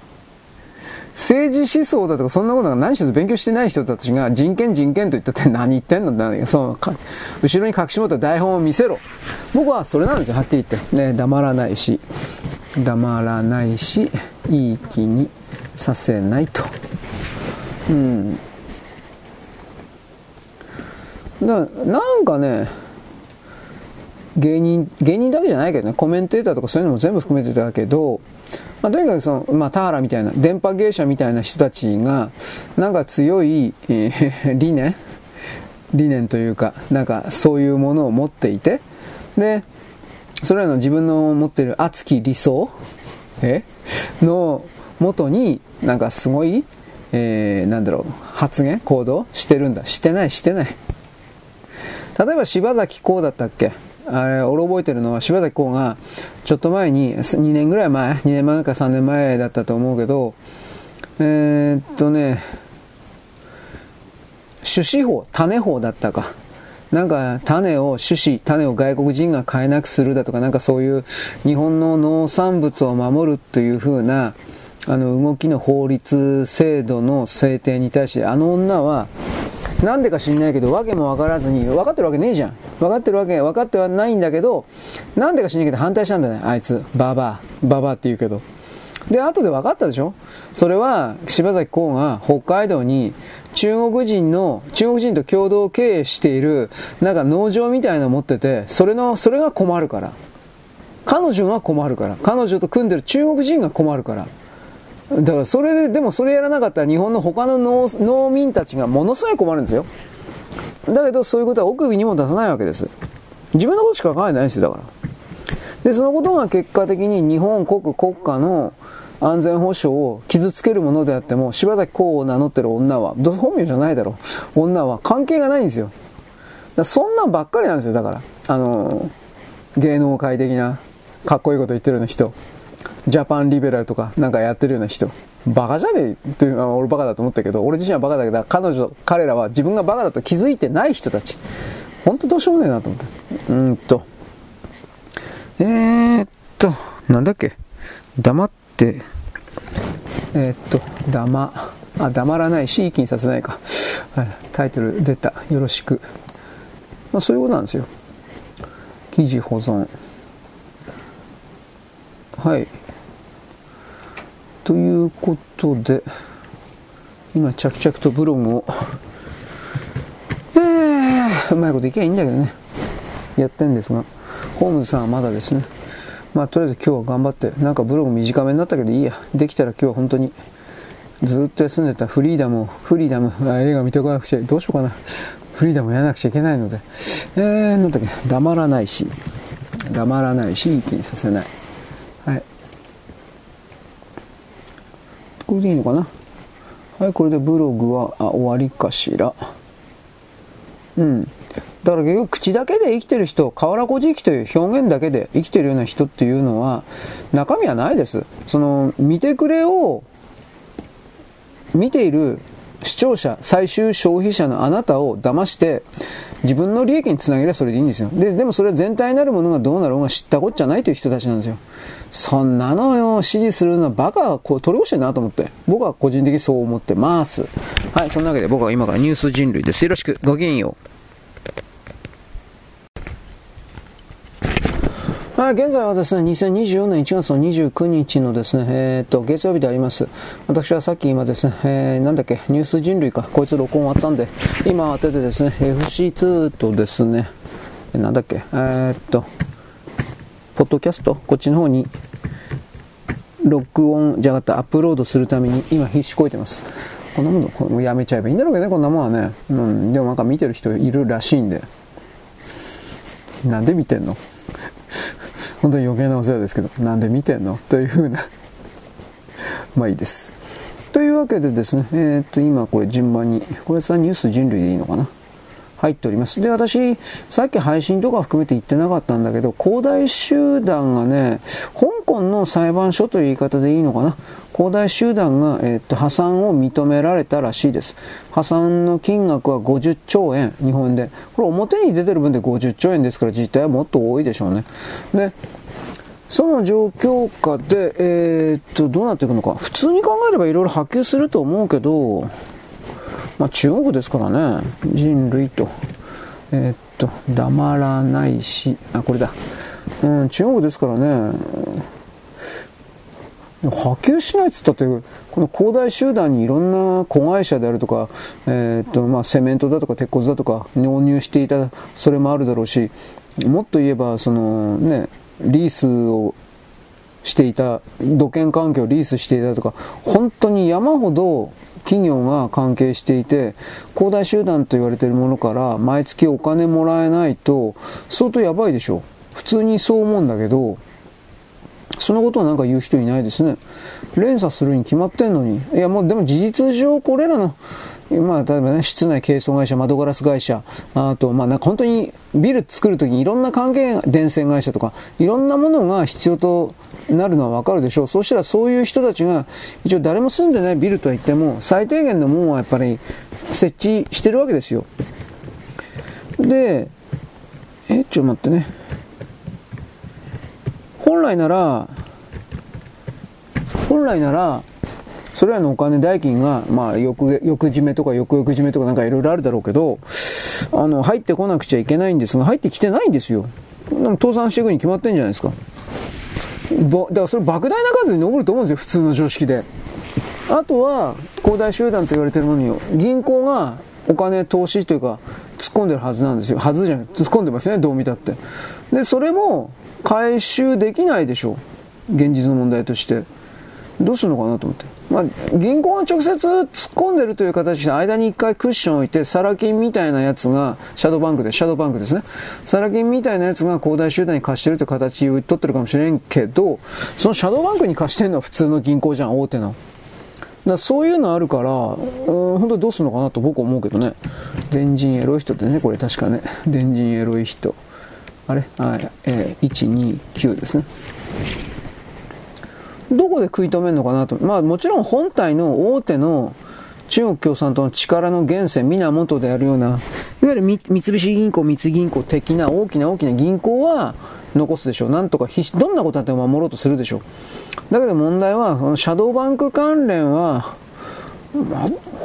S1: 政治思想だとかそんなことが何一つ勉強してない人たちが人権人権と言ったって何言ってんのってそのか後ろに隠し持った台本を見せろ。僕はそれなんですよ、はっきり言って、ね、黙らないし黙らないしいい気にさせないと。うんだなんかね芸人芸人だけじゃないけどね、コメンテーターとかそういうのも全部含めてたけど、まあ、とにかくその、まあ、田原みたいな電波芸者みたいな人たちがなんか強い、えー、理念理念というかなんかそういうものを持っていて、でそれらの自分の持っている熱き理想えの元になんかすごい、えー、なんだろう発言行動してるんだ。してないしてない。例えば柴咲コウだったっけ、あれ俺覚えてるのは柴咲コウがちょっと前ににねんぐらい前にねんまえかさんねんまえだったと思うけど、えー、っとね種子法種法だったかなんか種を種子種を外国人が買えなくするだとかなんかそういう日本の農産物を守るという風なあの動きの法律制度の制定に対してあの女はなんでか知んないけど、わけもわからずに、分かってるわけねえじゃん。分かってるわけ、分かってはないんだけど、なんでか知んないけど反対したんだね、あいつ。ババア。ババアって言うけど。で、後で分かったでしょ。それは、柴咲コウが北海道に中国人の、中国人と共同経営している、なんか農場みたいなの持ってて、それの、それが困るから。彼女が困るから。彼女と組んでる中国人が困るから。だからそれで、でもそれやらなかったら日本の他の 農, 農民たちがものすごい困るんですよ。だけどそういうことは奥首にも出さないわけです。自分のことしか考えないですよ、だから。で、そのことが結果的に日本国国家の安全保障を傷つけるものであっても、柴咲コウを名乗ってる女は、本名じゃないだろう。女は関係がないんですよ。だからそんなんばっかりなんですよ、だから。あの、芸能界的なかっこいいこと言ってるような人。ジャパンリベラルとかなんかやってるような人バカじゃねえっていうのは俺バカだと思ったけど、俺自身はバカだけど彼女彼らは自分がバカだと気づいてない人たち。本当どうしようもねえなと思ってうーんとえーっとなんだっけ黙ってえー、っと黙あ黙らないしいい気にさせないか、はい、タイトル出たよろしく、まあ、そういうことなんですよ。記事保存はいということで今着々とブログをえーうまいこといけばいいんだけどねやってるんですが、ホームズさんはまだですね。まあとりあえず今日は頑張って、なんかブログ短めになったけどいいや、できたら今日は本当にずっと休んでたフリーダムをフリーダムあ映画見てこなくちゃどうしようかなフリーダムやらなくちゃいけないので、えーなんだっけ黙らないし黙らないしいい気にさせない。はい。これでいいのかな。はい、これでブログはあ終わりかしら。うん。だから結局口だけで生きてる人、河原小じという表現だけで生きてるような人っていうのは中身はないです。その見てくれを見ている視聴者、最終消費者のあなたを騙して自分の利益につなげればそれでいいんですよ。で、でもそれは全体になるものがどうなろうが知ったこっちゃないという人たちなんですよ。そんなのを支持するのはバカこう取り越してるなと思って、僕は個人的にそう思ってます。はい、そんなわけで僕は今からニュース人類です。よろしく、ごきげんよう。はい、現在はですね、にせんにじゅうよねんいちがつのにじゅうくにちのですね、えー、っと、月曜日であります。私はさっき今ですね、えー、なんだっけ、ニュース人類か、こいつ録音終わったんで、今当ててですね、エフシーツー とですね、なんだっけ、えー、っと、ポッドキャスト、こっちの方に、録音じゃなかったアップロードするために、今必死こいてます。こんなもの、これもやめちゃえばいいんだろうけどね、こんなもんはね。うん、でもなんか見てる人いるらしいんで。なんで見てんの本当に余計なお世話ですけど、なんで見てんのというふうなまあいいです。 というわけでですね、えー、っと今これ順番に、これさニュース人類でいいのかな、入っております。で、私、さっき配信とか含めて言ってなかったんだけど、恒大集団がね、香港の裁判所という言い方でいいのかな。恒大集団が、えー、っと、破産を認められたらしいです。破産の金額はごじゅっちょうえん、日本で。これ表に出てる分でごじゅっちょうえんですから、実態はもっと多いでしょうね。で、その状況下で、えー、っと、どうなっていくのか。普通に考えればいろいろ波及すると思うけど、まあ中国ですからね、人類と。えー、っと、黙らないし、あ、これだ。うん、中国ですからね、波及しないっつったって、この恒大集団にいろんな子会社であるとか、えー、っと、まあセメントだとか鉄骨だとか納入していた、それもあるだろうし、もっと言えば、そのね、リースをしていた、土建環境をリースしていたとか、本当に山ほど企業が関係していて、恒大集団と言われているものから毎月お金もらえないと相当やばいでしょ。普通にそう思うんだけど、そのことはなんか言う人いないですね。連鎖するに決まってんのに。いやもうでも事実上これらの、まあ例えばね、室内清掃会社、窓ガラス会社、あとまあなんか本当にビル作るときにいろんな関係、電線会社とか、いろんなものが必要となるのはわかるでしょう。そうしたらそういう人たちが、一応誰も住んでないビルとは言っても、最低限のものはやっぱり設置してるわけですよ。で、え、ちょっと待ってね。本来なら、本来なら、それらのお金代金が、まあ、翌、翌締めとか翌々締めとかなんかいろいろあるだろうけど、あの、入ってこなくちゃいけないんですが、入ってきてないんですよ。でも倒産していくに決まってんじゃないですか。だからそれ莫大な数に上ると思うんですよ、普通の常識で。あとは、恒大集団と言われているものに、銀行がお金投資というか、突っ込んでるはずなんですよ。はずじゃない。突っ込んでますね、どう見たって。で、それも回収できないでしょう。現実の問題として。どうするのかなと思って。まあ、銀行が直接突っ込んでるという形で間に一回クッションを置いて、サラ金みたいなやつが、シャドーバンクで、シャドーバンクですね。サラ金みたいなやつが恒大集団に貸してるという形を取ってるかもしれんけど、そのシャドーバンクに貸してるのは普通の銀行じゃん、大手の。だからそういうのあるから、うん、本当にどうするのかなと僕は思うけどね。電人エロい人ってね、これ確かね。電人エロい人。あれあ、えー、いちにきゅうですね。どこで食い止めるのかなと。まあもちろん本体の大手の中国共産党の力の源泉、源であるような、いわゆる三菱銀行、三井銀行的な大きな大きな銀行は残すでしょう。なんとか必死、どんなことだって守ろうとするでしょう。だけど問題は、このシャドーバンク関連は、まあ、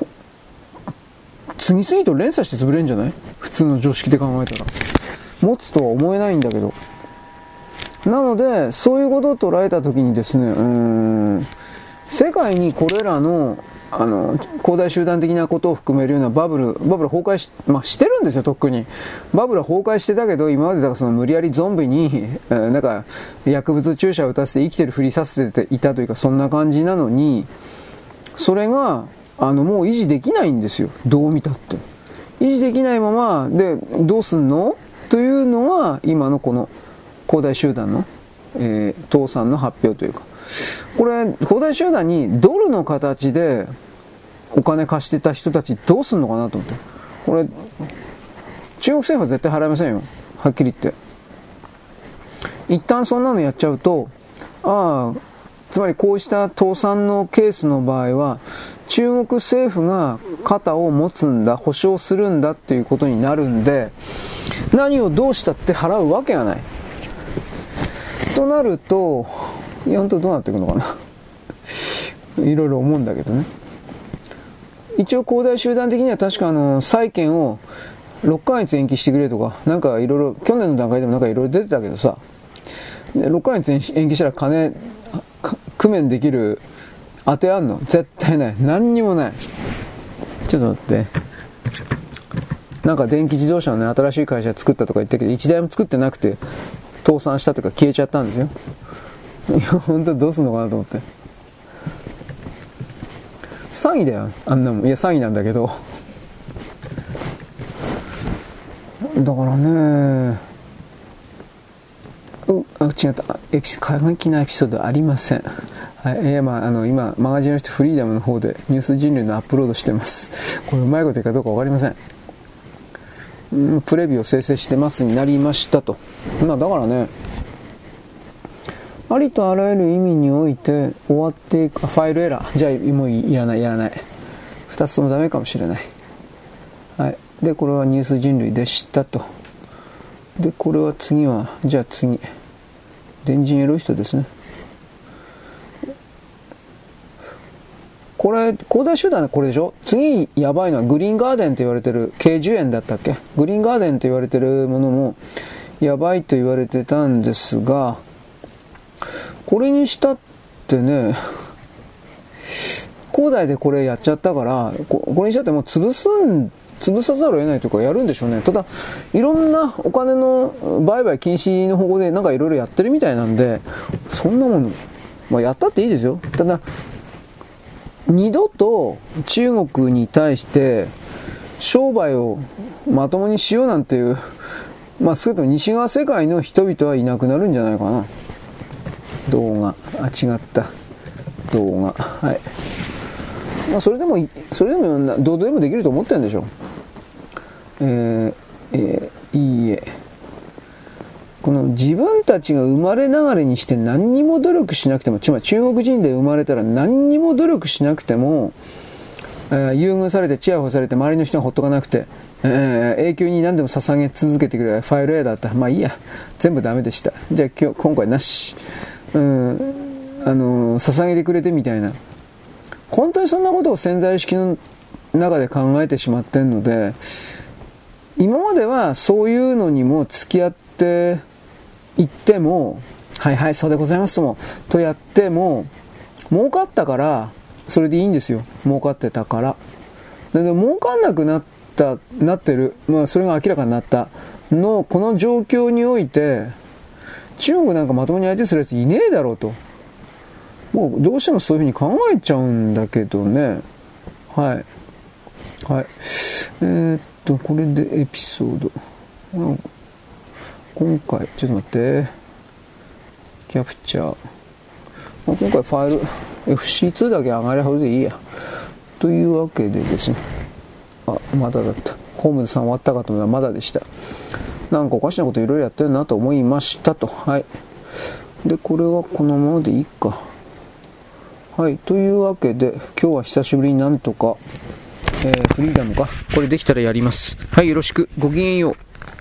S1: 次々と連鎖して潰れるんじゃない？普通の常識で考えたら。持つとは思えないんだけど。なので、そういうことを捉えたときにですね、うーん、世界にこれらの、あの、恒大集団的なことを含めるようなバブル、バブル崩壊し、まあ、してるんですよ、とっくに。バブルは崩壊してたけど、今までだからその無理やりゾンビに、えー、なんか、薬物注射を打たせて生きてるふりさせていたというか、そんな感じなのに、それが、あの、もう維持できないんですよ。どう見たって。維持できないまま、で、どうすんのというのが、今のこの、恒大集団の、えー、倒産の発表というか、これ恒大集団にドルの形でお金貸してた人たちどうすんのかなと思って、これ中国政府は絶対払いませんよ、はっきり言って。一旦そんなのやっちゃうと、ああ、つまりこうした倒産のケースの場合は中国政府が肩を持つんだ、保証するんだっていうことになるんで、何をどうしたって払うわけがないとなると、いや本当どうなっていくのかないろいろ思うんだけどね。一応恒大集団的には確かあの債券をろっかげつ延期してくれとか、なんかいろいろ去年の段階でもなんかいろいろ出てたけどさ、でろっかげつ延期したら金工面できる当てあんの？絶対ない。何にもない。ちょっと待って。なんか電気自動車のね、新しい会社作ったとか言ったけど、一台も作ってなくて倒産したとか消えちゃったんですよ。いや本当どうすんのかなと思って。詐欺だよ、あんなもん。いや詐欺なんだけど、だからね、うあ違った、エピ過激なエピソードありません。 はい、いやまあ、あの今マガジンの人フリーダムの方でニュース人類のアップロードしてます。これうまいこと言うかどうか分かりません。うん、プレビューを生成してますになりましたと。まあだからね、ありとあらゆる意味において終わっていく。ファイルエラー、じゃあもういらないやらない、ふたつともダメかもしれない。はい、でこれはニュース人類でしたと。でこれは次は、じゃあ次電人エロい人ですね。これ恒大集団はこれでしょ。次やばいのはグリーンガーデンと言われてる軽樹園だったっけ。グリーンガーデンと言われてるものもやばいと言われてたんですが、これにしたってね、恒大でこれやっちゃったから、こ, これにしたってもう潰すん潰さざるを得ないというかやるんでしょうね。ただいろんなお金の売買禁止の方向でなんかいろいろやってるみたいなんで、そんなもの、まあ、やったっていいですよ。ただ二度と中国に対して商売をまともにしようなんていう、まあ少なくとも西側世界の人々はいなくなるんじゃないかな。動画、あ、違った動画、はい。まあそれでもそれでもどうでもできると思ってるんでしょう。えーえー、いいえ。この自分たちが生まれながらにして何にも努力しなくても、つまり中国人で生まれたら何にも努力しなくても、えー、優遇されてチヤホヤされて周りの人がほっとかなくて、えー、永久に何でも捧げ続けてくれるファイル A だった。まあいいや、全部ダメでした。じゃあ今日今回なし、うん、あのー、捧げてくれてみたいな、本当にそんなことを潜在意識の中で考えてしまってるので、今まではそういうのにも付き合って言っても、はいはいそうでございますともとやっても儲かったからそれでいいんですよ。儲かってたからで、で儲かんなくなったなってる、まあそれが明らかになったのこの状況において、中国なんかまともに相手するやついねえだろうと、もうどうしてもそういうふうに考えちゃうんだけどね。はいはい、えー、っとこれでエピソード、うん、今回ちょっと待って、キャプチャー、今回ファイル エフシーツー だけ上がれはずでいいやというわけでですね、あ、まだだった。ホームズさん終わったかと思ったらまだでした。なんかおかしなこといろいろやってるなと思いましたと。はい。でこれはこのままでいいか。はい。というわけで今日は久しぶりになんとか、えー、フリーダムかこれできたらやります。はい、よろしく。ごきげんよう。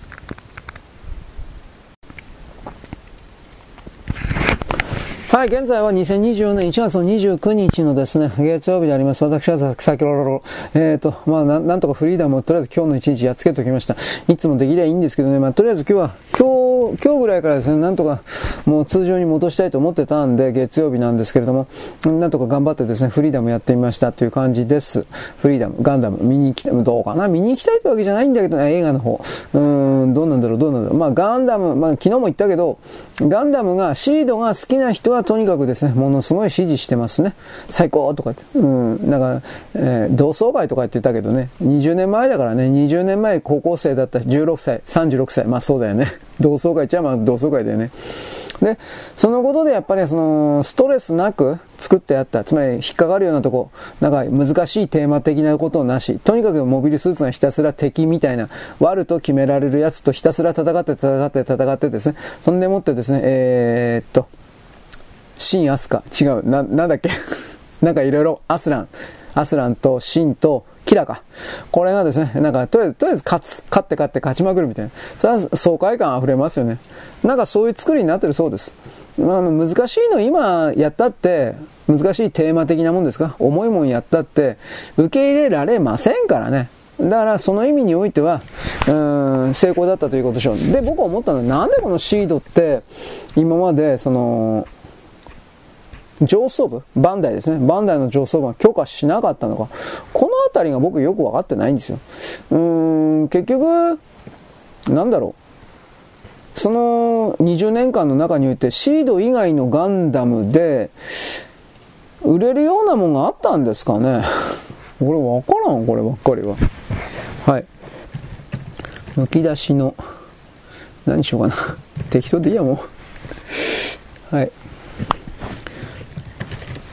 S1: はい、現在はにせんにじゅうよねんいちがつのにじゅうくにちのですね、月曜日であります。私は先ほど、えっと、まあな、なんとかフリーダムをとりあえず今日の一日やっつけておきました。いつもできりゃいいんですけどね、まあとりあえず今日は、今日、今日ぐらいからですね、なんとかもう通常に戻したいと思ってたんで、月曜日なんですけれども、なんとか頑張ってですね、フリーダムやってみましたという感じです。フリーダム、ガンダム、見に行きたい、どうかな見に行きたいってわけじゃないんだけどね、映画の方。うーん、どうなんだろう、どうなんだろう。まあガンダム、まあ昨日も言ったけど、ガンダムが、シードが好きな人はとにかくですね、ものすごい支持してますね。最高とか言って。うん。なんか、えー、同窓会とか言ってたけどね、にじゅうねんまえだからね、にじゅうねんまえ高校生だったじゅうろくさい、さんじゅうろくさい。まあそうだよね。同窓会っちゃまあ同窓会だよね。で、そのことでやっぱりその、ストレスなく作ってあった。つまり、引っかかるようなとこ、なんか難しいテーマ的なことをなし。とにかくモビルスーツがひたすら敵みたいな、悪と決められるやつとひたすら戦って戦って戦ってですね。そんでもってですね、えー、っと、シン・アスカ。違う。な、なんだっけなんかいろいろ、アスラン。アスランとシンとキラか。これがですね、なんか、とりあえず、とりあえず勝つ。勝って勝って勝ちまくるみたいな。それは爽快感溢れますよね。なんかそういう作りになってるそうです。まあ、難しいの今やったって、難しいテーマ的なもんですか？重いもんやったって、受け入れられませんからね。だからその意味においては、うーん、成功だったということでしょう。で、僕は思ったのは、なんでこのシードって、今まで、その、上層部バンダイですね。バンダイの上層部が許可しなかったのか。このあたりが僕よくわかってないんですよ。うーん、結局、なんだろう。そのにじゅうねんかんの中においてシード以外のガンダムで売れるようなもんがあったんですかね。これわからん、こればっかりは。はい。むき出しの、何しようかな。適当でいいやもう。はい。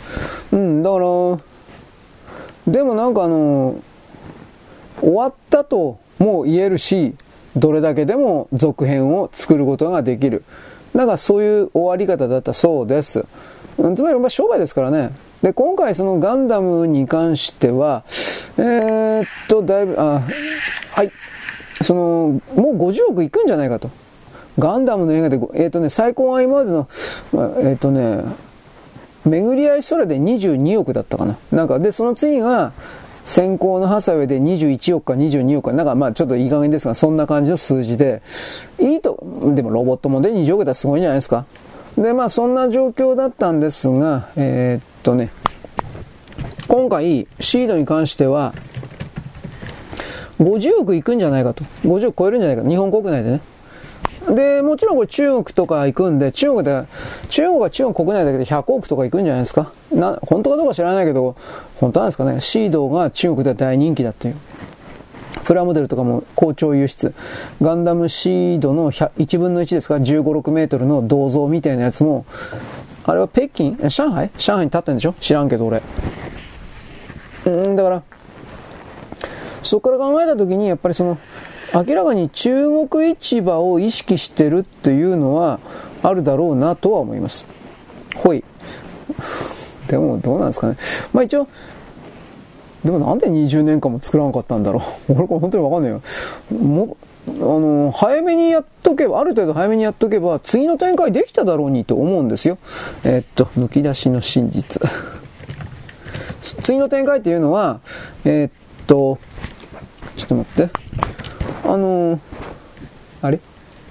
S1: うん、だから、でもなんかあの、終わったとも言えるし、どれだけでも続編を作ることができる。だからそういう終わり方だったそうです。つまりまあ商売ですからね。で、今回そのガンダムに関しては、えー、っと、だいぶ、あ、はい。その、もうごじゅうおくいくんじゃないかと。ガンダムの映画で、えー、っとね、最高が今までの、えー、っとね、巡り合い空でにじゅうにおくだったかな。なんか、で、その次が、先行のハサウェイでにじゅういちおくかにじゅうにおくか、なんかまあちょっといい加減ですが、そんな感じの数字で、いいと、でもロボットもでにじゅうおくだったらすごいんじゃないですか。で、まあそんな状況だったんですが、えー、っとね、今回、シードに関しては、ごじゅうおくいくんじゃないかと。ごじゅうおく超えるんじゃないかと。日本国内でね。で、もちろんこれ中国とか行くんで、中国で、中国は中国国内だけでひゃくおくとか行くんじゃないですか。な、本当かどうか知らないけど、本当なんですかね。シードが中国では大人気だっていう。プラモデルとかも好調輸出。ガンダムシードのいちぶんのいちですか、じゅうご、ろくメートルの銅像みたいなやつも、あれは北京上海上海に立ってんでしょ知らんけど俺。うん、だから、そこから考えたときに、やっぱりその、明らかに中国市場を意識してるっていうのはあるだろうなとは思います。ほい。でもどうなんですかね。まあ一応、でもなんでにじゅうねんかんも作らなかったんだろう。俺これ本当にわかんないよ。もあの、早めにやっとけば、ある程度早めにやっとけば、次の展開できただろうにと思うんですよ。えー、っと、抜き出しの真実。次の展開っていうのは、えー、っと、ちょっと待って。あのー、あれ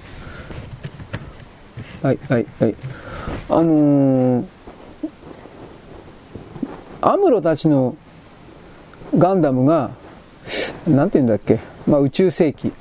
S1: はい、はい、はい。あのー、アムロたちのガンダムが、なんて言うんだっけ、まあ宇宙世紀。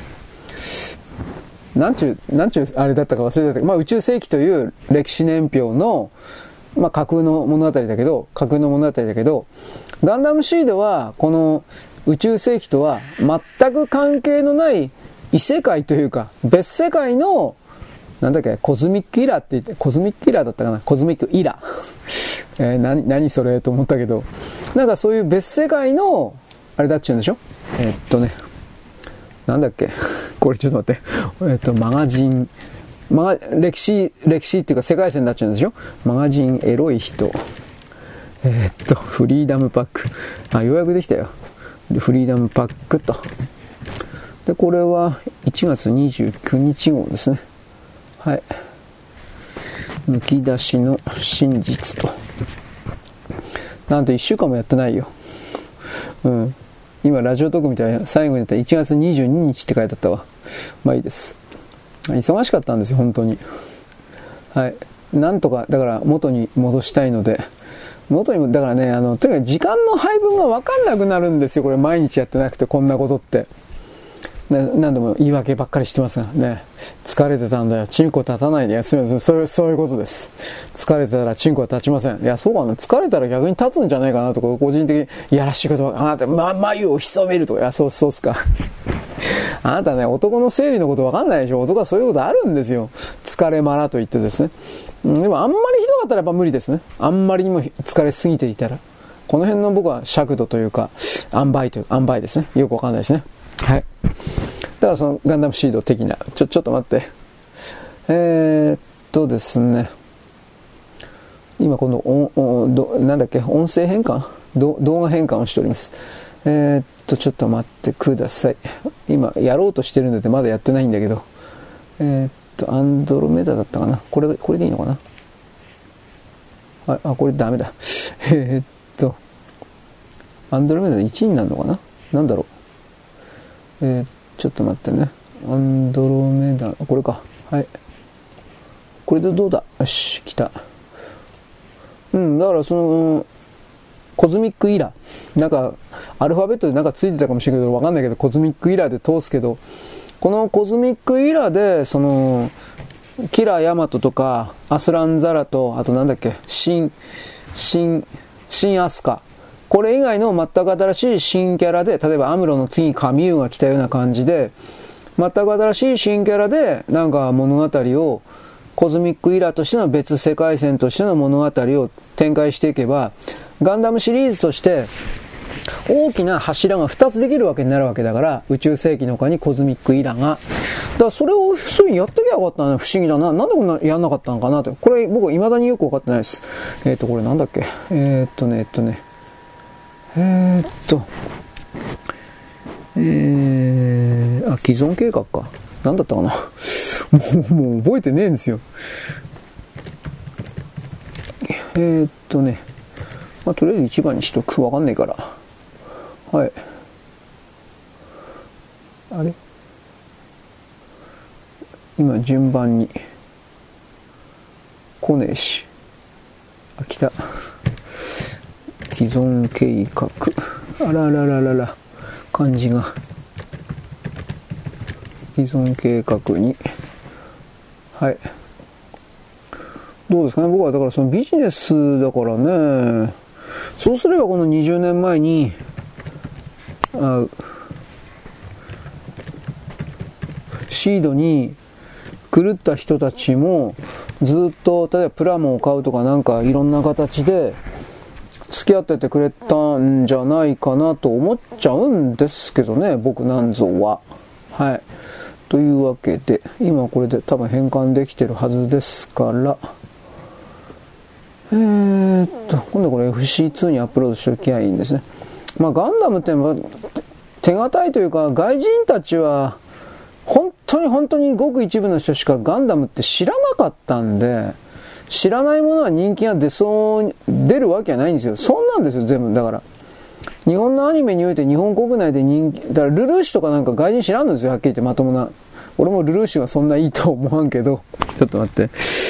S1: なんちゅう、なんちゅう、あれだったか忘れてたけど、まあ宇宙世紀という歴史年表の、まあ架空の物語だけど、架空の物語だけど、ガンダムシードは、この宇宙世紀とは全く関係のない異世界というか、別世界の、なんだっけ、コズミックイラーって言って、コズミックイラーだったかなコズミックイラー。えー、何、何それと思ったけど、なんかそういう別世界の、あれだっちゅうんでしょえー、っとね、なんだっけこれちょっと待って。えー、っと、マガジン、マガ、歴史、歴史っていうか世界線になっちゃうんでしょマガジンエロい人。えー、っと、フリーダムパック。あ、ようやくできたよ。フリーダムパックと。で、これはいちがつにじゅうくにち号ですね。はい。抜き出しの真実と。なんといっしゅうかんもやってないよ。うん。今、ラジオトークみたいな、最後にやったいちがつにじゅうににちって書いてあったわ。まあいいです。忙しかったんですよ、本当に。はい。なんとか、だから元に戻したいので、元に、だからね、あの、とにかく時間の配分がわかんなくなるんですよ、これ毎日やってなくて、こんなことって。ね、何度も言い訳ばっかりしてますがね。疲れてたんだよ。チンコ立たないで。いや、すみません。そういう、そういうことです。疲れてたらチンコは立ちません。いや、そうかな。疲れたら逆に立つんじゃないかなとか、個人的にいやらしいことは、あなた、ま、眉を潜めるとか。いや、そう、そうっすか。あなたね、男の生理のことわかんないでしょ。男はそういうことあるんですよ。疲れまらと言ってですね。うん、でもあんまりひどかったらやっぱ無理ですね。あんまりにも疲れすぎていたら。この辺の僕は尺度というか、塩梅という、塩梅ですね。よくわかんないですね。はい。だからそのガンダムシード的な、ちょ、ちょっと待って。えー、っとですね。今このおおど、なんだっけ、音声変換ど動画変換をしております。えー、っと、ちょっと待ってください。今、やろうとしてるんでまだやってないんだけど。えー、っと、アンドロメダだったかなこれ、これでいいのかなあ、あ、これダメだ。えー、っと、アンドロメダいちになるのかななんだろう。えー、ちょっと待ってね。アンドロメダ、これか。はい。これでどうだよし、来た。うん、だからその、コズミックイラー。なんか、アルファベットでなんかついてたかもしれないけど、わかんないけど、コズミックイラーで通すけど、このコズミックイラーで、その、キラーヤマトとか、アスランザラと、あとなんだっけ、シン、シン、シンアスカ。これ以外の全く新しい新キャラで、例えばアムロの次にカミューが来たような感じで、全く新しい新キャラで、なんか物語を、コズミックイラーとしての別世界線としての物語を展開していけば、 ガンダムシリーズとして大きな柱がふたつできるわけになるわけだから、宇宙世紀の他にコズミックイラが。だからそれを普通にやっときゃよかったね。不思議だな。なんでこんなやんなかったのかなと。これ僕未だによくわかってないです。えっと、これなんだっけ。えー、っとね、えっとね。えー、っと。えー、あ、既存計画か。なんだったかな。もう、もう覚えてねえんですよ。えー、っとね。まあ、とりあえず一番にしとく。わかんないから。はい。あれ今順番に来ねえし。あ、来た。既存計画。あららららら。漢字が。既存計画に。はい。どうですかね。僕はだからそのビジネスだからね。そうすればこのにじゅうねんまえに、あシードに狂った人たちもずっと例えばプラモを買うとかなんかいろんな形で付き合っててくれたんじゃないかなと思っちゃうんですけどね、僕なんぞは。はい。というわけで、今これで多分変換できてるはずですから、えーっと、今度これ エフシーツー にアップロードしておきゃいいんですね。まあガンダムって手堅いというか、外人たちは本当に本当にごく一部の人しかガンダムって知らなかったんで、知らないものは人気が出そう、出るわけはないんですよ。そんなんですよ、全部。だから。日本のアニメにおいて日本国内で人気、だからルルーシュとかなんか外人知らんのですよ、はっきり言ってまともな。俺もルルーシュはそんないいと思わんけど、ちょっと待って。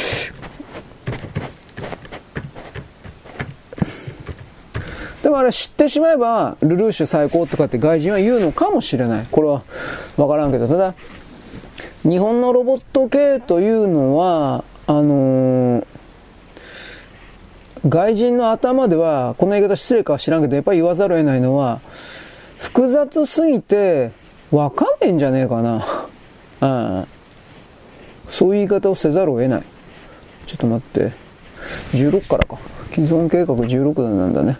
S1: でもあれ知ってしまえば、ルルーシュ最高とかって外人は言うのかもしれない。これはわからんけど、ただ、日本のロボット系というのは、あのー、外人の頭では、この言い方失礼かは知らんけど、やっぱり言わざるを得ないのは、複雑すぎて、わかんねえんじゃねえかな。うん。そういう言い方をせざるを得ない。ちょっと待って。じゅうろくからか。既存計画じゅうろくなんだね。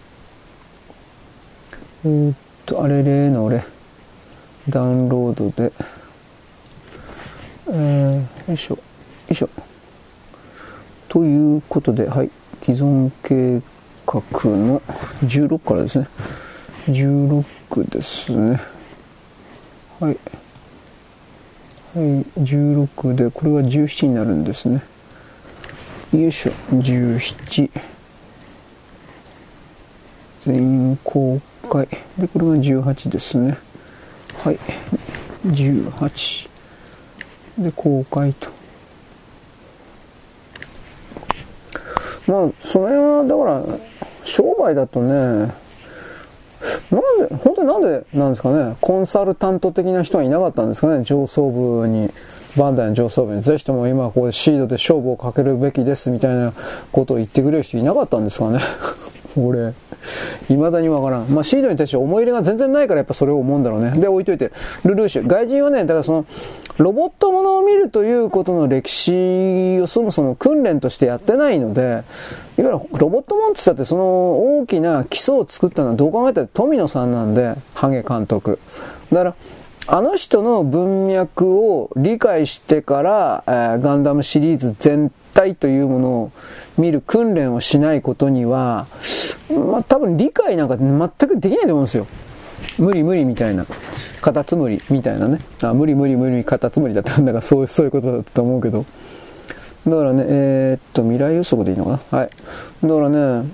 S1: えー、っと、あれれの俺、ダウンロードで、えー、よいしょ、よいしょ。ということで、はい、既存計画のじゅうろくからですね。じゅうろくですね。はい。はい、じゅうろくで、これはじゅうななになるんですね。よいしょ、じゅうなな。全員公開。で、これがじゅうはちですね。はい。じゅうはち。で、公開と。まあ、その辺は、だから、商売だとね、なんで、本当になんでなんですかね、コンサルタント的な人がいなかったんですかね、上層部に、バンダイの上層部に、ぜひとも今ここでシードで勝負をかけるべきですみたいなことを言ってくれる人いなかったんですかね。俺、未だにわからん。まあ、シードに対して思い入れが全然ないからやっぱそれを思うんだろうね。で、置いといて。ルルーシュ。外人はね、だからその、ロボットものを見るということの歴史をそもそも訓練としてやってないので、いわゆるロボットもんって言ったってその大きな基礎を作ったのはどう考えたら富野さんなんで、ハゲ監督。だから、あの人の文脈を理解してから、えー、ガンダムシリーズ全体というものを見る訓練をしないことには、まあ、多分理解なんか全くできないと思うんですよ。無理無理みたいな。カタツムリみたいなね。あ、無理無理無理カタツムリだったんだから、そう、そういうことだったと思うけど。だからね、えー、っと、未来予測でいいのかな。はい。だからね、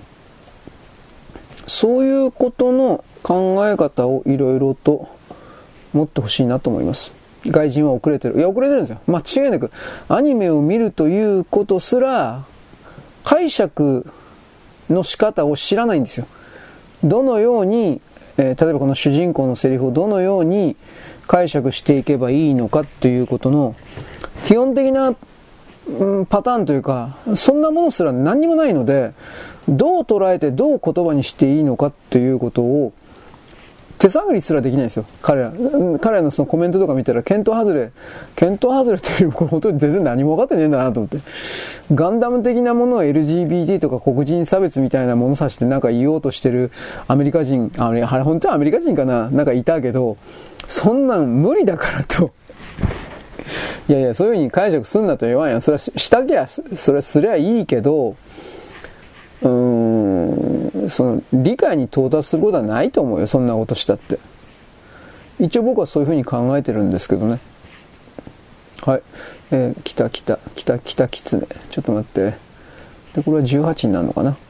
S1: そういうことの考え方をいろいろと持ってほしいなと思います。外人は遅れてる。いや、遅れてるんですよ。間違いなく。アニメを見るということすら、解釈の仕方を知らないんですよ。どのように、えー、例えばこの主人公のセリフをどのように解釈していけばいいのかということの基本的な、うん、パターンというか、そんなものすら何にもないので、どう捉えてどう言葉にしていいのかということを
S2: 手探りすらできないんですよ。彼ら。彼らのそのコメントとか見たら、見当外れ、見当外れというよりも、これ本当に全然何も分かってねえんだなと思って。ガンダム的なものを エルジービーティー とか黒人差別みたいなものさしてなんか言おうとしてるアメリカ人、あれ、本当はアメリカ人かななんかいたけど、そんなん無理だからと。いやいや、そういう風に解釈すんなと言わんや。それはしたきゃ、それはすりゃいいけど、うーん、その、理解に到達することはないと思うよ。そんなことしたって。一応僕はそういう風に考えてるんですけどね。はい。えー、来た来た、来た来たキツネ。ちょっと待って。で、これはじゅうはちになるのかな。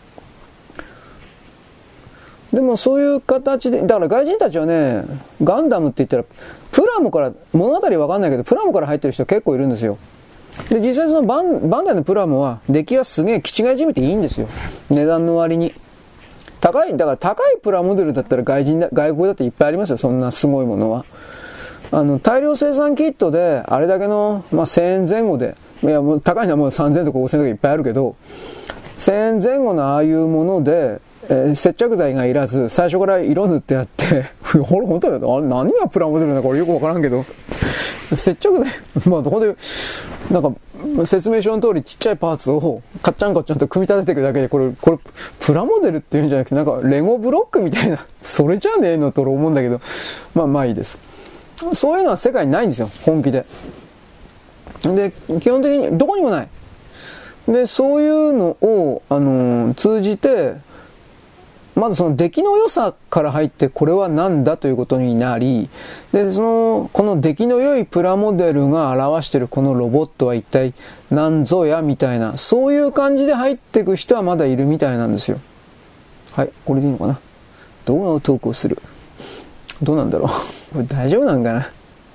S2: でもそういう形で、だから外人たちはね、ガンダムって言ったら、プラモから、物語わかんないけど、プラモから入ってる人結構いるんですよ。で、実際そのバン、バンダイのプラモは、出来はすげえ、気違いじみていいんですよ。値段の割に。高い、だから高いプラモデルだったら外人だ、外国だっていっぱいありますよ、そんなすごいものは。あの、大量生産キットで、あれだけの、まあ、せんえんぜん後で、いや、もう高いのはもうさんぜんとかごせんとかいっぱいあるけど、せんえんぜん後のああいうもので、えー、接着剤がいらず、最初から色塗ってあって、ほら、本当だよ。あれ、何がプラモデルなのか俺よくわからんけど、接着剤、まあ、どこで、なんか、説明書の通りちっちゃいパーツを、カッチャンカッチャンと組み立てていくだけで、これ、これ、プラモデルっていうんじゃなくて、なんか、レゴブロックみたいな、それじゃねえのと思うんだけど、まあ、まあいいです。そういうのは世界にないんですよ、本気で。で、基本的に、どこにもない。で、そういうのを、あのー、通じて、まずその出来の良さから入ってこれは何だということになり、で、その、この出来の良いプラモデルが表しているこのロボットは一体何ぞやみたいな、そういう感じで入っていく人はまだいるみたいなんですよ。はい、これでいいのかな。動画を投稿する。どうなんだろう。これ大丈夫なんかな。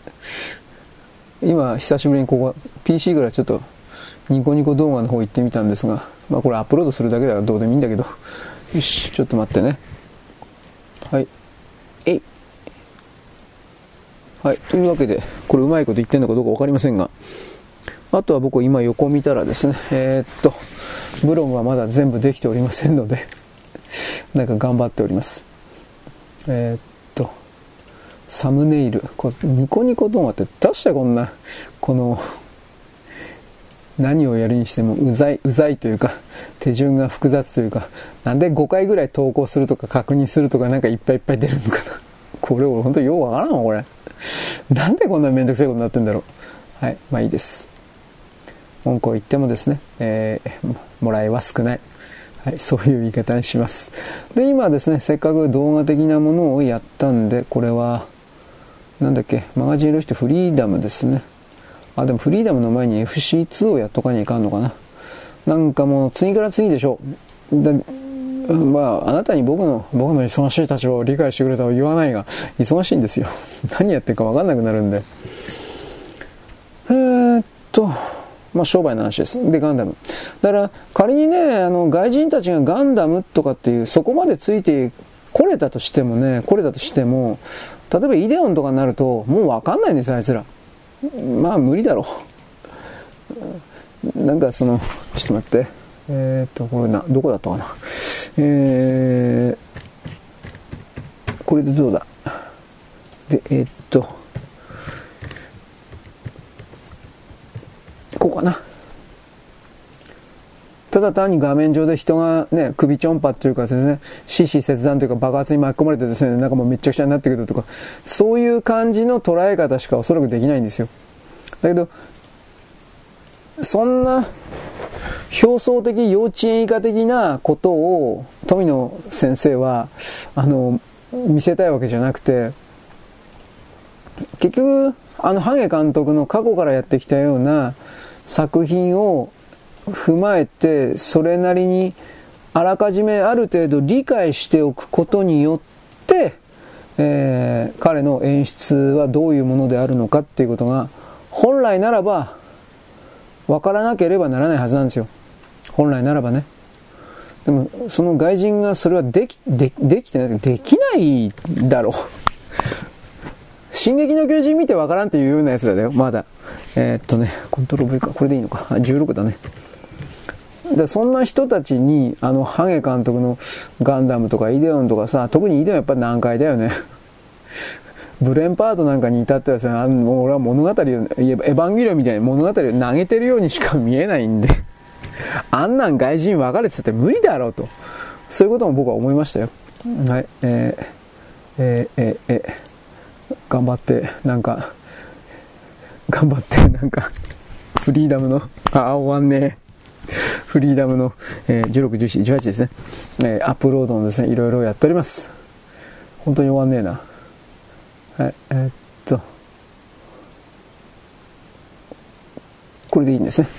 S2: 今、久しぶりにここ、ピーシー からちょっとニコニコ動画の方行ってみたんですが、まあこれアップロードするだけだからどうでもいいんだけど、よし、ちょっと待ってね。はい。えい。はい。というわけで、これうまいこと言ってんのかどうかわかりませんが、あとは僕今横見たらですね、えー、っと、ブログはまだ全部できておりませんので、なんか頑張っております。えー、っと、サムネイル。これニコニコ動画ってどうしてこんな、この、何をやるにしてもうざい、うざいというか、手順が複雑というか、なんでごかいぐらい投稿するとか確認するとかなんかいっぱいいっぱい出るのかな。これ俺ほんとようわからんわ、これ。なんでこんなめんどくさいことになってんだろう。はい、まあいいです。文句を言ってもですね、えー、もらいは少ない。はい、そういう言い方にします。で、今ですね、せっかく動画的なものをやったんで、これは、なんだっけ、マガジンロシテフリーダムですね。あ、でもフリーダムの前に エフシーツー をやっとかにいかんのかな。なんかもう次から次でしょ。で、まあ、あなたに僕の、僕の忙しい立場を理解してくれたとは言わないが、忙しいんですよ。何やってるか分かんなくなるんで。えーっと、まあ商売の話です。で、ガンダム。だから仮にね、あの、外人たちがガンダムとかっていう、そこまでついてこれたとしてもね、これたとしても、例えばイデオンとかになると、もう分かんないんですよ、あいつら。まあ無理だろう。なんかその、ちょっと待って。えーっと、これな、どこだったかな。えー、これでどうだ。で、えーっと、こうかな。ただ単に画面上で人がね、首ちょんぱっていうかですね、死死切断というか爆発に巻き込まれてですね、なんかもうめっちゃくちゃになってくるとか、そういう感じの捉え方しかおそらくできないんですよ。だけど、そんな表層的幼稚園以下的なことを富野先生は、あの、見せたいわけじゃなくて、結局、あの、ハゲ監督の過去からやってきたような作品を踏まえて、それなりにあらかじめある程度理解しておくことによって、えー、彼の演出はどういうものであるのかっていうことが、本来ならば、わからなければならないはずなんですよ。本来ならばね。でも、その外人がそれはでき、で、できてない、できないだろう。進撃の巨人見てわからんっていうような奴らだよ、まだ。えー、っとね、コントロール V か、これでいいのか。じゅうろくだね。でそんな人たちに、あの、ハゲ監督のガンダムとかイデオンとかさ、特にイデオンやっぱり難解だよね。 ブレンパードなんかに至ってはですね、あの俺は物語を、エヴァンゲリオンみたいな物語を投げてるようにしか見えないんで、あんなん外人分かれてて無理だろうと。そういうことも僕は思いましたよ。はい、えー、えー、えー、えー、頑張って、なんか、頑張って、なんか、フリーダムの、あ、終わんねえ。フリーダムの、えー、じゅうろく、じゅうなな、じゅうはちですね。えー、アップロードのですね、いろいろやっております。本当に終わんねえな。はい、えー、っと、これでいいんですね。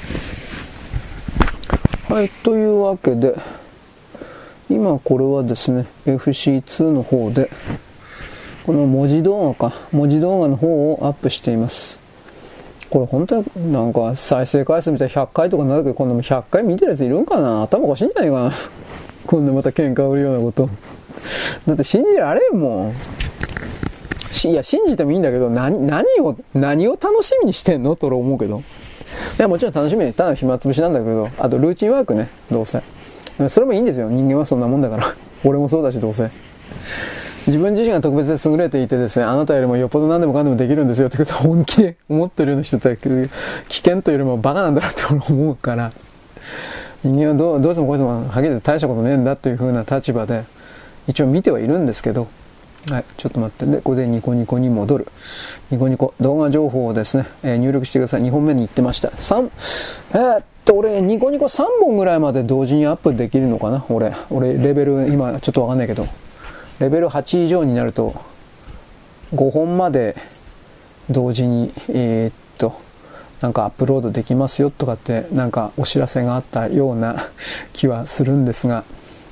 S2: はい、というわけで、今これはですね、エフシーツー の方で、この文字動画か、文字動画の方をアップしています。これ本当になんか再生回数みたいなひゃっかいとかなるけど、こんなもひゃっかい見てるやついるんかな、頭おかしいんじゃないかな。こんなまた喧嘩売るようなこと。だって信じられんもん。いや、信じてもいいんだけど、何、何を、何を楽しみにしてんのと俺思うけど。いや、もちろん楽しみに、ただ暇つぶしなんだけど、あとルーチンワークね、どうせ。それもいいんですよ。人間はそんなもんだから。俺もそうだし、どうせ。自分自身が特別で優れていてですね、あなたよりもよっぽど何でもかんでもできるんですよってことを本気で思ってるような人って危険というよりもバカなんだろうって思うから、人間はどう、どうしてもこいつもはっきり言って大したことねえんだっていう風な立場で一応見てはいるんですけど、はい、ちょっと待って。で、ここでニコニコに戻る。ニコニコ、動画情報をですね、えー、入力してください。にほんめに行ってました。さん、えー、っと、俺、ニコニコさんぼんぐらいまで同時にアップできるのかな俺、俺、レベル、今、ちょっとわかんないけど、レベルはち以上になると、ごほんまで同時に、えー、っと、なんかアップロードできますよとかって、なんかお知らせがあったような気はするんですが、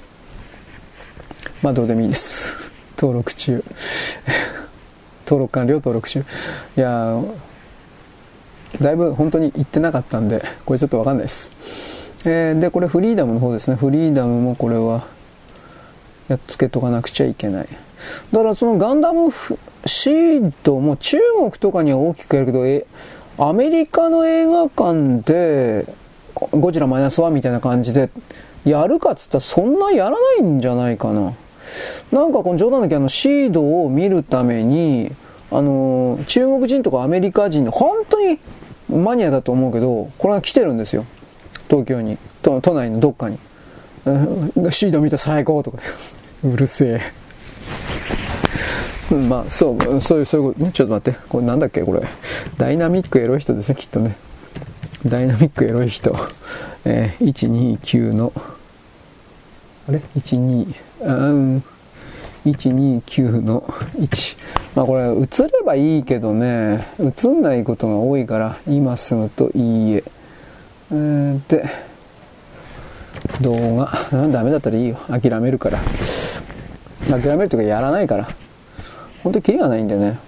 S2: まあどうでもいいです。登録中。登録完了、登録中。いやー、だいぶ本当に言ってなかったんで、これちょっとわかんないです。えー、で、これフリーダムの方ですね。フリーダムもこれは、やっつけとかなくちゃいけない。だからそのガンダムシードも中国とかには大きくやるけど、え、アメリカの映画館で、ゴジラマイナスワンみたいな感じで、やるかっつったらそんなやらないんじゃないかな。なんかこの冗談だけど、あのシードを見るために、あのー、中国人とかアメリカ人の本当にマニアだと思うけど、これが来てるんですよ。東京に、都、都内のどっかに。シード見た最高とか。うるせえ。まあ、そう、そういう、そういうことね。ちょっと待って。これなんだっけこれ。ダイナミックエロい人ですね、きっとね。ダイナミックエロい人。えー、いちにきゅうの、あれ ?いちに、うん、いちにきゅうのいち。まあこれ、映ればいいけどね、映んないことが多いから、今すぐといいえ。えー、で、動画、なんダメだったらいいよ。諦めるから。諦めるというかやらないから。本当にキリがないんだよね。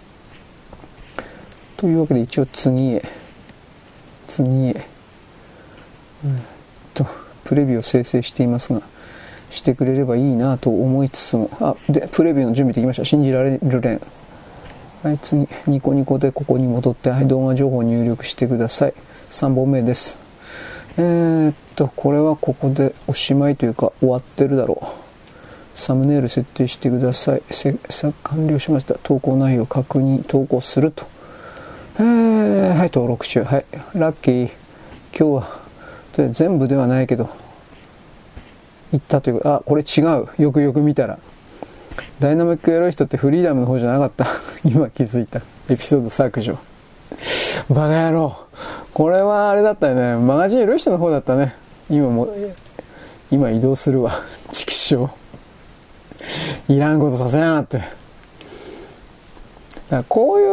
S2: というわけで一応次へ。次へ。うんと、プレビューを生成していますが、してくれればいいなと思いつつも、あ、で、プレビューの準備できました。信じられる連。はい、次、ニコニコでここに戻って、はい、動画情報を入力してください。さんぼんめです。えーっと、これはここでおしまいというか終わってるだろう。サムネイル設定してください。せ、さ、完了しました。投稿内容確認、投稿すると。えー、はい、登録中。はい、ラッキー。今日は、で全部ではないけど、行ったというか、あ、これ違う。よくよく見たら。ダイナミックエロい人ってフリーダムの方じゃなかった。今気づいた。エピソード削除。バカ野郎。これはあれだったよね。マガジンエロい人の方だったね。今も、今移動するわ。畜生。いらんことさせやがって。だからこういう、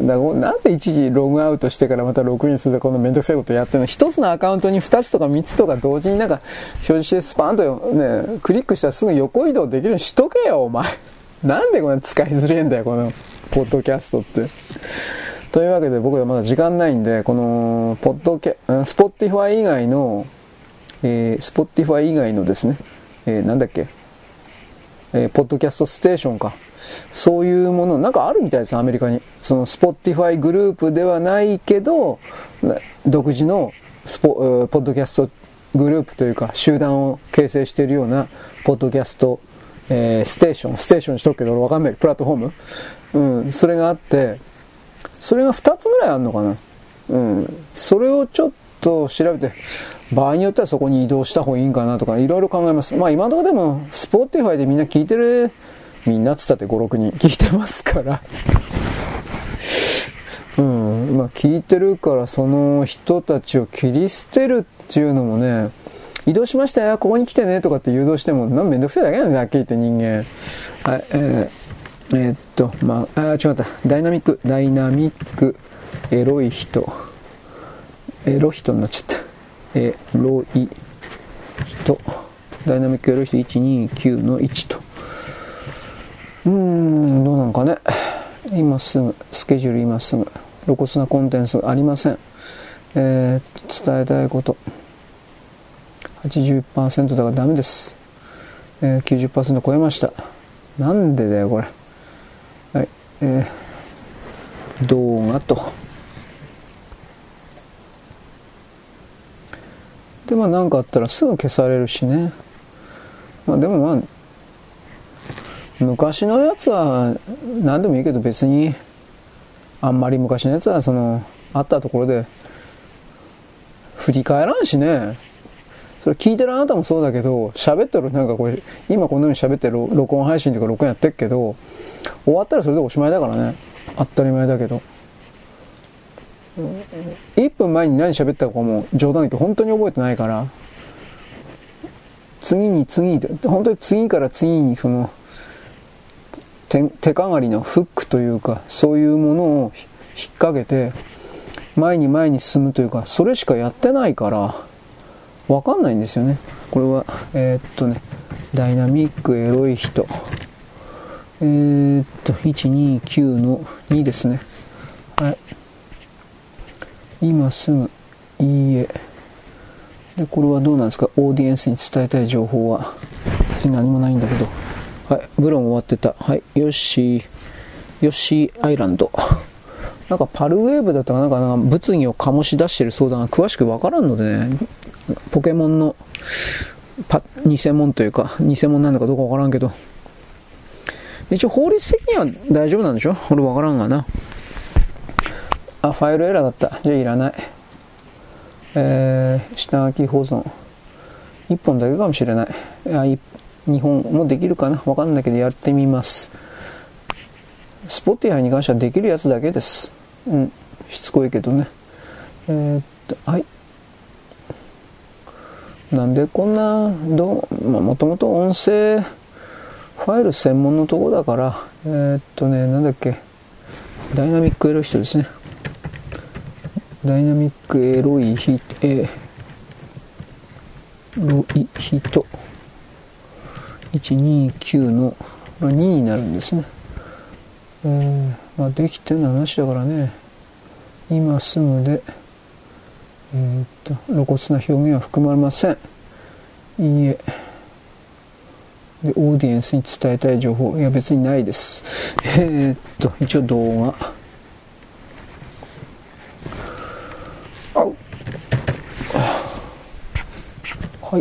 S2: だからなんで一時ログアウトしてからまたログインするとこのめんどくさいことやってるの。一つのアカウントに二つとか三つとか同時になんか表示してスパーンとね、クリックしたらすぐ横移動できるようにしとけよ、お前。なんでこれ使いづれえんだよ、このポッドキャストって。というわけで僕はまだ時間ないんで、このポッドキャ、スポティファイ以外の、えー、スポティファイ以外のですね、えー、なんだっけ、えー、ポッドキャストステーションか。そういうもの、なんかあるみたいです、アメリカに。そのスポティファイグループではないけど、独自のスポ、ポッドキャストグループというか、集団を形成しているような、ポッドキャスト、 えー、ステーション、ステーションにしとくけど俺わかんない。プラットフォームうん、それがあって、それがふたつぐらいあるのかな。うん。それをちょっと調べて、場合によってはそこに移動した方がいいんかなとか、いろいろ考えます。まあ今のところでも、スポーティファイでみんな聞いてる、みんなっつったってご、ろくにん聞いてますから。うん。まあ聞いてるから、その人たちを切り捨てるっていうのもね、移動しましたよ、ここに来てねとかって誘導しても、なんめんどくせえだけなんですよ、はっきり言って人間。はい、えーえー、っと、まあ、あ、違った。ダイナミック、ダイナミック、エロい人。エロ人になっちゃった。エロい人。ダイナミックエロい人いちにきゅうのいちと。うーん、どうなのかね。今すぐ、スケジュール今すぐ。露骨なコンテンツありません。えー、伝えたいこと。はちじゅっパーセント だからダメです。えー、きゅうじゅっパーセント 超えました。なんでだよ、これ。はい、えー、動画と。で、まあなんかあったらすぐ消されるしね。まあでもまあ、昔のやつは何でもいいけど別に、あんまり昔のやつはその、あったところで、振り返らんしね。それ聞いてるあなたもそうだけど、喋ってるなんかこれ、今このように喋ってる録音配信とか録音やってるけど、終わったらそれでおしまいだからね。当たり前だけど。いっぷんまえに何喋ったかも冗談言って本当に覚えてないから、次に次に、本当に次から次にその、手、手かがりのフックというか、そういうものを引っ掛けて、前に前に進むというか、それしかやってないから、わかんないんですよね。これは、えー、っとね、ダイナミックエロい人。えー、っと、いちにきゅうのにですね。はい。今すぐ、いいえ。で、これはどうなんですか？オーディエンスに伝えたい情報は。別に何もないんだけど。はい。ブロン終わってた。はい。ヨッシー、ヨッシーアイランド。なんかパルウェーブだったかなんか、なんか物議を醸し出してる相談が詳しくわからんのでね。ポケモンのパ偽物というか偽物なのかどうかわからんけど、一応法律的には大丈夫なんでしょ？俺わからんがな。あ、ファイルエラーだった。じゃあいらない。えー、下書き保存いっぽんだけかもしれない。いや、にほんもできるかなわかんないけどやってみます。スポティファイに関してはできるやつだけです。うん、しつこいけどね。えー、っとはい。なんでこんな、どう、まあもともと音声ファイル専門のとこだから、えー、っとね、なんだっけ、ダイナミックエロい人ですね。ダイナミックエロい人、エロい人。いちにきゅうのにになるんですね。えー、まあできてるの話だからね。今すぐで、えー、っと露骨な表現は含まれません。いいえ。で、オーディエンスに伝えたい情報、いや別にないです。えー、っと一応動画。あうはい。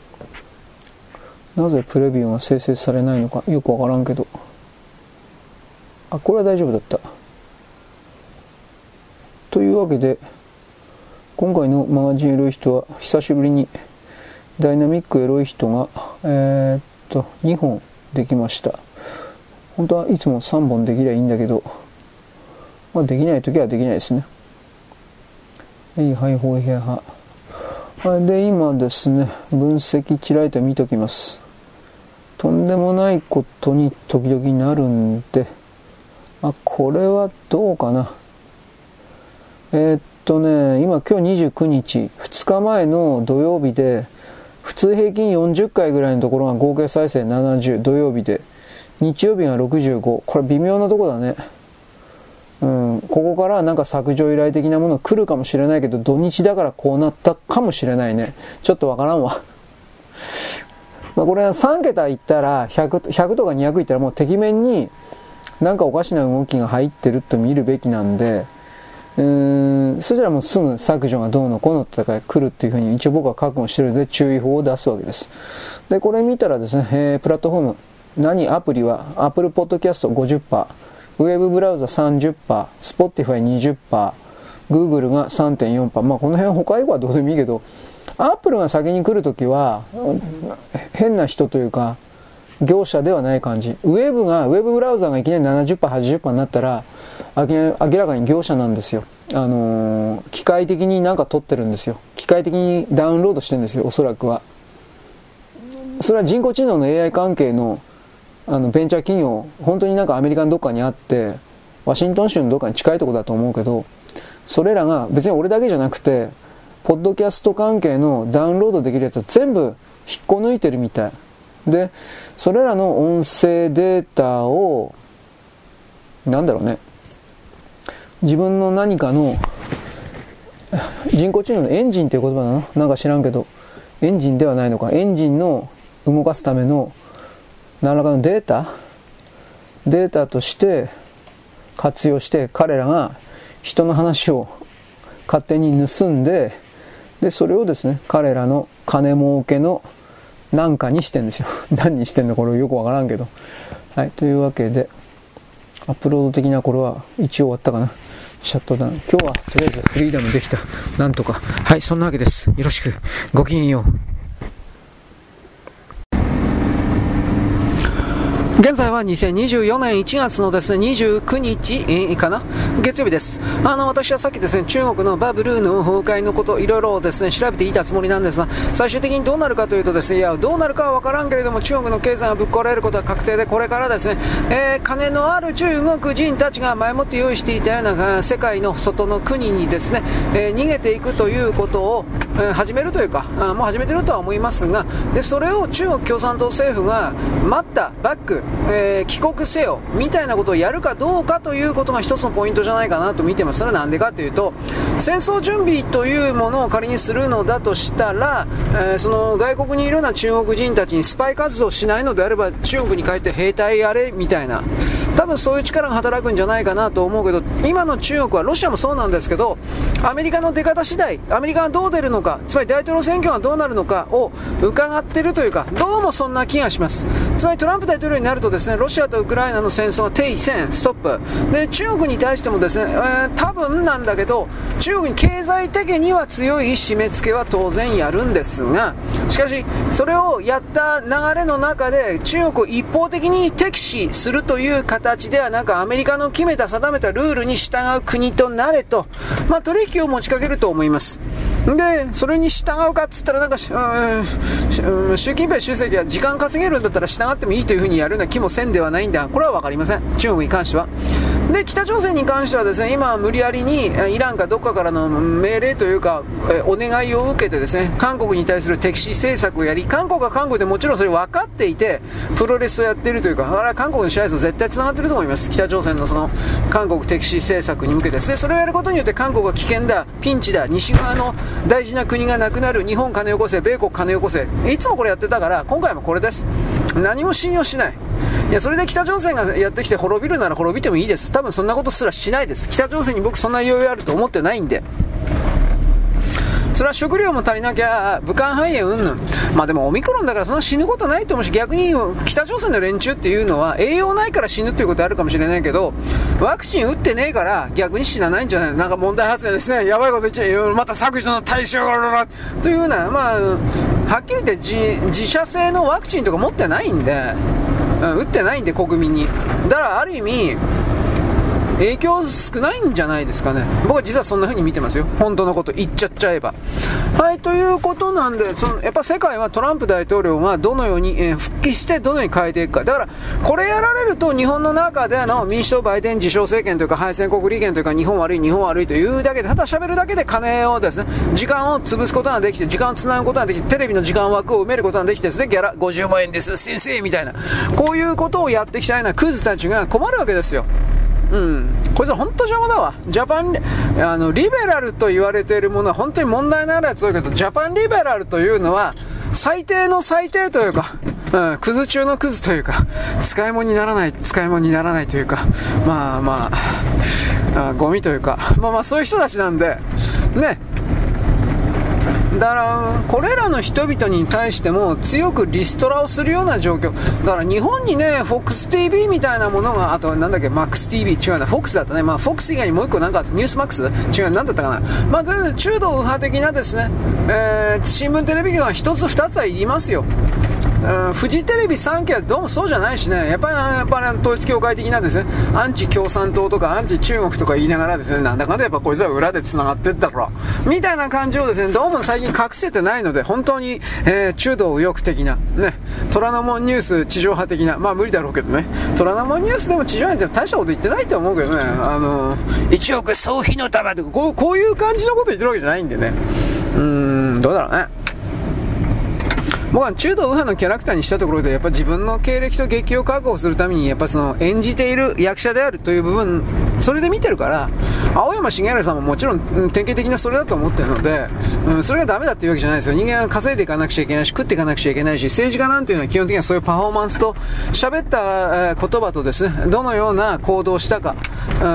S2: なぜプレビューが生成されないのかよくわからんけど。あ、これは大丈夫だった。というわけで、今回のマガジンエロい人は久しぶりにダイナミックエロい人が、えー、っとにほんできました。本当はいつもさんぼんできりゃいいんだけど、まあ、できないときはできないですね。はい、はい、ほいへは。で、今ですね、分析ちらりと見ときます。とんでもないことに時々なるんで、あ、これはどうかな。えー、っとね、今今日にじゅうくにち、ふつかまえの土曜日で、普通平均よんじゅっかいぐらいのところが合計再生ななじゅう、土曜日で、日曜日がろくじゅうご、これ微妙なとこだね。うん、ここからなんか削除依頼的なもの来るかもしれないけど、土日だからこうなったかもしれないね。ちょっとわからんわ。まあこれはさんけたいったらひゃく、ひゃくとかにひゃくいったらもうてきめんになんかおかしな動きが入ってると見るべきなんで、うーん、そしたらもうすぐ削除がどうのこうのって来るっていうふうに一応僕は覚悟してるので注意報を出すわけです。で、これ見たらですね、えー、プラットフォーム、 何アプリは Apple Podcast ごじゅっパーセント、ウェブブラウザ さんじゅっパーセント、Spotify にじゅっパーセント、Google が さんてんよんパーセント、まあこの辺他以外はどうでもいいけど、Apple が先に来るときは変な人というか業者ではない感じ。ウェブがウェブブラウザがいきなり ななじゅっパーセント、はちじゅっパーセント になったら明らかに業者なんですよ。あのー、機械的になんか取ってるんですよ。機械的にダウンロードしてるんですよ、おそらくは。それは人工知能の エーアイ 関係のあのベンチャー企業、本当になんかアメリカのどっかにあって、ワシントン州のどっかに近いところだと思うけど、それらが別に俺だけじゃなくて、ポッドキャスト関係のダウンロードできるやつは全部引っこ抜いてるみたい。で、それらの音声データを、なんだろうね、自分の何かの人工知能のエンジンっていう言葉なの？なんか知らんけど、エンジンではないのか。エンジンの動かすための何らかのデータデータとして活用して、彼らが人の話を勝手に盗んで、でそれをですね、彼らの金儲けのなんかにしてんですよ。何にしてんのこれよくわからんけど。はい、というわけでアップロード的なこれは一応終わったかな。シャットダウン。今日はとりあえずフリーダムできた。なんとか。はい、そんなわけです。よろしく。ごきげんよう。現在はにせんにじゅうよねんいちがつのですね、にじゅうくにちかな月曜日です。あの、私はさっきですね、中国のバブルの崩壊のこと、いろいろですね、調べていたつもりなんですが、最終的にどうなるかというとですね、いや、どうなるかはわからんけれども、中国の経済がぶっ壊れることは確定で、これからですね、えー、金のある中国人たちが前もって用意していたような世界の外の国にですね、えー、逃げていくということを、えー、始めるというか、あもう始めてるとは思いますが、で、それを中国共産党政府が待ったバック、えー、帰国せよみたいなことをやるかどうかということが一つのポイントじゃないかなと見てます。それはなんでかというと、戦争準備というものを仮にするのだとしたら、えー、その外国にいるような中国人たちにスパイ活動しないのであれば、中国に帰って兵隊やれみたいな、多分そういう力が働くんじゃないかなと思うけど、今の中国は、ロシアもそうなんですけど、アメリカの出方次第、アメリカがどう出るのか、つまり大統領選挙がどうなるのかを伺っているというか、どうもそんな気がします。つまりトランプ大統領になるとですね、ロシアとウクライナの戦争は停戦、ストップで、中国に対してもですね、えー、多分なんだけど、中国に経済的には強い締め付けは当然やるんですが、しかしそれをやった流れの中で中国を一方的に敵視するという形ではなく、アメリカの決めた定めたルールに従う国となれと、まあ、取引を持ちかけると思います。で、それに従うかっつったら、なんか、うん、習近平主席は時間稼げるんだったら従ってもいいというふうにやるような気もせんではないんだ。これは分かりません、中国に関しては。で、北朝鮮に関してはですね、今無理やりにイランかどっかからの命令というかお願いを受けてですね、韓国に対する敵視政策をやり、韓国は韓国でもちろんそれ分かっていてプロレスをやっているというか、あれは韓国の支配層絶対つながっていると思います。北朝鮮のその韓国敵視政策に向けてですね、それをやることによって韓国は危険だ、ピンチだ、西側の大事な国がなくなる、日本金よこせ、米国金よこせ、いつもこれやってたから、今回もこれです。何も信用しない。いや、それで北朝鮮がやってきて滅びるなら滅びてもいいです。多分そんなことすらしないです。北朝鮮に僕そんな余裕あると思ってないんで。それは食料も足りなきゃ武漢肺炎うんぬん。まあでもオミクロンだからそんな死ぬことないと思うし、逆に北朝鮮の連中っていうのは栄養ないから死ぬっていうことあるかもしれないけど、ワクチン打ってねえから逆に死なないんじゃない。なんか問題発言ですね、やばいこと言っちゃう、また削除の対象がというような、まあはっきり言って自、自社製のワクチンとか持ってないんで、うん、打ってないんで国民に。だからある意味影響少ないんじゃないですかね。僕は実はそんな風に見てますよ。本当のこと言っちゃっちゃえば。はい、ということなんで、そのやっぱ世界はトランプ大統領がどのように、えー、復帰してどのように変えていくか。だからこれやられると日本の中での民主党バイデン自称政権というか敗戦国利権というか、日本悪い日本悪いというだけで、ただ喋るだけで金をですね、時間を潰すことができて、時間をつなぐことができて、テレビの時間枠を埋めることができてですね、ギャラごじゅうまんえんです先生みたいな、こういうことをやってきたようなクズたちが困るわけですよ。うん、こいつは本当邪魔だわ。ジャパンあのリベラルと言われているものは本当に問題のあるやつ多いけど、ジャパンリベラルというのは最低の最低というか、うん、クズ中のクズというか、使い物にならない使い物にならないというか、まあまあ、あゴミというか、まあまあそういう人たちなんでね。
S1: だからこれらの人々に対しても強くリストラをするような状況だから、日本にね フォックスティーブイ みたいなものが、あとなんだっけ マックスティーブイ 違うな フォックス だったね、まあ フォックス 以外にもう一個なんかニュースマックス違うなんだったかな、まあとりあえず中道右派的なですね、えー、新聞テレビ局が一つ二つはいりますよ。うん、フジテレビさんきはどうもそうじゃないしね、やっぱりやっぱり統一教会的なですね、アンチ共産党とかアンチ中国とか言いながらですね、なんだかんだやっぱこいつは裏で繋がってったからみたいな感じをですね、どうも最近隠せてないので、本当に、えー、中道右翼的なね、虎ノ門ニュース地上波的な、まあ無理だろうけどね、虎ノ門ニュースでも地上波でも大したこと言ってないと思うけどね、あのー、いちおく総費の束とかこう、こういう感じのこと言ってるわけじゃないんでね、うーんどうだろうね。僕は中道右派のキャラクターにしたところで、やっぱ自分の経歴と劇を確保するために、やっぱその演じている役者であるという部分、それで見てるから、青山茂春さんももちろん、うん、典型的なそれだと思ってるので、うん、それがダメだっていうわけじゃないですよ。人間は稼いでいかなくちゃいけないし、食っていかなくちゃいけないし、政治家なんていうのは基本的にはそういうパフォーマンスと、喋った、えー、言葉とですね、どのような行動をしたか、うん、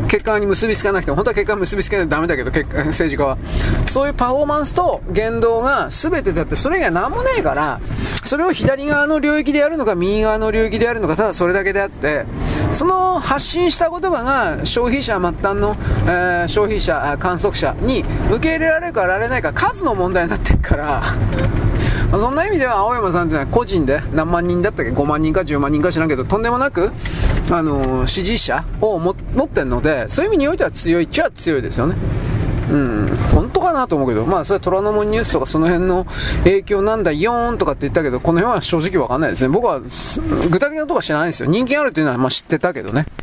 S1: 結果に結びつかなくても、本当は結果に結びつけないとダメだけど、結果政治家は。そういうパフォーマンスと言動が全てだって、それ以外何もないから、それを左側の領域でやるのか右側の領域でやるのか、ただそれだけであって、その発信した言葉が消費者末端の、えー、消費者観測者に受け入れられるかやられないか、数の問題になってるからそんな意味では青山さんというのは個人で何万人だったっけ、ごまんにんかじゅうまんにんか知らんけど、とんでもなく、あのー、支持者をも持ってるので、そういう意味においては強いっちゃ強いですよね。うん、本当かなと思うけど、まあそれは虎ノ門ニュースとかその辺の影響なんだよーんとかって言ったけど、この辺は正直わかんないですね。僕は具体的なところは知らないですよ。人気あるというのはまあ知ってたけどね。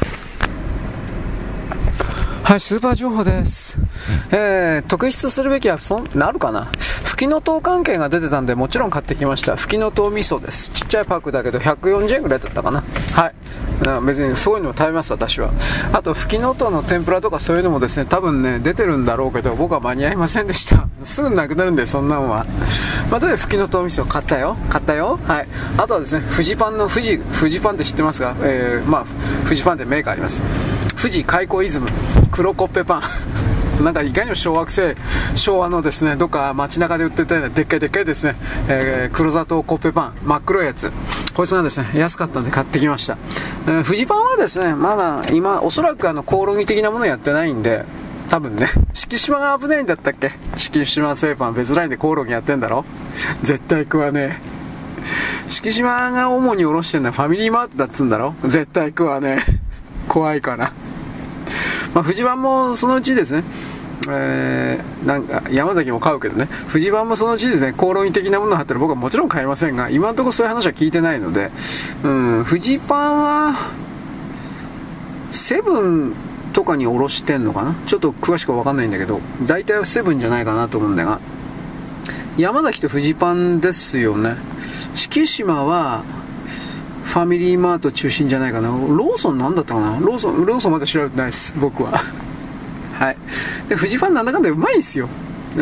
S1: はい、スーパー情報です。えー、特筆するべきはそんなるかな。フキノトウ関係が出てたんで、もちろん買ってきました。フキノトウ味噌です。ちっちゃいパックだけどひゃくよんじゅうえんぐらいだったかな。はい。別にそういうのを食べます私は。あとフキノトウの天ぷらとかそういうのもですね、多分ね出てるんだろうけど、僕は間に合いませんでした。すぐなくなるんでそんなのは。まあとりあえずフキノトウ味噌買ったよ買ったよ。はい。あとはですね、フジパンのフジフジパンって知ってますか。えー、まあフジパンってメーカーあります。富士開口イズム黒コッペパンなんかいかにも小学生昭和のですね、どっか街中で売ってたようなでっかいでっかいですね、えー、黒砂糖コッペパン真っ黒いやつ、こいつがですね安かったんで買ってきました。えー、フジパンはですねまだ今おそらくあのコオロギ的なものやってないんで、多分ね、敷島が危ないんだったっけ、敷島製パン別ラインでコオロギやってんだろ絶対食わねえ。敷島が主に卸してんのはファミリーマートだっつんだろ、絶対食わねえ怖いから。まあ、フジパンもそのうちですね、えー、なんか山崎も買うけどね、フジパンもそのうちですね、コオロギ的なものがあったら僕はもちろん買いませんが、今のところそういう話は聞いてないので、うん、フジパンはセブンとかに卸してんのかな、ちょっと詳しくは分かんないんだけど、大体はセブンじゃないかなと思うんだが、山崎とフジパンですよね。敷島はファミリーマート中心じゃないかな。ローソンなんだったかな、ローソンローソンまだ調べてないです僕ははい。でフジパンなんだかんだうまいんですよ。うん、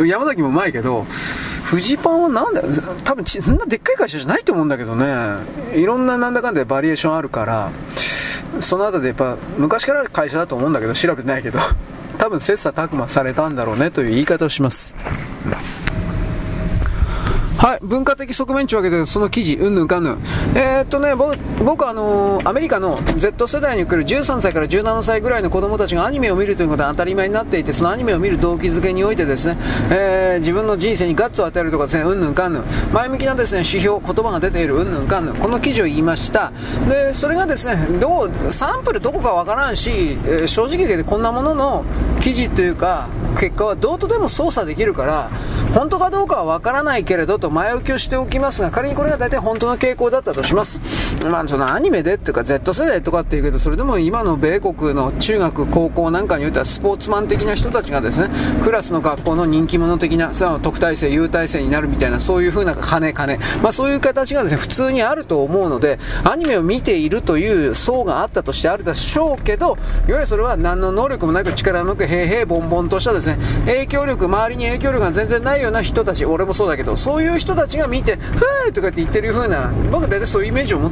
S1: 山崎もうまいけど、フジパンはなんだ多分そんなでっかい会社じゃないと思うんだけどね、いろんななんだかんだバリエーションあるから、そのあたりでやっぱ昔からある会社だと思うんだけど、調べてないけど多分切磋琢磨されたんだろうねという言い方をします。はい、文化的側面というわけで、その記事うんぬんかんぬん、えー、っとね僕僕あのー、アメリカの Z 世代に来るじゅうさんさいからじゅうななさいぐらいの子供たちがアニメを見るということは当たり前になっていて、そのアニメを見る動機づけにおいてですね、えー、自分の人生にガッツを与えるとかですね、うんぬんかんぬん、前向きなですね指標、言葉が出ているうんぬんかんぬん、この記事を言いました。でそれがですね、どうサンプルどこかわからんし、えー、正直言ってこんなものの記事というか結果はどうとでも操作できるから、本当かどうかはわからないけれどと前置きをしておきますが、仮にこれが大体本当の傾向だったとします。まあそのアニメでっていうか Z 世代とかっていうけど、それでも今の米国の中学高校なんかにおいてはスポーツマン的な人たちがですね、クラスの学校の人気者的なその特待生優待生になるみたいな、そういう風な金金、まあそういう形がですね普通にあると思うので、アニメを見ているという層があったとしてあるでしょうけど、いわゆるそれは何の能力もなく力向く平々ボンボンとしたですね、影響力、周りに影響力が全然ないような人たち、俺もそうだけど、そういう人たちが見てふーとかって言ってる風な、僕は大体そういうイメージを持つ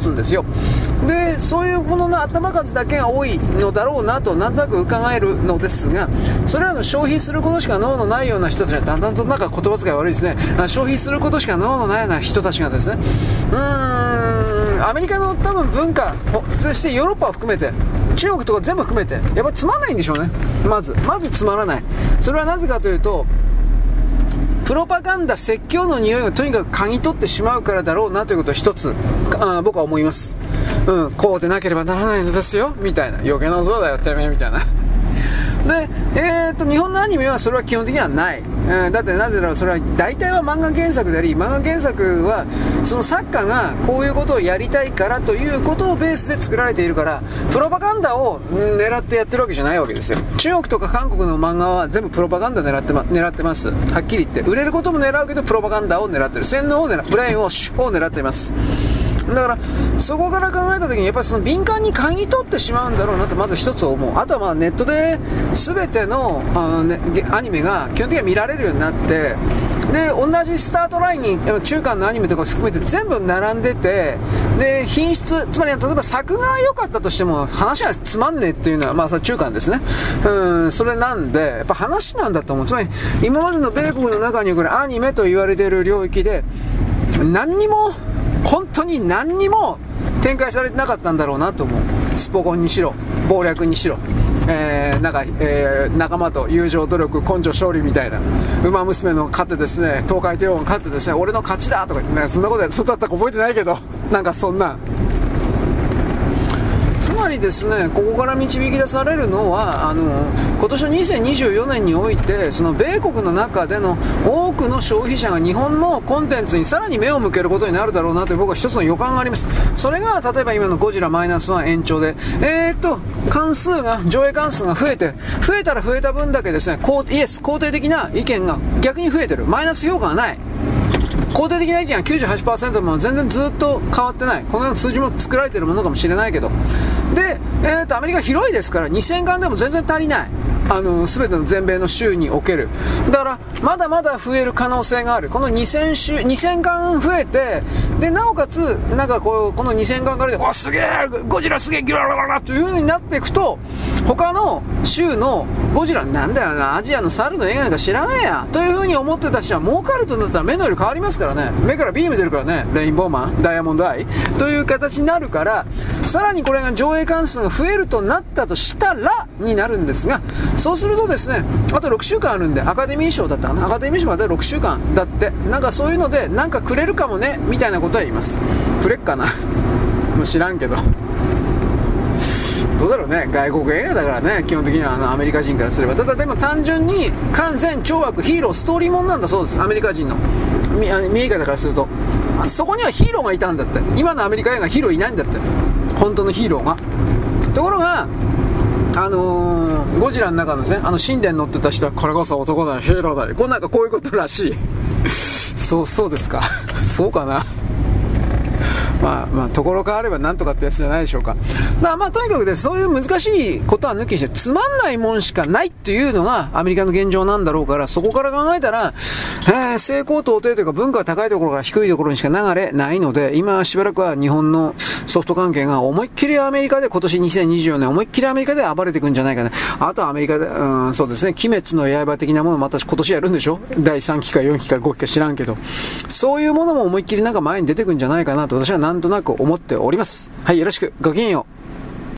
S1: つんですよ。でそういうものの頭数だけが多いのだろうなとなんとなく伺えるのですが、それらの消費することしか脳のないような人たちはだんだんとなんか言葉遣い悪いですね、消費することしか脳のないような人たちがですね、うーんアメリカの多分文化、そしてヨーロッパを含めて中国とか全部含めてやっぱつまんないんでしょうね。まずまずつまらない。それはなぜかというと、プロパガンダ説教の匂いをとにかく嗅ぎ取ってしまうからだろうなということを一つあ僕は思います、うん、こうでなければならないのですよみたいな、余計なそうだよてめえみたいなで、えー、と日本のアニメはそれは基本的にはない、えー、だってなぜならそれは大体は漫画原作であり、漫画原作はその作家がこういうことをやりたいからということをベースで作られているから、プロパガンダを狙ってやってるわけじゃないわけですよ。中国とか韓国の漫画は全部プロパガンダ狙って、ま、狙ってます。はっきり言って売れることも狙うけどプロパガンダを狙ってる、洗脳を狙う、ブレインウォッシュを狙っています。だからそこから考えた時にやっぱりその敏感に嗅ぎ取ってしまうんだろうなってまず一つ思う。あとはまあネットで全てのあの、ね、アニメが基本的には見られるようになって、で同じスタートラインに中間のアニメとか含めて全部並んでて、で品質、つまり例えば作が良かったとしても話がつまんねえっていうのはまあ中間ですね。うんそれなんでやっぱ話なんだと思う。つまり今までの米国の中にこれアニメと言われている領域で何にも本当に何にも展開されてなかったんだろうなと思う。スポコンにしろ謀略にしろ、えーなんかえー、仲間と友情努力根性勝利みたいな、馬娘の勝ってですね、東海帝王が勝ってですね、俺の勝ちだとか、ね、そんなことやそうだったか覚えてないけどなんかそんな、つまりですね、ここから導き出されるのはあの今年のにせんにじゅうよねんにおいてその米国の中での多くの消費者が日本のコンテンツにさらに目を向けることになるだろうなという僕は一つの予感があります。それが例えば今のゴジラマイナスワン延長でえーっと関数が上映関数が増えて増えたら増えた分だけですね、イエス肯定的な意見が逆に増えてる、マイナス評価がない、肯定的な意見は きゅうじゅうはちパーセント も全然ずっと変わってない、このような数字も作られているものかもしれないけど、で、えー、とアメリカ広いですからにせんかんでも全然足りない、あの全ての全米の州における、だからまだまだ増える可能性がある。このにせん州にせんかん増えて、でなおかつなんかこうこのにせんかんからでわすげえゴジラすげえギュララララという風になっていくと、他の州のゴジラなんだよな、アジアの猿の映画なんか知らねえやという風に思ってた人は儲かるとなったら目の色変わりますからね、目からビーム出るからね、レインボーマンダイヤモンドアイという形になるから、さらにこれが上映関数が増えるとなったとしたらになるんですが、そうするとですね、あとろくしゅうかんあるんで、アカデミー賞だったかな、アカデミー賞までろくしゅうかんだって、なんかそういうのでなんかくれるかもねみたいなことは言います。くれっかなもう知らんけどどうだろうね、外国映画だからね、基本的にはあのアメリカ人からすれば。ただでも単純に完全懲悪ヒーローストーリーもんなんだそうです、アメリカ人の見え方からすると。そこにはヒーローがいたんだって、今のアメリカ映画ヒーローいないんだって、本当のヒーローが。ところがあのー、ゴジラの中のですね、あの神殿乗ってた人はこれこそ男だよヒーローだよ、こうなんかこういうことらしいそうそうですかそうかなまあまあところ変わればなんとかってやつじゃないでしょうか。だからまあとにかくです、そういう難しいことは抜きにしてつまんないもんしかないっていうのがアメリカの現状なんだろうから、そこから考えたら、えー、成功到底というか文化が高いところから低いところにしか流れないので、今しばらくは日本のソフト関係が思いっきりアメリカで今年にせんにじゅうよねん思いっきりアメリカで暴れていくんじゃないかな。あとはアメリカで、うん、そうですね、鬼滅の刃的なものまた今年やるんでしょ、だいさんきかよんきかごきか知らんけど、そういうものも思いっきりなんか前に出てくんじゃないかなと私はなんとなく思っております。はい、よろしく、ごきげんよう。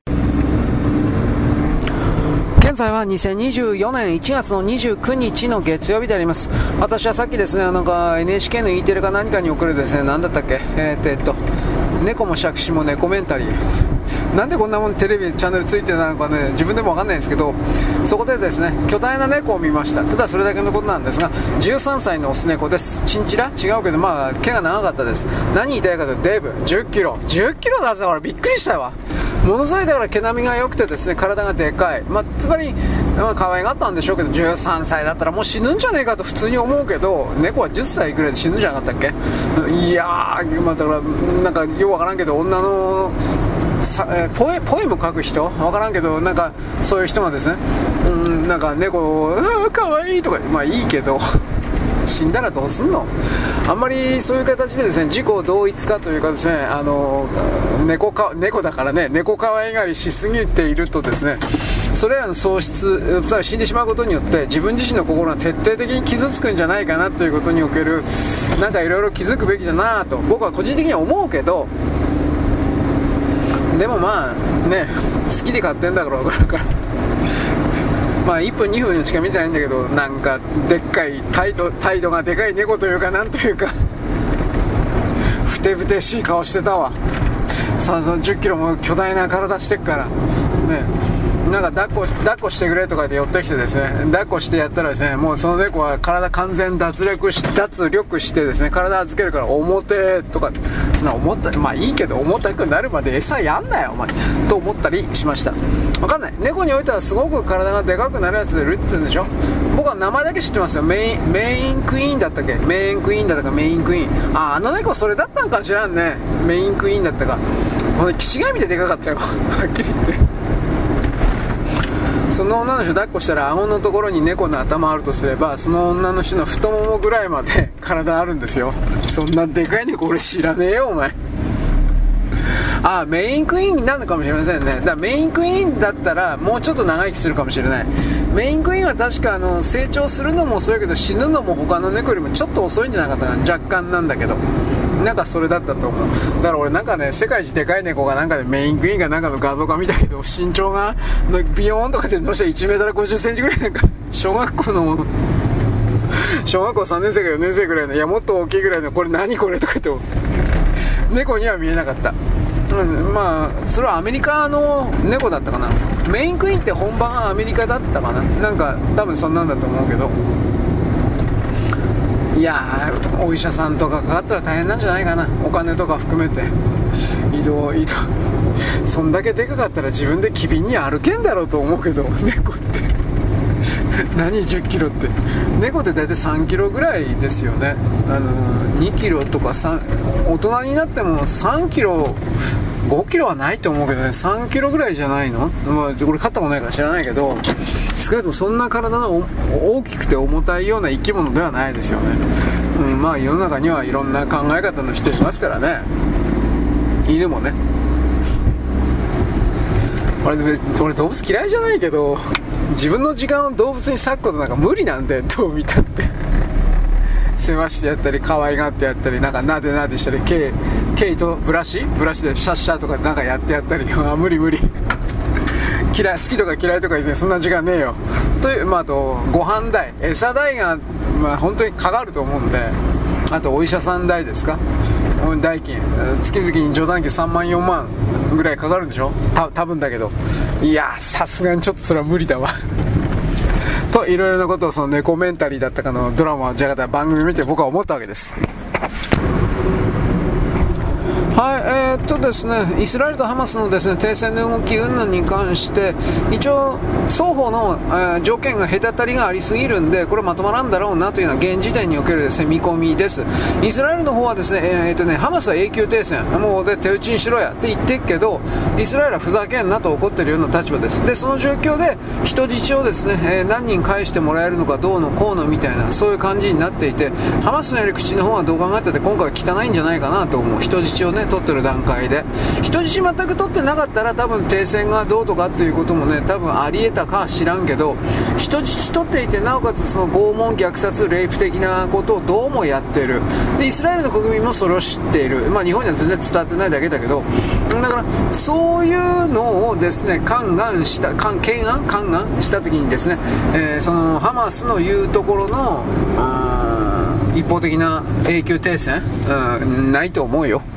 S1: 現在はにせんにじゅうよねんいちがつのにじゅうくにちの月曜日であります。私はさっきですね、なんか エヌエイチケー の E テレか何かに送るですね、なんだったっけ、えー、っとえっと猫も杓子もネコメンタリーなんでこんなもんテレビチャンネルついてたのかね、自分でもわかんないんですけど、そこでですね巨大な猫を見ました。ただそれだけのことなんですが、じゅうさんさいのオス猫です。チンチラ違うけど、まあ毛が長かったです。何言いたいかというと、デブじゅっキロじゅっキロだぜ、俺びっくりしたわ。ものすごいだから毛並みが良くてですね、体がでかい、まあ、つまり、まあ、可愛がったんでしょうけど、じゅうさんさいだったらもう死ぬんじゃねえかと普通に思うけど、猫はじゅっさいぐらいで死ぬんじゃなかったっけ。いやー、まあ、だからなんかよくわからんけど、女のさえポエ、ポエム書く人わからんけど、なんかそういう人がですね、うん、なんか猫をかわいいとか、まあいいけど死んだらどうすんの。 あんまりそういう形でですね、自己同一化というかですね、あの猫か猫だからね、猫可愛がりしすぎているとですね、それらの喪失、つまり死んでしまうことによって自分自身の心が徹底的に傷つくんじゃないかなということにおける、なんかいろいろ気づくべきだなと僕は個人的には思うけど、でもまあね、好きで買ってんだから分かるからまあいっぷんにふんしか見てないんだけど、なんかでっかい態度、態度がでかい猫というか、なんというかふてぶてしい顔してたわ。さあじゅっキロも巨大な体してっからね、なんか抱っこ抱っこしてくれとかで寄ってきてですね、抱っこしてやったらですね、もうその猫は体完全脱力し脱力してですね、体預けるから重てとか、そんな思ったまあいいけど重たくなるまで餌やんなよお前と思ったりしました。わかんない、猫においてはすごく体がでかくなるやつでルッツんでしょ。僕は名前だけ知ってますよ。メインメインクイーンだったっけ、メインクイーンだったかメインクイーン、ああの猫それだったんかもしらんね。メインクイーンだったか、俺キシガミででかかったよはっきり言って。その女の人抱っこしたら顎のところに猫の頭あるとすれば、その女の人の太ももぐらいまで体あるんですよ。そんなでかい猫俺知らねえよお前。ああメインクイーンになるのかもしれませんね。だからメインクイーンだったらもうちょっと長生きするかもしれない。メインクイーンは確かあの成長するのも遅いけど死ぬのも他の猫よりもちょっと遅いんじゃなかったかな、若干なんだけど、なんかそれだったと思う。だから俺なんかね、世界一でかい猫がなんかで、メインクイーンがなんかの画像か見たけど、身長がビヨーンとかってのしたらいちメートルごじゅっセンチぐらい、なんか小学校の小学校さんねん生かよねん生ぐらいの、いやもっと大きいぐらいの、これ何これとか言って猫には見えなかった。うん、まあそれはアメリカの猫だったかな。メインクイーンって本場がアメリカだったかな、なんか多分そんなんだと思うけど、いやーお医者さんとかかかったら大変なんじゃないかな、お金とか含めて。移動移動そんだけでかかったら自分で機敏に歩けんだろうと思うけど、猫って何じゅっキロって、猫って大体さんキロぐらいですよね。あのにキロとかさん、大人になってもさんキロごキロはないと思うけどね、さんキロぐらいじゃないの。まあ俺飼ったことないから知らないけど、少なくともそんな体の大きくて重たいような生き物ではないですよね。うん、まあ世の中にはいろんな考え方の人いますからね、犬もね。俺, 俺動物嫌いじゃないけど、自分の時間を動物に割くことなんか無理なんで、どう見たって世話してやったり可愛がってやったり、なんかなでなでしたり、毛毛とブラシブラシでシャッシャーとかなんかやってやったりあ無理無理嫌い、好きとか嫌いとかですね、そんな時間ねえよという、まあ、あとご飯代、餌代が、まあ、本当にかかると思うんで、あとお医者さん代ですか、代金月々に冗談金さんまんよんまんぐらいかかるんでしょ、た多分だけど、いやさすがにちょっとそれは無理だわといろいろなことをそのネコメンタリーだったかのドラマじゃなかった番組を見て僕は思ったわけです。はい、えー、っとですね、イスラエルとハマスのですね停戦の動き云々に関して一応双方の、えー、条件が隔たりがありすぎるんで、これまとまらんだろうなというのは現時点におけるですね見込みです。イスラエルの方はですね、えー、っとねハマスは永久停戦、もうで手打ちにしろやって言ってるけど、イスラエルはふざけんなと怒ってるような立場です。でその状況で人質をですね、えー、何人返してもらえるのかどうのこうのみたいな、そういう感じになっていて、ハマスのやり口の方はどう考えたって今回は汚いんじゃないかなと思う。人質をね取ってる段階で、人質全く取ってなかったら多分停戦がどうとかっていうこともね多分ありえたか知らんけど、人質取っていてなおかつその拷問虐殺レイプ的なことをどうもやっている。でイスラエルの国民もそれを知っている。まあ日本には全然伝わってないだけだけど、だからそういうのをですね勘案した懸案勘案した時にですね、えー、そのハマスの言うところの一方的な永久停戦、うん、ないと思うよ。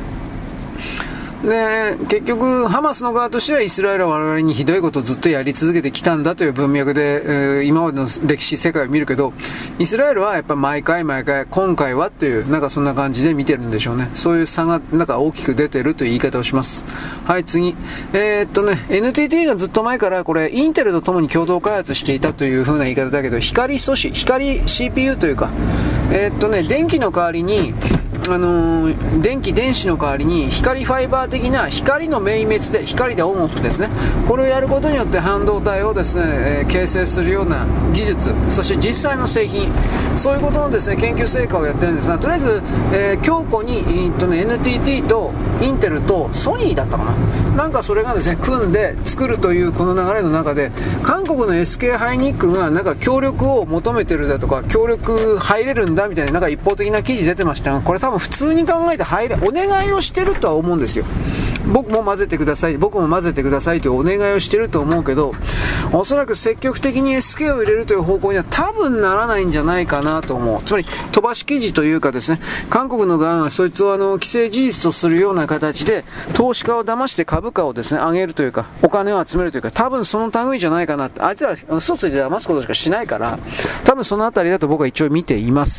S1: で結局ハマスの側としてはイスラエルは我々にひどいことをずっとやり続けてきたんだという文脈で、えー、今までの歴史世界を見るけど、イスラエルはやっぱ毎回毎回今回はというなんかそんな感じで見てるんでしょうね。そういう差がなんか大きく出てるという言い方をします。はい次、えー、っとね エヌティーティー がずっと前からこれインテルとともに共同開発していたという風な言い方だけど、光素子光 シーピーユー というか、えー、っとね電気の代わりにあのー、電気電子の代わりに光ファイバー的な光の明滅で光でオンオフですね、これをやることによって半導体をですね、えー、形成するような技術、そして実際の製品、そういうことのですね研究成果をやってるんですが、とりあえず、えー、強固に、えーっとね、エヌティーティー とインテルとソニーだったかな、なんかそれがですね組んで作るというこの流れの中で、韓国の エスケー ハイニックがなんか協力を求めてるだとか、協力入れるんだみたいな、なんか一方的な記事出てましたが、これ多分普通に考えて入れお願いをしてるとは思うんですよ。僕も混ぜてください、僕も混ぜてくださいというお願いをしてると思うけど、おそらく積極的に エスケー を入れるという方向には多分ならないんじゃないかなと思う。つまり飛ばし記事というかですね、韓国の側がそいつをあの既成事実とするような形で投資家を騙して株価をですね上げるというか、お金を集めるというか、多分その類じゃないかなって。あいつら嘘ついて騙すことしかしないから、多分そのあたりだと僕は一応見ています。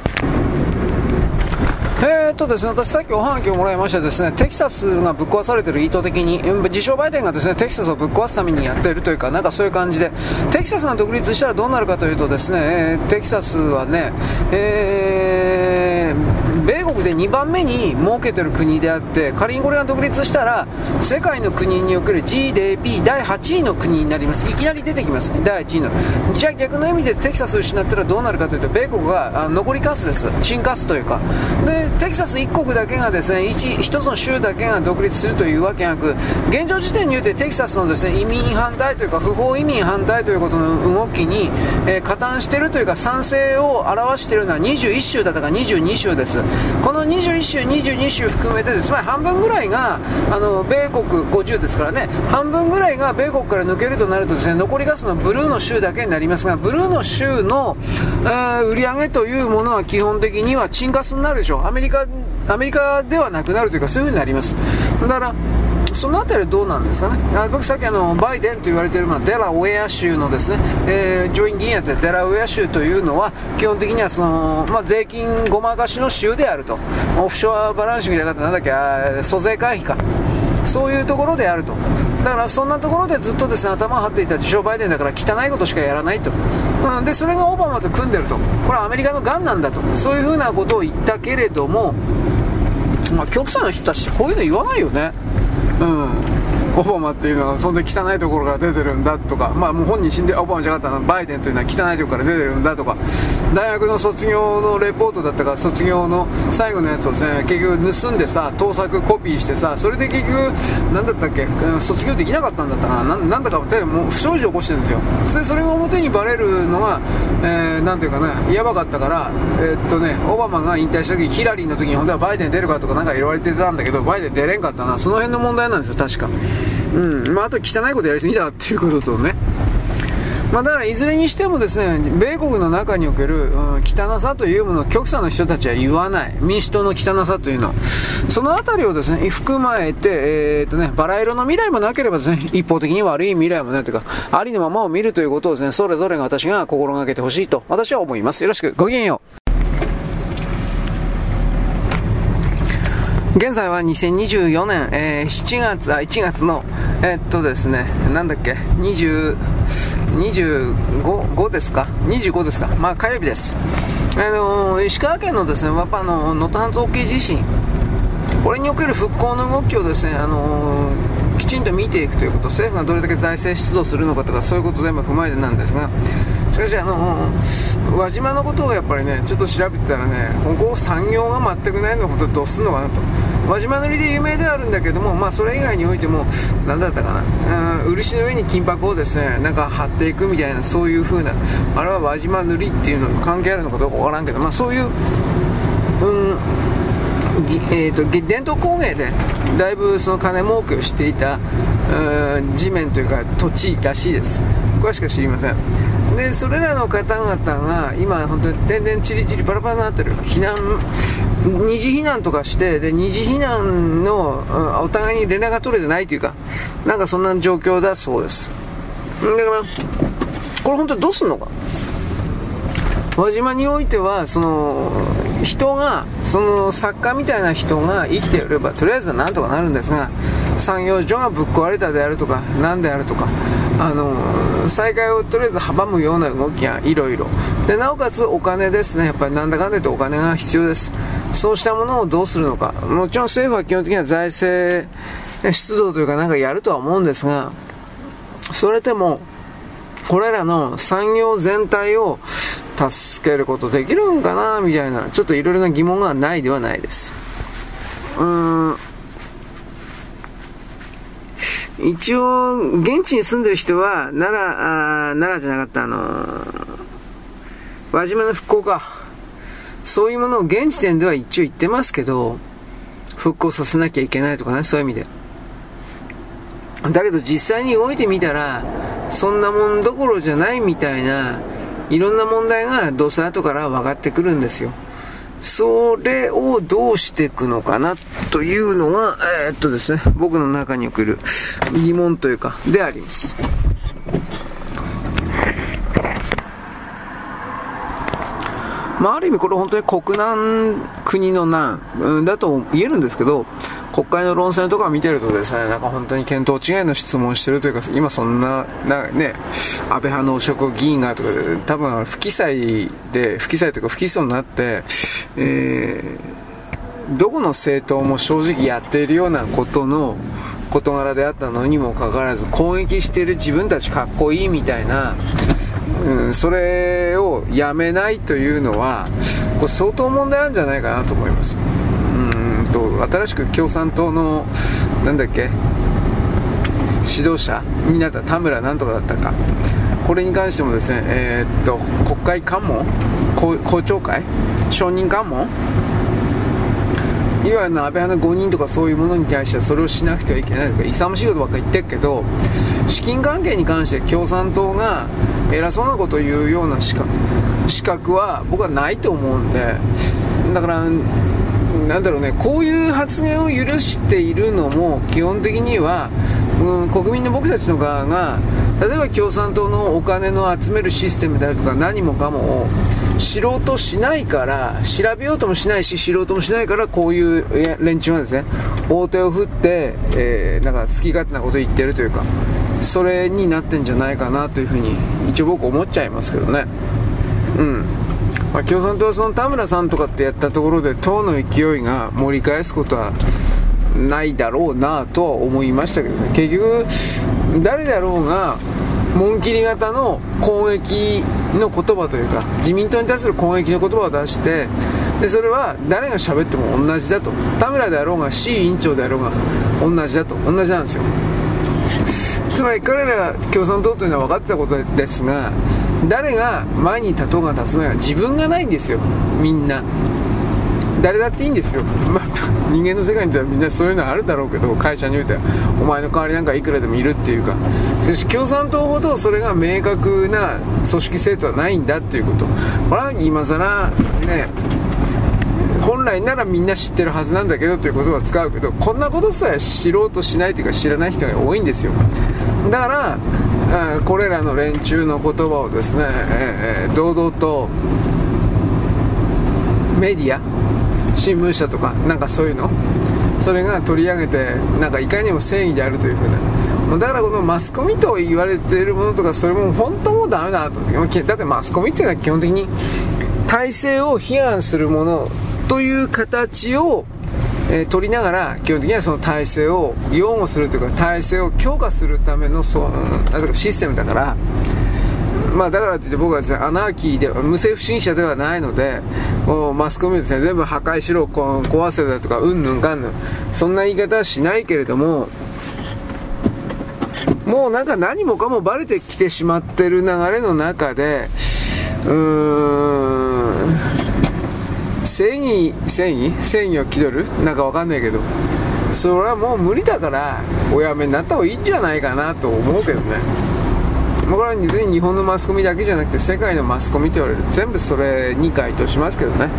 S1: えーっとですね、私さっきおはがきをもらいましてですね、テキサスがぶっ壊されている意図的に、自称バイデンがですねテキサスをぶっ壊すためにやっているというか、なんかそういう感じで、テキサスが独立したらどうなるかというとですね、えー、テキサスはね、えー、米国でにばんめに儲けてる国であって、仮にこれが独立したら世界の国における ジーディーピー だいはちいの国になります。いきなり出てきます、だいいちいの。じゃあ逆の意味でテキサスを失ったらどうなるかというと、米国があ残りカスです、新カスというかで、テキサスいっこくだけがですね 1, 1つの州だけが独立するというわけなく、現状時点においてテキサスのですね移民反対というか不法移民反対ということの動きに、えー、加担しているというか、賛成を表しているのはにじゅういっ州だったかにじゅうに州です。このにじゅういっ州にじゅうに州含めて、つまり半分ぐらいがあの米国ごじゅうですからね、半分ぐらいが米国から抜けるとなるとですね、残りガスのブルーの州だけになりますが、ブルーの州の、えー、売り上げというものは基本的にはチンガスになるでしょう。アメリカアメリカではなくなるというか、そういう風になります。だからそのあたりはどうなんですかね。僕さっきあのバイデンと言われている、まあ、デラウェア州のですね、えー、上院議員やってデラウェア州というのは基本的にはその、まあ、税金ごまかしの州であると、オフショアバランシングじゃなかったなんだっけ、あ租税回避か、そういうところであると。だからそんなところでずっとですね頭を張っていた自称バイデンだから汚いことしかやらないと、うん、でそれがオバマと組んでると、これはアメリカのガンなんだと、そういうふうなことを言ったけれども、まあ、極左の人たちってこういうの言わないよね。うん、オバマっていうのはそんな汚いところから出てるんだとか、まあもう本人死んでオバマじゃなかったのバイデンというのは汚いところから出てるんだとか、大学の卒業のレポートだったか卒業の最後のやつをですね結局盗んでさ、盗作コピーしてさ、それで結局何だったっけ、卒業できなかったんだったかな、 な, なんだかもう不祥事を起こしてるんですよ。でそれが表にバレるのが、えー、なんていうかな、やばかったから、えー、っとねオバマが引退した時、ヒラリーの時に本当はバイデン出るかとかなんか言われてたんだけど、バイデン出れんかったな、その辺の問題なんですよ確か。うん、まああと汚いことやりすぎだっていうこととね、まあ、だからいずれにしてもですね、米国の中における、うん、汚さというものを極左の人たちは言わない。民主党の汚さというの、そのあたりをですね含まえて、えーっとね、バラ色の未来もなければですね、一方的に悪い未来もないというか、ありのままを見るということをですね、それぞれが私が心がけてほしいと私は思います。よろしく、ごきげんよう。現在はにせんにじゅうよねん、えー、しちがつ、あ、いちがつの、えー、っとですね、なんだっけ、にじゅう、にじゅうご、ごですか ?にじゅうご ですか。まあ、火曜日です。あのー、石川県のですね、やっぱあの、能登半島沖地震、これにおける復興の動きをですね、あのー、きちんと見ていくということ、政府がどれだけ財政出動するのかとか、そういうことを全部踏まえてなんですが、しかしあのー、輪島のことをやっぱりねちょっと調べてたらね、ここ産業が全くないのことどうすんのかなと。輪島塗で有名ではあるんだけども、まあそれ以外においても何だったかな、うん、漆の上に金箔をですねなんか貼っていくみたいな、そういう風な、あれは輪島塗っていうのと関係あるのかどうかわからんけど、まあそういう、うんえー、と伝統工芸でだいぶその金儲けをしていた、うん、地面というか土地らしいです。詳しくは知りません。でそれらの方々が今本当に天然チリチリパラパラになってる、避難二次避難とかして、で二次避難の、うん、お互いに連絡が取れてないというか、なんかそんな状況だそうです。だからこれ本当にどうすんのか。輪島においてはその人が、その作家みたいな人が生きていればとりあえずはなんとかなるんですが、 産業所がぶっ壊れたであるとか何であるとか、あの再開をとりあえず阻むような動きがいろいろで、なおかつお金ですね。やっぱりなんだかんだ言ってお金が必要です。そうしたものをどうするのか、もちろん政府は基本的には財政出動というかなんかやるとは思うんですが、それでもこれらの産業全体を助けることできるんかなみたいな、ちょっといろいろな疑問がないではないです。うーん一応現地に住んでる人は奈良、あ奈良じゃなかった、あのー、輪島の復興か、そういうものを現時点では一応言ってますけど、復興させなきゃいけないとかね、そういう意味で。だけど実際に動いてみたらそんなもんどころじゃないみたいないろんな問題がどうせ後から分かってくるんですよ。それをどうしていくのかなというのが、えー、っとですね、僕の中に送る疑問というかであります。まあ、ある意味これ本当に国難、国の難、うん、だと言えるんですけど、国会の論戦とか見てるとですね、なんか本当に見当違いの質問してるというか、今そんな、なね、安倍派の汚職議員がとかで、多分不記載で、不記載というか不起訴になって、えー、どこの政党も正直やっているようなことの事柄であったのにもかかわらず、攻撃している自分たちかっこいいみたいな、うん、それをやめないというのはこれ相当問題あるんじゃないかなと思います。うんと新しく共産党のなんだっけ指導者になった田村なんとかだったか、これに関してもですね、えー、っと国会関門、公, 公聴会、証人喚問、いわゆる安倍派のごにんとかそういうものに対してはそれをしなくてはいけないとか勇ましいことばっかり言ってるけど、資金関係に関して共産党が偉そうなことを言うような資格、資格は僕はないと思うんで、だからなんだろうね、こういう発言を許しているのも基本的には、うん、国民の僕たちの側が例えば共産党のお金の集めるシステムであるとか何もかもを知ろうとしないから、調べようともしないし知ろうともしないから、こういう連中がですね大手を振って、えー、なんか好き勝手なことを言ってるというか、それになってんじゃないかなというふうに一応僕思っちゃいますけどね。うん、まあ、共産党はその田村さんとかってやったところで党の勢いが盛り返すことはないだろうなとは思いましたけどね。結局誰だろうが紋切り型の攻撃の言葉というか、自民党に対する攻撃の言葉を出して、でそれは誰が喋っても同じだと、田村であろうが C 委員長であろうが同じだと、同じなんですよ。つまり彼ら共産党というのは分かってたことですが、誰が前に立とうが立つ前は自分がないんですよ。みんな誰だっていいんですよ、まあ、人間の世界にはみんなそういうのはあるだろうけど、会社においてはお前の代わりなんかいくらでもいるっていうか、しかし共産党ほどそれが明確な組織性とはないんだっていうこと、これは今更ね、本来ならみんな知ってるはずなんだけどという言葉を使うけど、こんなことさえ知ろうとしないというか知らない人が多いんですよ。だからこれらの連中の言葉をですね、えー、堂々とメディア、新聞社とかなんかそういうの、それが取り上げて、なんかいかにも正義であるというふうな、だからこのマスコミと言われているものとか、それも本当もダメだと。だってマスコミっていうのは基本的に体制を批判するものという形を、えー、取りながら、基本的にはその体制を擁護するというか、体制を強化するためのそう、うん、なんかシステムだから、まあ、だからといって僕はですね、アナーキーでは無政府主義者ではないので、マスコミをですね全部破壊しろ、壊せだとかうんぬんかんぬん、そんな言い方はしないけれども、もうなんか何もかもバレてきてしまっている流れの中で、うーん、正義正義正義を気取るなんかわかんないけど、それはもう無理だからおやめになった方がいいんじゃないかなと思うけどね。これは日本のマスコミだけじゃなくて世界のマスコミと言われる全部それに該当しますけどね。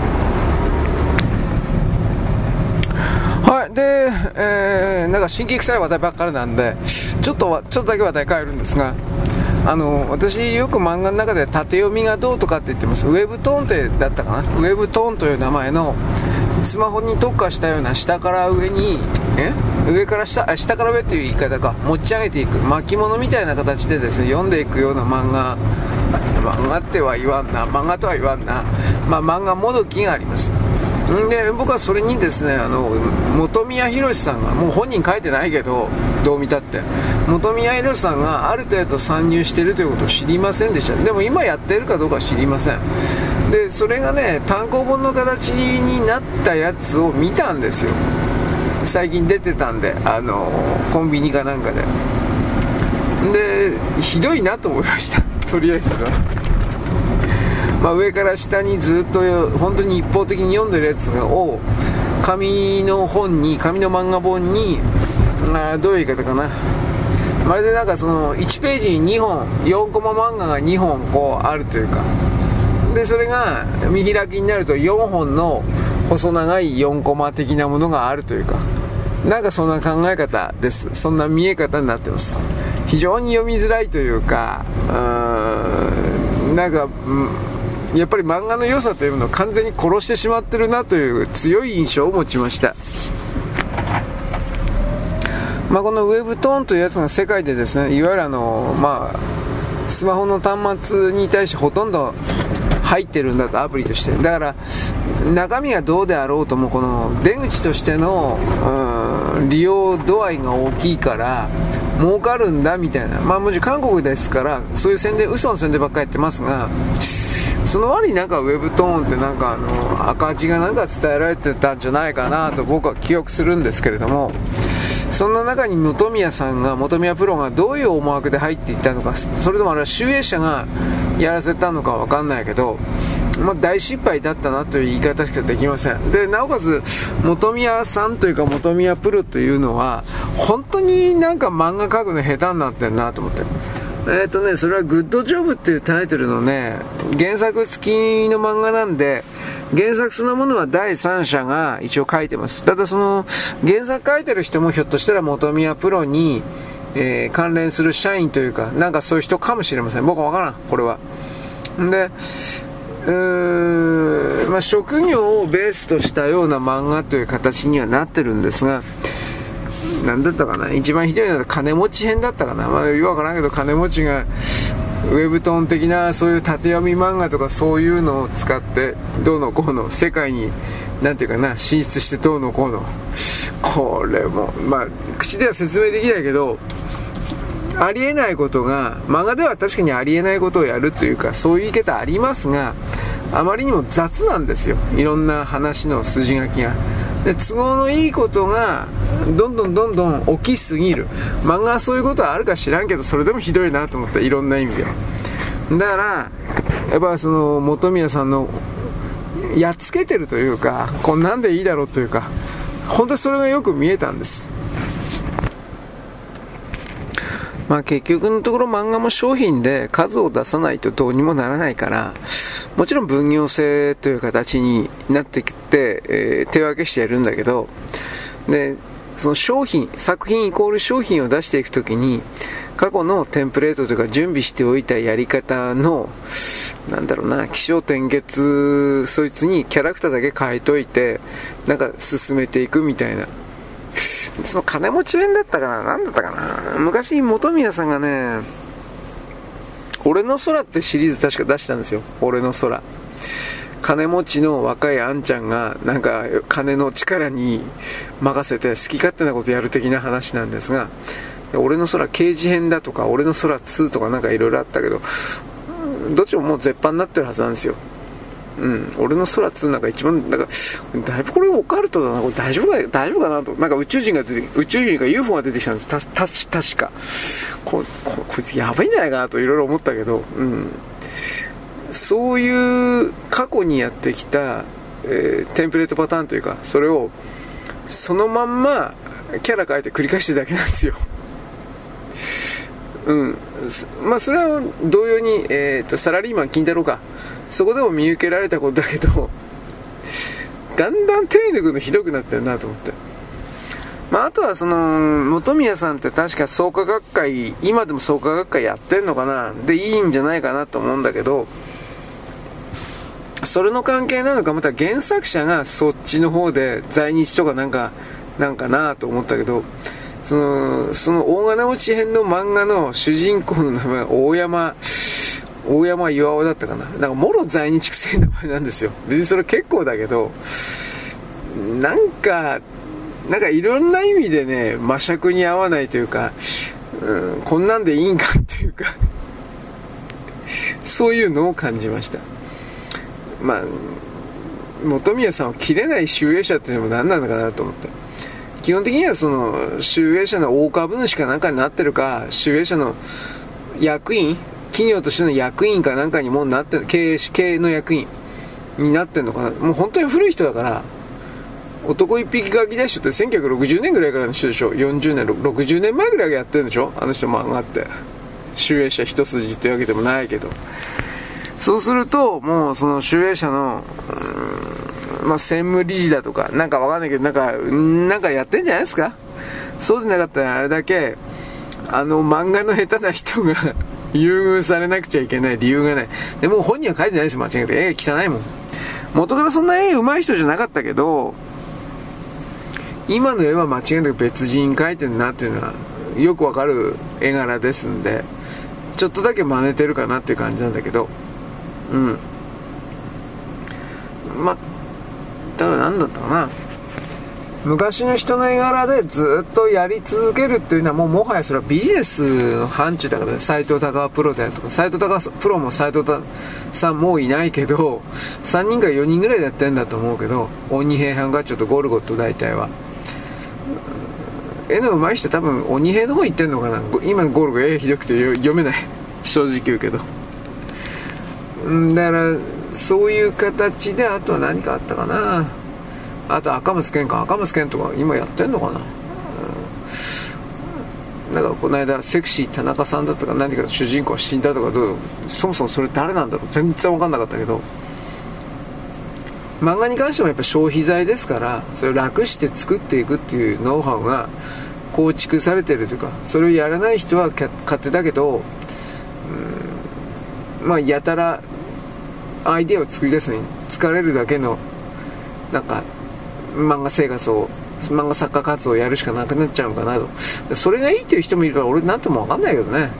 S1: はい。で、えー、なんか新規臭い話題ばっかりなんでちょっとちょっとだけ話題変えるんですが、あの私よく漫画の中で縦読みがどうとかって言ってます。ウェブトーンってだったかな、ウェブトーンという名前のスマホに特化したような下から上にえ上から下下から上という言い方か、持ち上げていく巻物みたいな形でですね読んでいくような漫画漫画っては言わんな漫画とは言わんな、まあ、漫画もどきがあります。で僕はそれにですねあの本宮宏さんが、もう本人書いてないけどどう見たって本宮宏さんがある程度参入しているということを知りませんでした。でも今やっているかどうかは知りません。でそれがね単行本の形になったやつを見たんですよ。最近出てたんで、あのコンビニかなんかででひどいなと思いましたとりあえずは。まあ、上から下にずっと本当に一方的に読んでるやつを紙の本に紙の漫画本にあどういう言い方かな、まるでなんかそのいちページににほんよんコマ漫画がにほんこうあるというか、でそれが見開きになるとよんほんの細長いよんコマ的なものがあるというか、なんかそんな考え方です。そんな見え方になってます。非常に読みづらいというか、うーんなんか、うんやっぱり漫画の良さというのを完全に殺してしまってるなという強い印象を持ちました。まあ、このウェブトーンというやつが世界でですねいわゆるあの、まあ、スマホの端末に対してほとんど入ってるんだと、アプリとして。だから中身がどうであろうともこの出口としての、うん、利用度合いが大きいから儲かるんだみたいな、まあもちろん韓国ですからそういう宣伝嘘の宣伝ばっかりやってますが、その割になんかウェブトーンってなんかあの赤字がなんか伝えられてたんじゃないかなと僕は記憶するんですけれども、そんな中に本宮さんが本宮プロがどういう思惑で入っていったのか、それともあれは集英社がやらせたのかは分かんないけど、まあ、大失敗だったなという言い方しかできません。でなおかつ本宮さんというか本宮プロというのは本当になんか漫画描くの下手になってるなと思ってえーとね、それはグッドジョブっていうタイトルのね原作付きの漫画なんで、原作そのものは第三者が一応書いてます。ただその原作書いてる人もひょっとしたら本宮プロに、えー、関連する社員というかなんかそういう人かもしれません。僕は分からんこれは。でうーん、まあ、職業をベースとしたような漫画という形にはなってるんですが、なんだったかな、一番ひどいのは金持ち編だったかな、まあ、よくわからんけど金持ちがウェブトーン的なそういう縦読み漫画とかそういうのを使ってどうのこうの世界になんていうかな進出してどうのこうの、これもまあ口では説明できないけどありえないことが漫画では確かにありえないことをやるというかそういう言い方ありますが、あまりにも雑なんですよ、いろんな話の筋書きが。で都合のいいことがどんどんどんどん起きすぎる。漫画はそういうことはあるか知らんけどそれでもひどいなと思った、いろんな意味で。だからやっぱその本宮さんのやっつけてるというかこんなんでいいだろうというか本当にそれがよく見えたんです。まあ結局のところ漫画も商品で数を出さないとどうにもならないから、もちろん分業制という形になってきて、えー、手分けしてやるんだけど、でその商品作品イコール商品を出していくときに過去のテンプレートというか準備しておいたやり方のなんだろうな起承転結そいつにキャラクターだけ変えといてなんか進めていくみたいな、その金持ち編だったかな、なんだったかな、昔本宮さんがね俺の空ってシリーズ確か出したんですよ。俺の空、金持ちの若いあんちゃんがなんか金の力に任せて好き勝手なことやる的な話なんですが、俺の空刑事編だとか俺の空ツーとかなんかいろいろあったけどどっちももう絶版になってるはずなんですよ。うん、俺の空ツーなんか一番なんかだいぶこれオカルトだな、これ大丈夫か大丈夫かなと、なんか宇宙人が出て宇宙人が ユーフォー が出てきたんです。たた確か こ, こ, こいつやばいんじゃないかなといろいろ思ったけど、うん、そういう過去にやってきた、えー、テンプレートパターンというかそれをそのまんまキャラ変えて繰り返してるだけなんですよ。うん、まあそれは同様に、えー、とサラリーマン金太郎か、そこでも見受けられたことだけどだんだん手抜くのひどくなってるなと思って、まあ、あとはその本宮さんって確か創価学会今でも創価学会やってんのかなでいいんじゃないかなと思うんだけど、 それの関係なのか、また原作者がそっちの方で在日とかなんかなんかなと思ったけど、そのその大金持ち編の漫画の主人公の名前は大山大山岩尾だったかな。なんかもろ在日臭い名前なんですよ。別にそれ結構だけど、なんかなんかいろんな意味でね、魔尺に合わないというか、うん、こんなんでいいんかっていうかそういうのを感じました。まあ本宮さんを切れない集英社っていうのも何なのかなと思って、基本的にはその集英社の大株主かなんかになってるか、集英社の役員、企業としての役員かなんかにもうなってる、経営経営の役員になってるのかな。もう本当に古い人だから、男一匹ガキ大将ってせんきゅうひゃくろくじゅうねんぐらいからの人でしょ。よんじゅうねんろくじゅうねんまえぐらいがやってるんでしょ、あの人漫画って。集英社一筋ってわけでもないけど、そうするともうその集英社のうーん、まあ、専務理事だとかなんかわかんないけど、なんかなんかやってんじゃないですか。そうでなかったらあれだけあの漫画の下手な人が優遇されなくちゃいけない理由がない。でも本人は書いてないですよ、間違えて。絵汚いもん。元からそんな絵上手い人じゃなかったけど、今の絵は間違いなく別人描いてるなっていうのはよくわかる絵柄ですんで、ちょっとだけ真似てるかなっていう感じなんだけど、うん、まあだから何だったかな、昔の人の絵柄でずっとやり続けるっていうのはもうもはやそれはビジネスの範疇だからね。斎藤隆プロであるとか、斎藤隆プロも斎藤さんもういないけどさんにんかよにんぐらいでやってるんだと思うけど、鬼平犯ガッチョとゴルゴット大体は絵の上手い人多分鬼平の方行ってんのかな。今ゴルゴ絵ひどくて読めない正直言うけど、うんだからそういう形で、あとは何かあったかな。あと赤松健か、赤松健とか今やってんのかな、うん、なんかこの間セクシー田中さんだったか何かの主人公が死んだとか、どうそもそもそれ誰なんだろう、全然分かんなかったけど、漫画に関してもやっぱ消費財ですから、それを楽して作っていくっていうノウハウが構築されているというか、それをやらない人は勝手だけど、うん、まあやたらアイデアを作り出すのに疲れるだけのなんか漫画生活を、漫画作家活動をやるしかなくなっちゃうのかなと。それがいいという人もいるから俺なんとも分かんないけどね、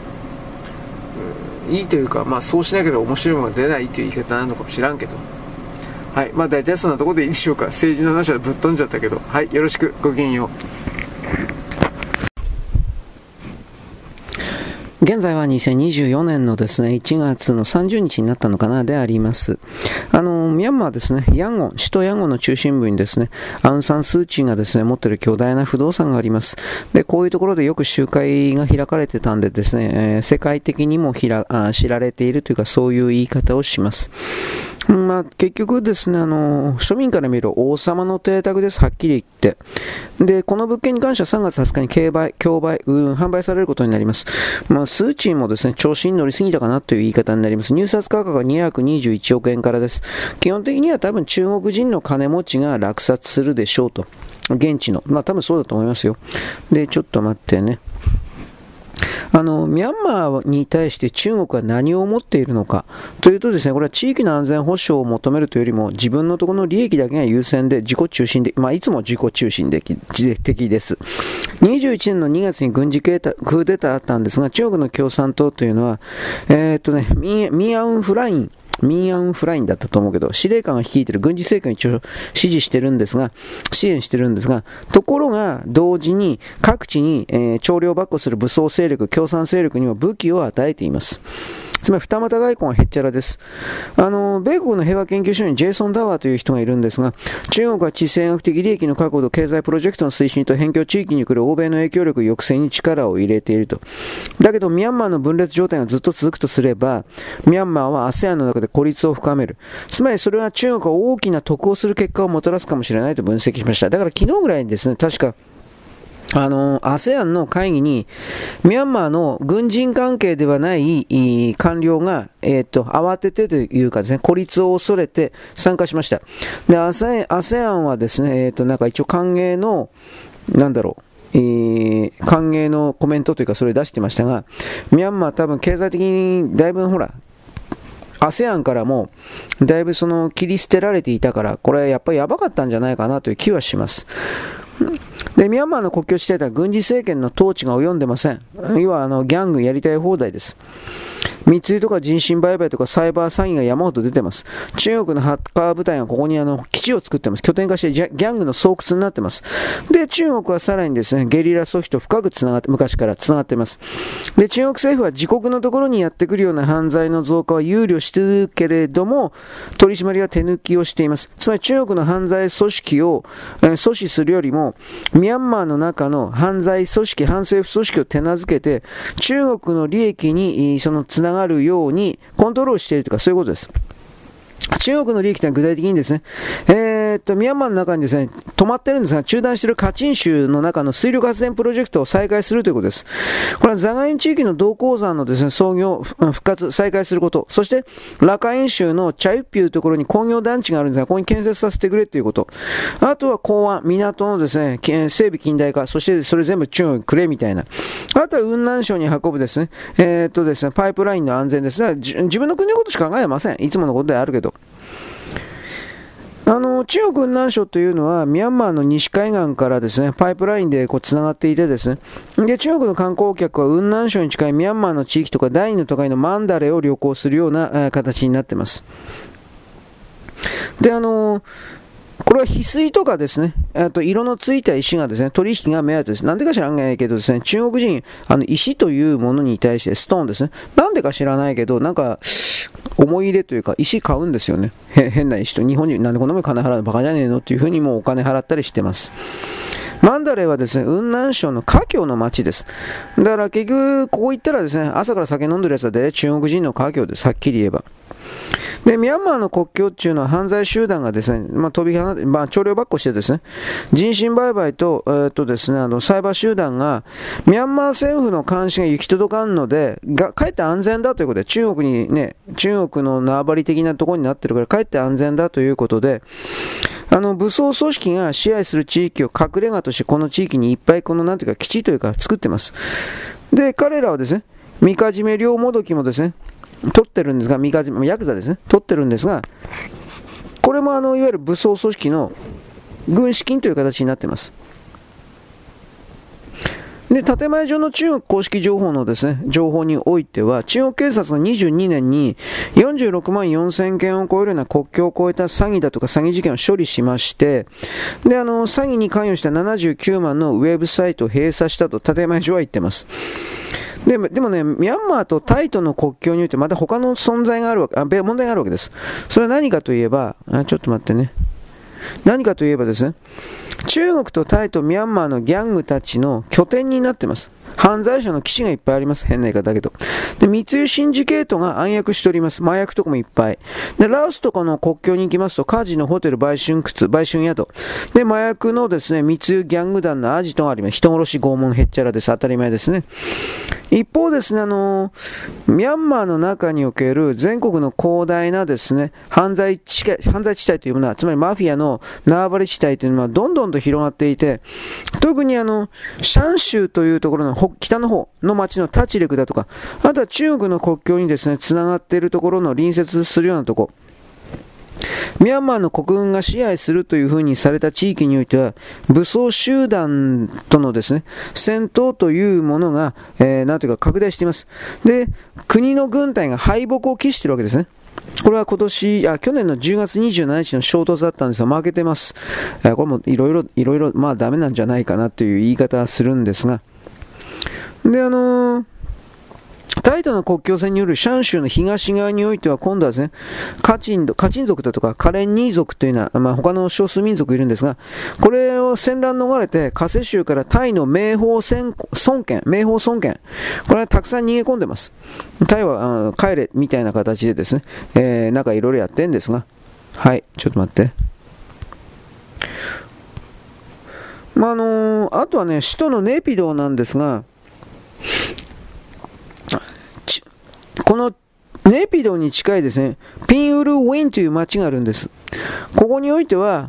S1: うん、いいというか、まあそうしなければ面白いものが出ないという言い方なのかもしらんけど、はい、まあ大体そんなところでいいでしょうか。政治の話はぶっ飛んじゃったけど、はい、よろしく、ごきげんよう。
S2: 現在はにせんにじゅうよねんのですね、いちがつのさんじゅうにちになったのかなであります。あの、ミャンマーですね、ヤンゴン、首都ヤンゴンの中心部にですね、アウンサンスーチーがですね、持っている巨大な不動産があります。で、こういうところでよく集会が開かれてたんでですね、えー、世界的にもひらあ知られているというか、そういう言い方をします。まあ、結局ですね、あの、庶民から見る王様の邸宅です、はっきり言って。で、この物件に関してはさんがつはつかに競売、競売、うん、販売されることになります。まあ、スーチーもですね、調子に乗りすぎたかなという言い方になります。入札価格がにひゃくにじゅういちおくえんからです。基本的には多分中国人の金持ちが落札するでしょうと。現地の。まあ、多分そうだと思いますよ。で、ちょっと待ってね。あの、ミャンマーに対して中国は何を思っているのかというとですね、これは地域の安全保障を求めるというよりも自分のところの利益だけが優先で自己中心で、まあいつも自己中心的です。にじゅういちねんのにがつに軍事クーデターあったんですが、中国の共産党というのは、えー、っとね、ミン・アウン・フラインミン・アウン・フラインだったと思うけど、司令官が率いている軍事政権を一応支持してるんですが、支援してるんですが、ところが同時に各地に、えー、徴領ばっこする武装勢力、共産勢力にも武器を与えています。つまり二股外交はへっちゃらです。あの、米国の平和研究所にジェイソン・ダワーという人がいるんですが、中国は地政学的利益の確保と経済プロジェクトの推進と辺境地域に来る欧米の影響力抑制に力を入れていると。だけど、ミャンマーの分裂状態がずっと続くとすれば、ミャンマーは アセアン の中で孤立を深める。つまりそれは中国が大きな得をする結果をもたらすかもしれないと分析しました。だから昨日ぐらいにですね、確か、あの、アセアン の会議に、ミャンマーの軍人関係ではない官僚が、えっと、慌ててというかですね、孤立を恐れて参加しました。で、アセアン はですね、えっと、なんか一応歓迎の、なんだろう、えー、歓迎のコメントというかそれ出してましたが、ミャンマー多分経済的にだいぶほら、
S1: アセアン からもだいぶその切り捨てられていたから、これやっぱりやばかったんじゃないかなという気はします。で、ミャンマーの国境地帯では軍事政権の統治が及んでません。要はあのギャングやりたい放題です。密輸とか人身売買とかサイバー詐欺が山ほど出てます。中国のハッカー部隊がここにあの基地を作ってます。拠点化してギャングの巣窟になってます。で、中国はさらにですね、ゲリラ組織と深くつながって、昔からつながっています。で、中国政府は自国のところにやってくるような犯罪の増加は憂慮しているけれども、取り締まりは手抜きをしています。つまり中国の犯罪組織を、えー、阻止するよりも、ミャンマーの中の犯罪組織、反政府組織を手なずけて、中国の利益にそのつながるようにコントロールしているとか、そういうことです。中国の利益というのは具体的にですね、えー、っと、ミャンマーの中にですね、止まってるんですが、中断しているカチン州の中の水力発電プロジェクトを再開するということです。これはザガイン地域の銅鉱山のですね、創業、復活、再開すること。そして、ラカイン州のチャユッピューというところに工業団地があるんですが、ここに建設させてくれということ。あとは港湾、港のですね、整備近代化、そしてそれ全部中国にくれみたいな。あとは雲南省に運ぶですね、えー、っとですね、パイプラインの安全ですね。自分の国のことしか考えません。いつものことであるけど。あの中国雲南省というのはミャンマーの西海岸からですねパイプラインでこうつながっていてですね、で中国の観光客は雲南省に近いミャンマーの地域とか第二の都会のマンダレを旅行するような、えー、形になっています。であのーこれは翡翠とかですね、あと色のついた石がですね、取引が目当てです。なんでか知らないけどですね、中国人、あの石というものに対してストーンですね、なんでか知らないけど、なんか思い入れというか、石買うんですよね。へ変な石と、日本になんでこんなもん金払うのバカじゃねえのっていうふうにもうお金払ったりしてます。マンダレーはですね、雲南省の華僑の町です。だから結局、ここ行ったらですね、朝から酒飲んでるやつはで中国人の華僑です。はっきり言えば。で、ミャンマーの国境っていうのは犯罪集団がですね、まあ、飛び放って、まあ、徴領ばっこしてですね、人身売買と、えー、っとですね、あの、サイバー集団が、ミャンマー政府の監視が行き届かんので、が、かえって安全だということで、中国にね、中国の縄張り的なところになってるから、かえって安全だということで、あの、武装組織が支配する地域を隠れ家として、この地域にいっぱいこの、なんていうか、基地というか、作ってます。で、彼らはですね、みかじめ両もどきもですね、取ってるんですが、みかじめ、ヤクザですね、取ってるんですが、これもあのいわゆる武装組織の軍資金という形になっています。で、建前上の中国公式情報のですね、情報においては、中国警察がにじゅうにねんによんじゅうろくまんよんせんけんを超えるような国境を越えた詐欺だとか詐欺事件を処理しまして、で、あの、詐欺に関与したななじゅうきゅうまんのウェブサイトを閉鎖したと建前上は言っています。で, でもね、ミャンマーとタイとの国境においてまた他の存在があるわけ、あ問題があるわけです。それは何かといえば、あちょっと待ってね。何かといえばですね、中国とタイとミャンマーのギャングたちの拠点になっています。犯罪者の基地がいっぱいあります。変な言い方だけど。で、密輸シンジケートが暗躍しております。麻薬とかもいっぱい。で、ラオスとかの国境に行きますと、カジノ、ホテル、売春靴、売春宿。で、麻薬のですね、密輸ギャング団のアジトがあります。人殺し、拷問、へっちゃらです。当たり前ですね。一方ですね、あのー、ミャンマーの中における全国の広大なですね、犯罪地帯、犯罪地帯というものは、つまりマフィアの縄張り地帯というのはどんどんと広がっていて、特にあの、シャン州というところの北の方の町のタチレクだとか、あとは中国の国境にですね、つながっているところの隣接するようなところ、ミャンマーの国軍が支配するというふうにされた地域においては、武装集団とのですね、戦闘というものが、えー、なんていうか拡大しています。で、国の軍隊が敗北を喫しているわけですね。これは今年、あ、去年のじゅうがつにじゅうしちにちの衝突だったんですが、負けてます。えー、これもいろいろ、いろいろ、まあダメなんじゃないかなという言い方はするんですが、で、あのー、タイとの国境線によるシャン州の東側においては今度はですね、カチン、カチン族だとかカレンニー族というのは、まあ、他の少数民族いるんですが、これを戦乱逃れて、加瀬州からタイの名宝孫権、名宝孫権、これはたくさん逃げ込んでます。タイはあ帰れみたいな形でですね、えー、なんかいろいろやってるんですが、はい、ちょっと待って。まあ、あのー、あとはね、首都のネピドーなんですが、このネピドーに近いですね、ピンウルウィンという町があるんです。ここにおいては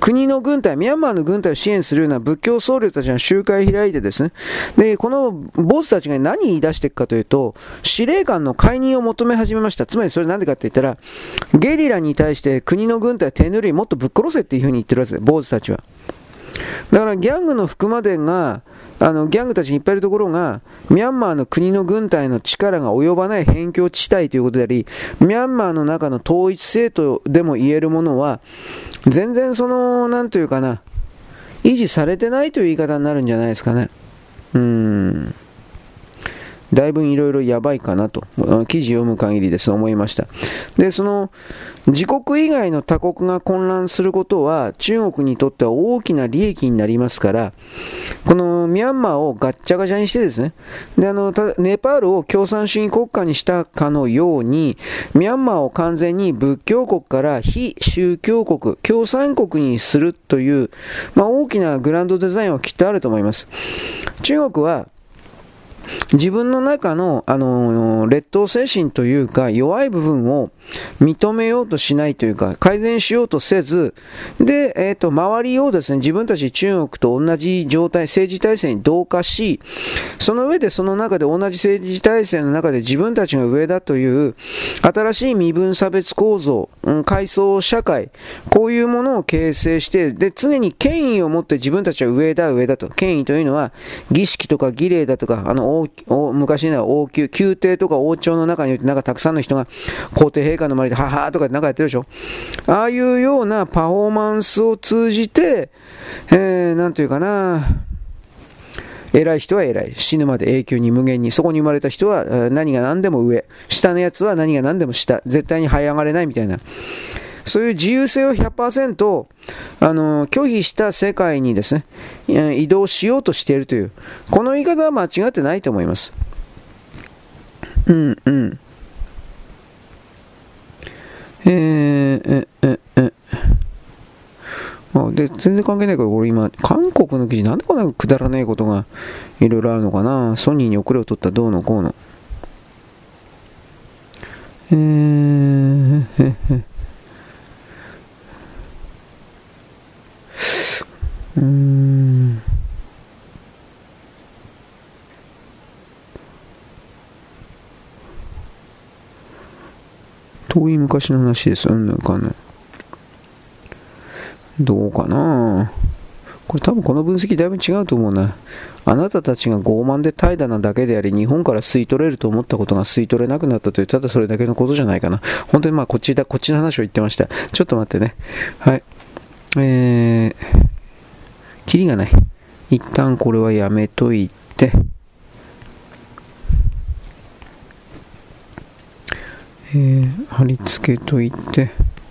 S1: 国の軍隊、ミャンマーの軍隊を支援するような仏教僧侶たちが集会を開いてですね、で、このボスたちが何言い出していくかというと、司令官の解任を求め始めました。つまりそれなんでかって言ったら、ゲリラに対して国の軍隊は手ぬるいもっとぶっ殺せっていうふうに言ってるわけです、坊主たちは。だからギャングの福間伝が、あのギャングたちがいっぱいいるところがミャンマーの国の軍隊の力が及ばない辺境地帯ということであり、ミャンマーの中の統一政党でも言えるものは全然そのなんというかな、維持されてないという言い方になるんじゃないですかね。うーんだいぶいろいろやばいかなと記事読む限りです思いました。で、その自国以外の他国が混乱することは中国にとっては大きな利益になりますから、このミャンマーをガッチャガチャにしてですね、であのネパールを共産主義国家にしたかのようにミャンマーを完全に仏教国から非宗教国、共産国にするという、まあ、大きなグランドデザインはきっとあると思います。中国は自分の中の、あのー、劣等精神というか弱い部分を認めようとしないというか改善しようとせずで、えーと、周りをですね、自分たち中国と同じ状態、政治体制に同化し、その上でその中で同じ政治体制の中で自分たちが上だという新しい身分差別構造、うん、階層社会、こういうものを形成して、で常に権威を持って自分たちは上だ上だと。権威というのは儀式とか儀礼だとか、あの王昔には王宮、宮廷とか王朝の中においてなんかたくさんの人が皇帝陛下の周りでははーとかなんかやってるでしょ。ああいうようなパフォーマンスを通じて、えー、なんというかな、偉い人は偉い、死ぬまで永久に無限に、そこに生まれた人は何が何でも上、下のやつは何が何でも下、絶対に這い上がれないみたいな、そういう自由性を ひゃくパーセント あの拒否した世界にですね、移動しようとしているという、この言い方は間違ってないと思います。うんうん。えー、え、え、え、あで、全然関係ないけど、俺今、韓国の記事、なんでこんなくだらないことがいろいろあるのかな。ソニーに遅れを取ったどうのこうの。えー、へへ。うーん。遠い昔の話です。うんぬんかんぬん。どうかな。これ多分この分析だいぶ違うと思うな。あなたたちが傲慢で怠惰なだけであり、日本から吸い取れると思ったことが吸い取れなくなったという、ただそれだけのことじゃないかな。本当にまあこっちだ、こっちの話を言ってました。ちょっと待ってね。はい。えー、キリがない。一旦これはやめといて。えー、貼り付けといて。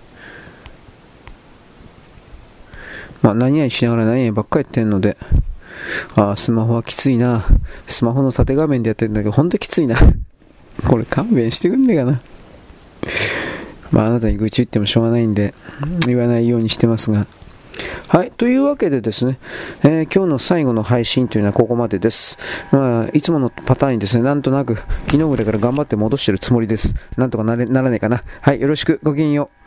S1: まあ、何々しながら何々ばっかりやってんので、ああ、スマホはきついな。スマホの縦画面でやってるんだけど、ほんときついな。これ勘弁してくんねえかな。まあ、あなたに愚痴言ってもしょうがないんで、言わないようにしてますが。はい。というわけでですね、えー、今日の最後の配信というのはここまでです。まあ、いつものパターンにですね、なんとなく昨日ぐらいから頑張って戻してるつもりです。なんとかなれ、ならないかな。はい。よろしく。ごきげんよう。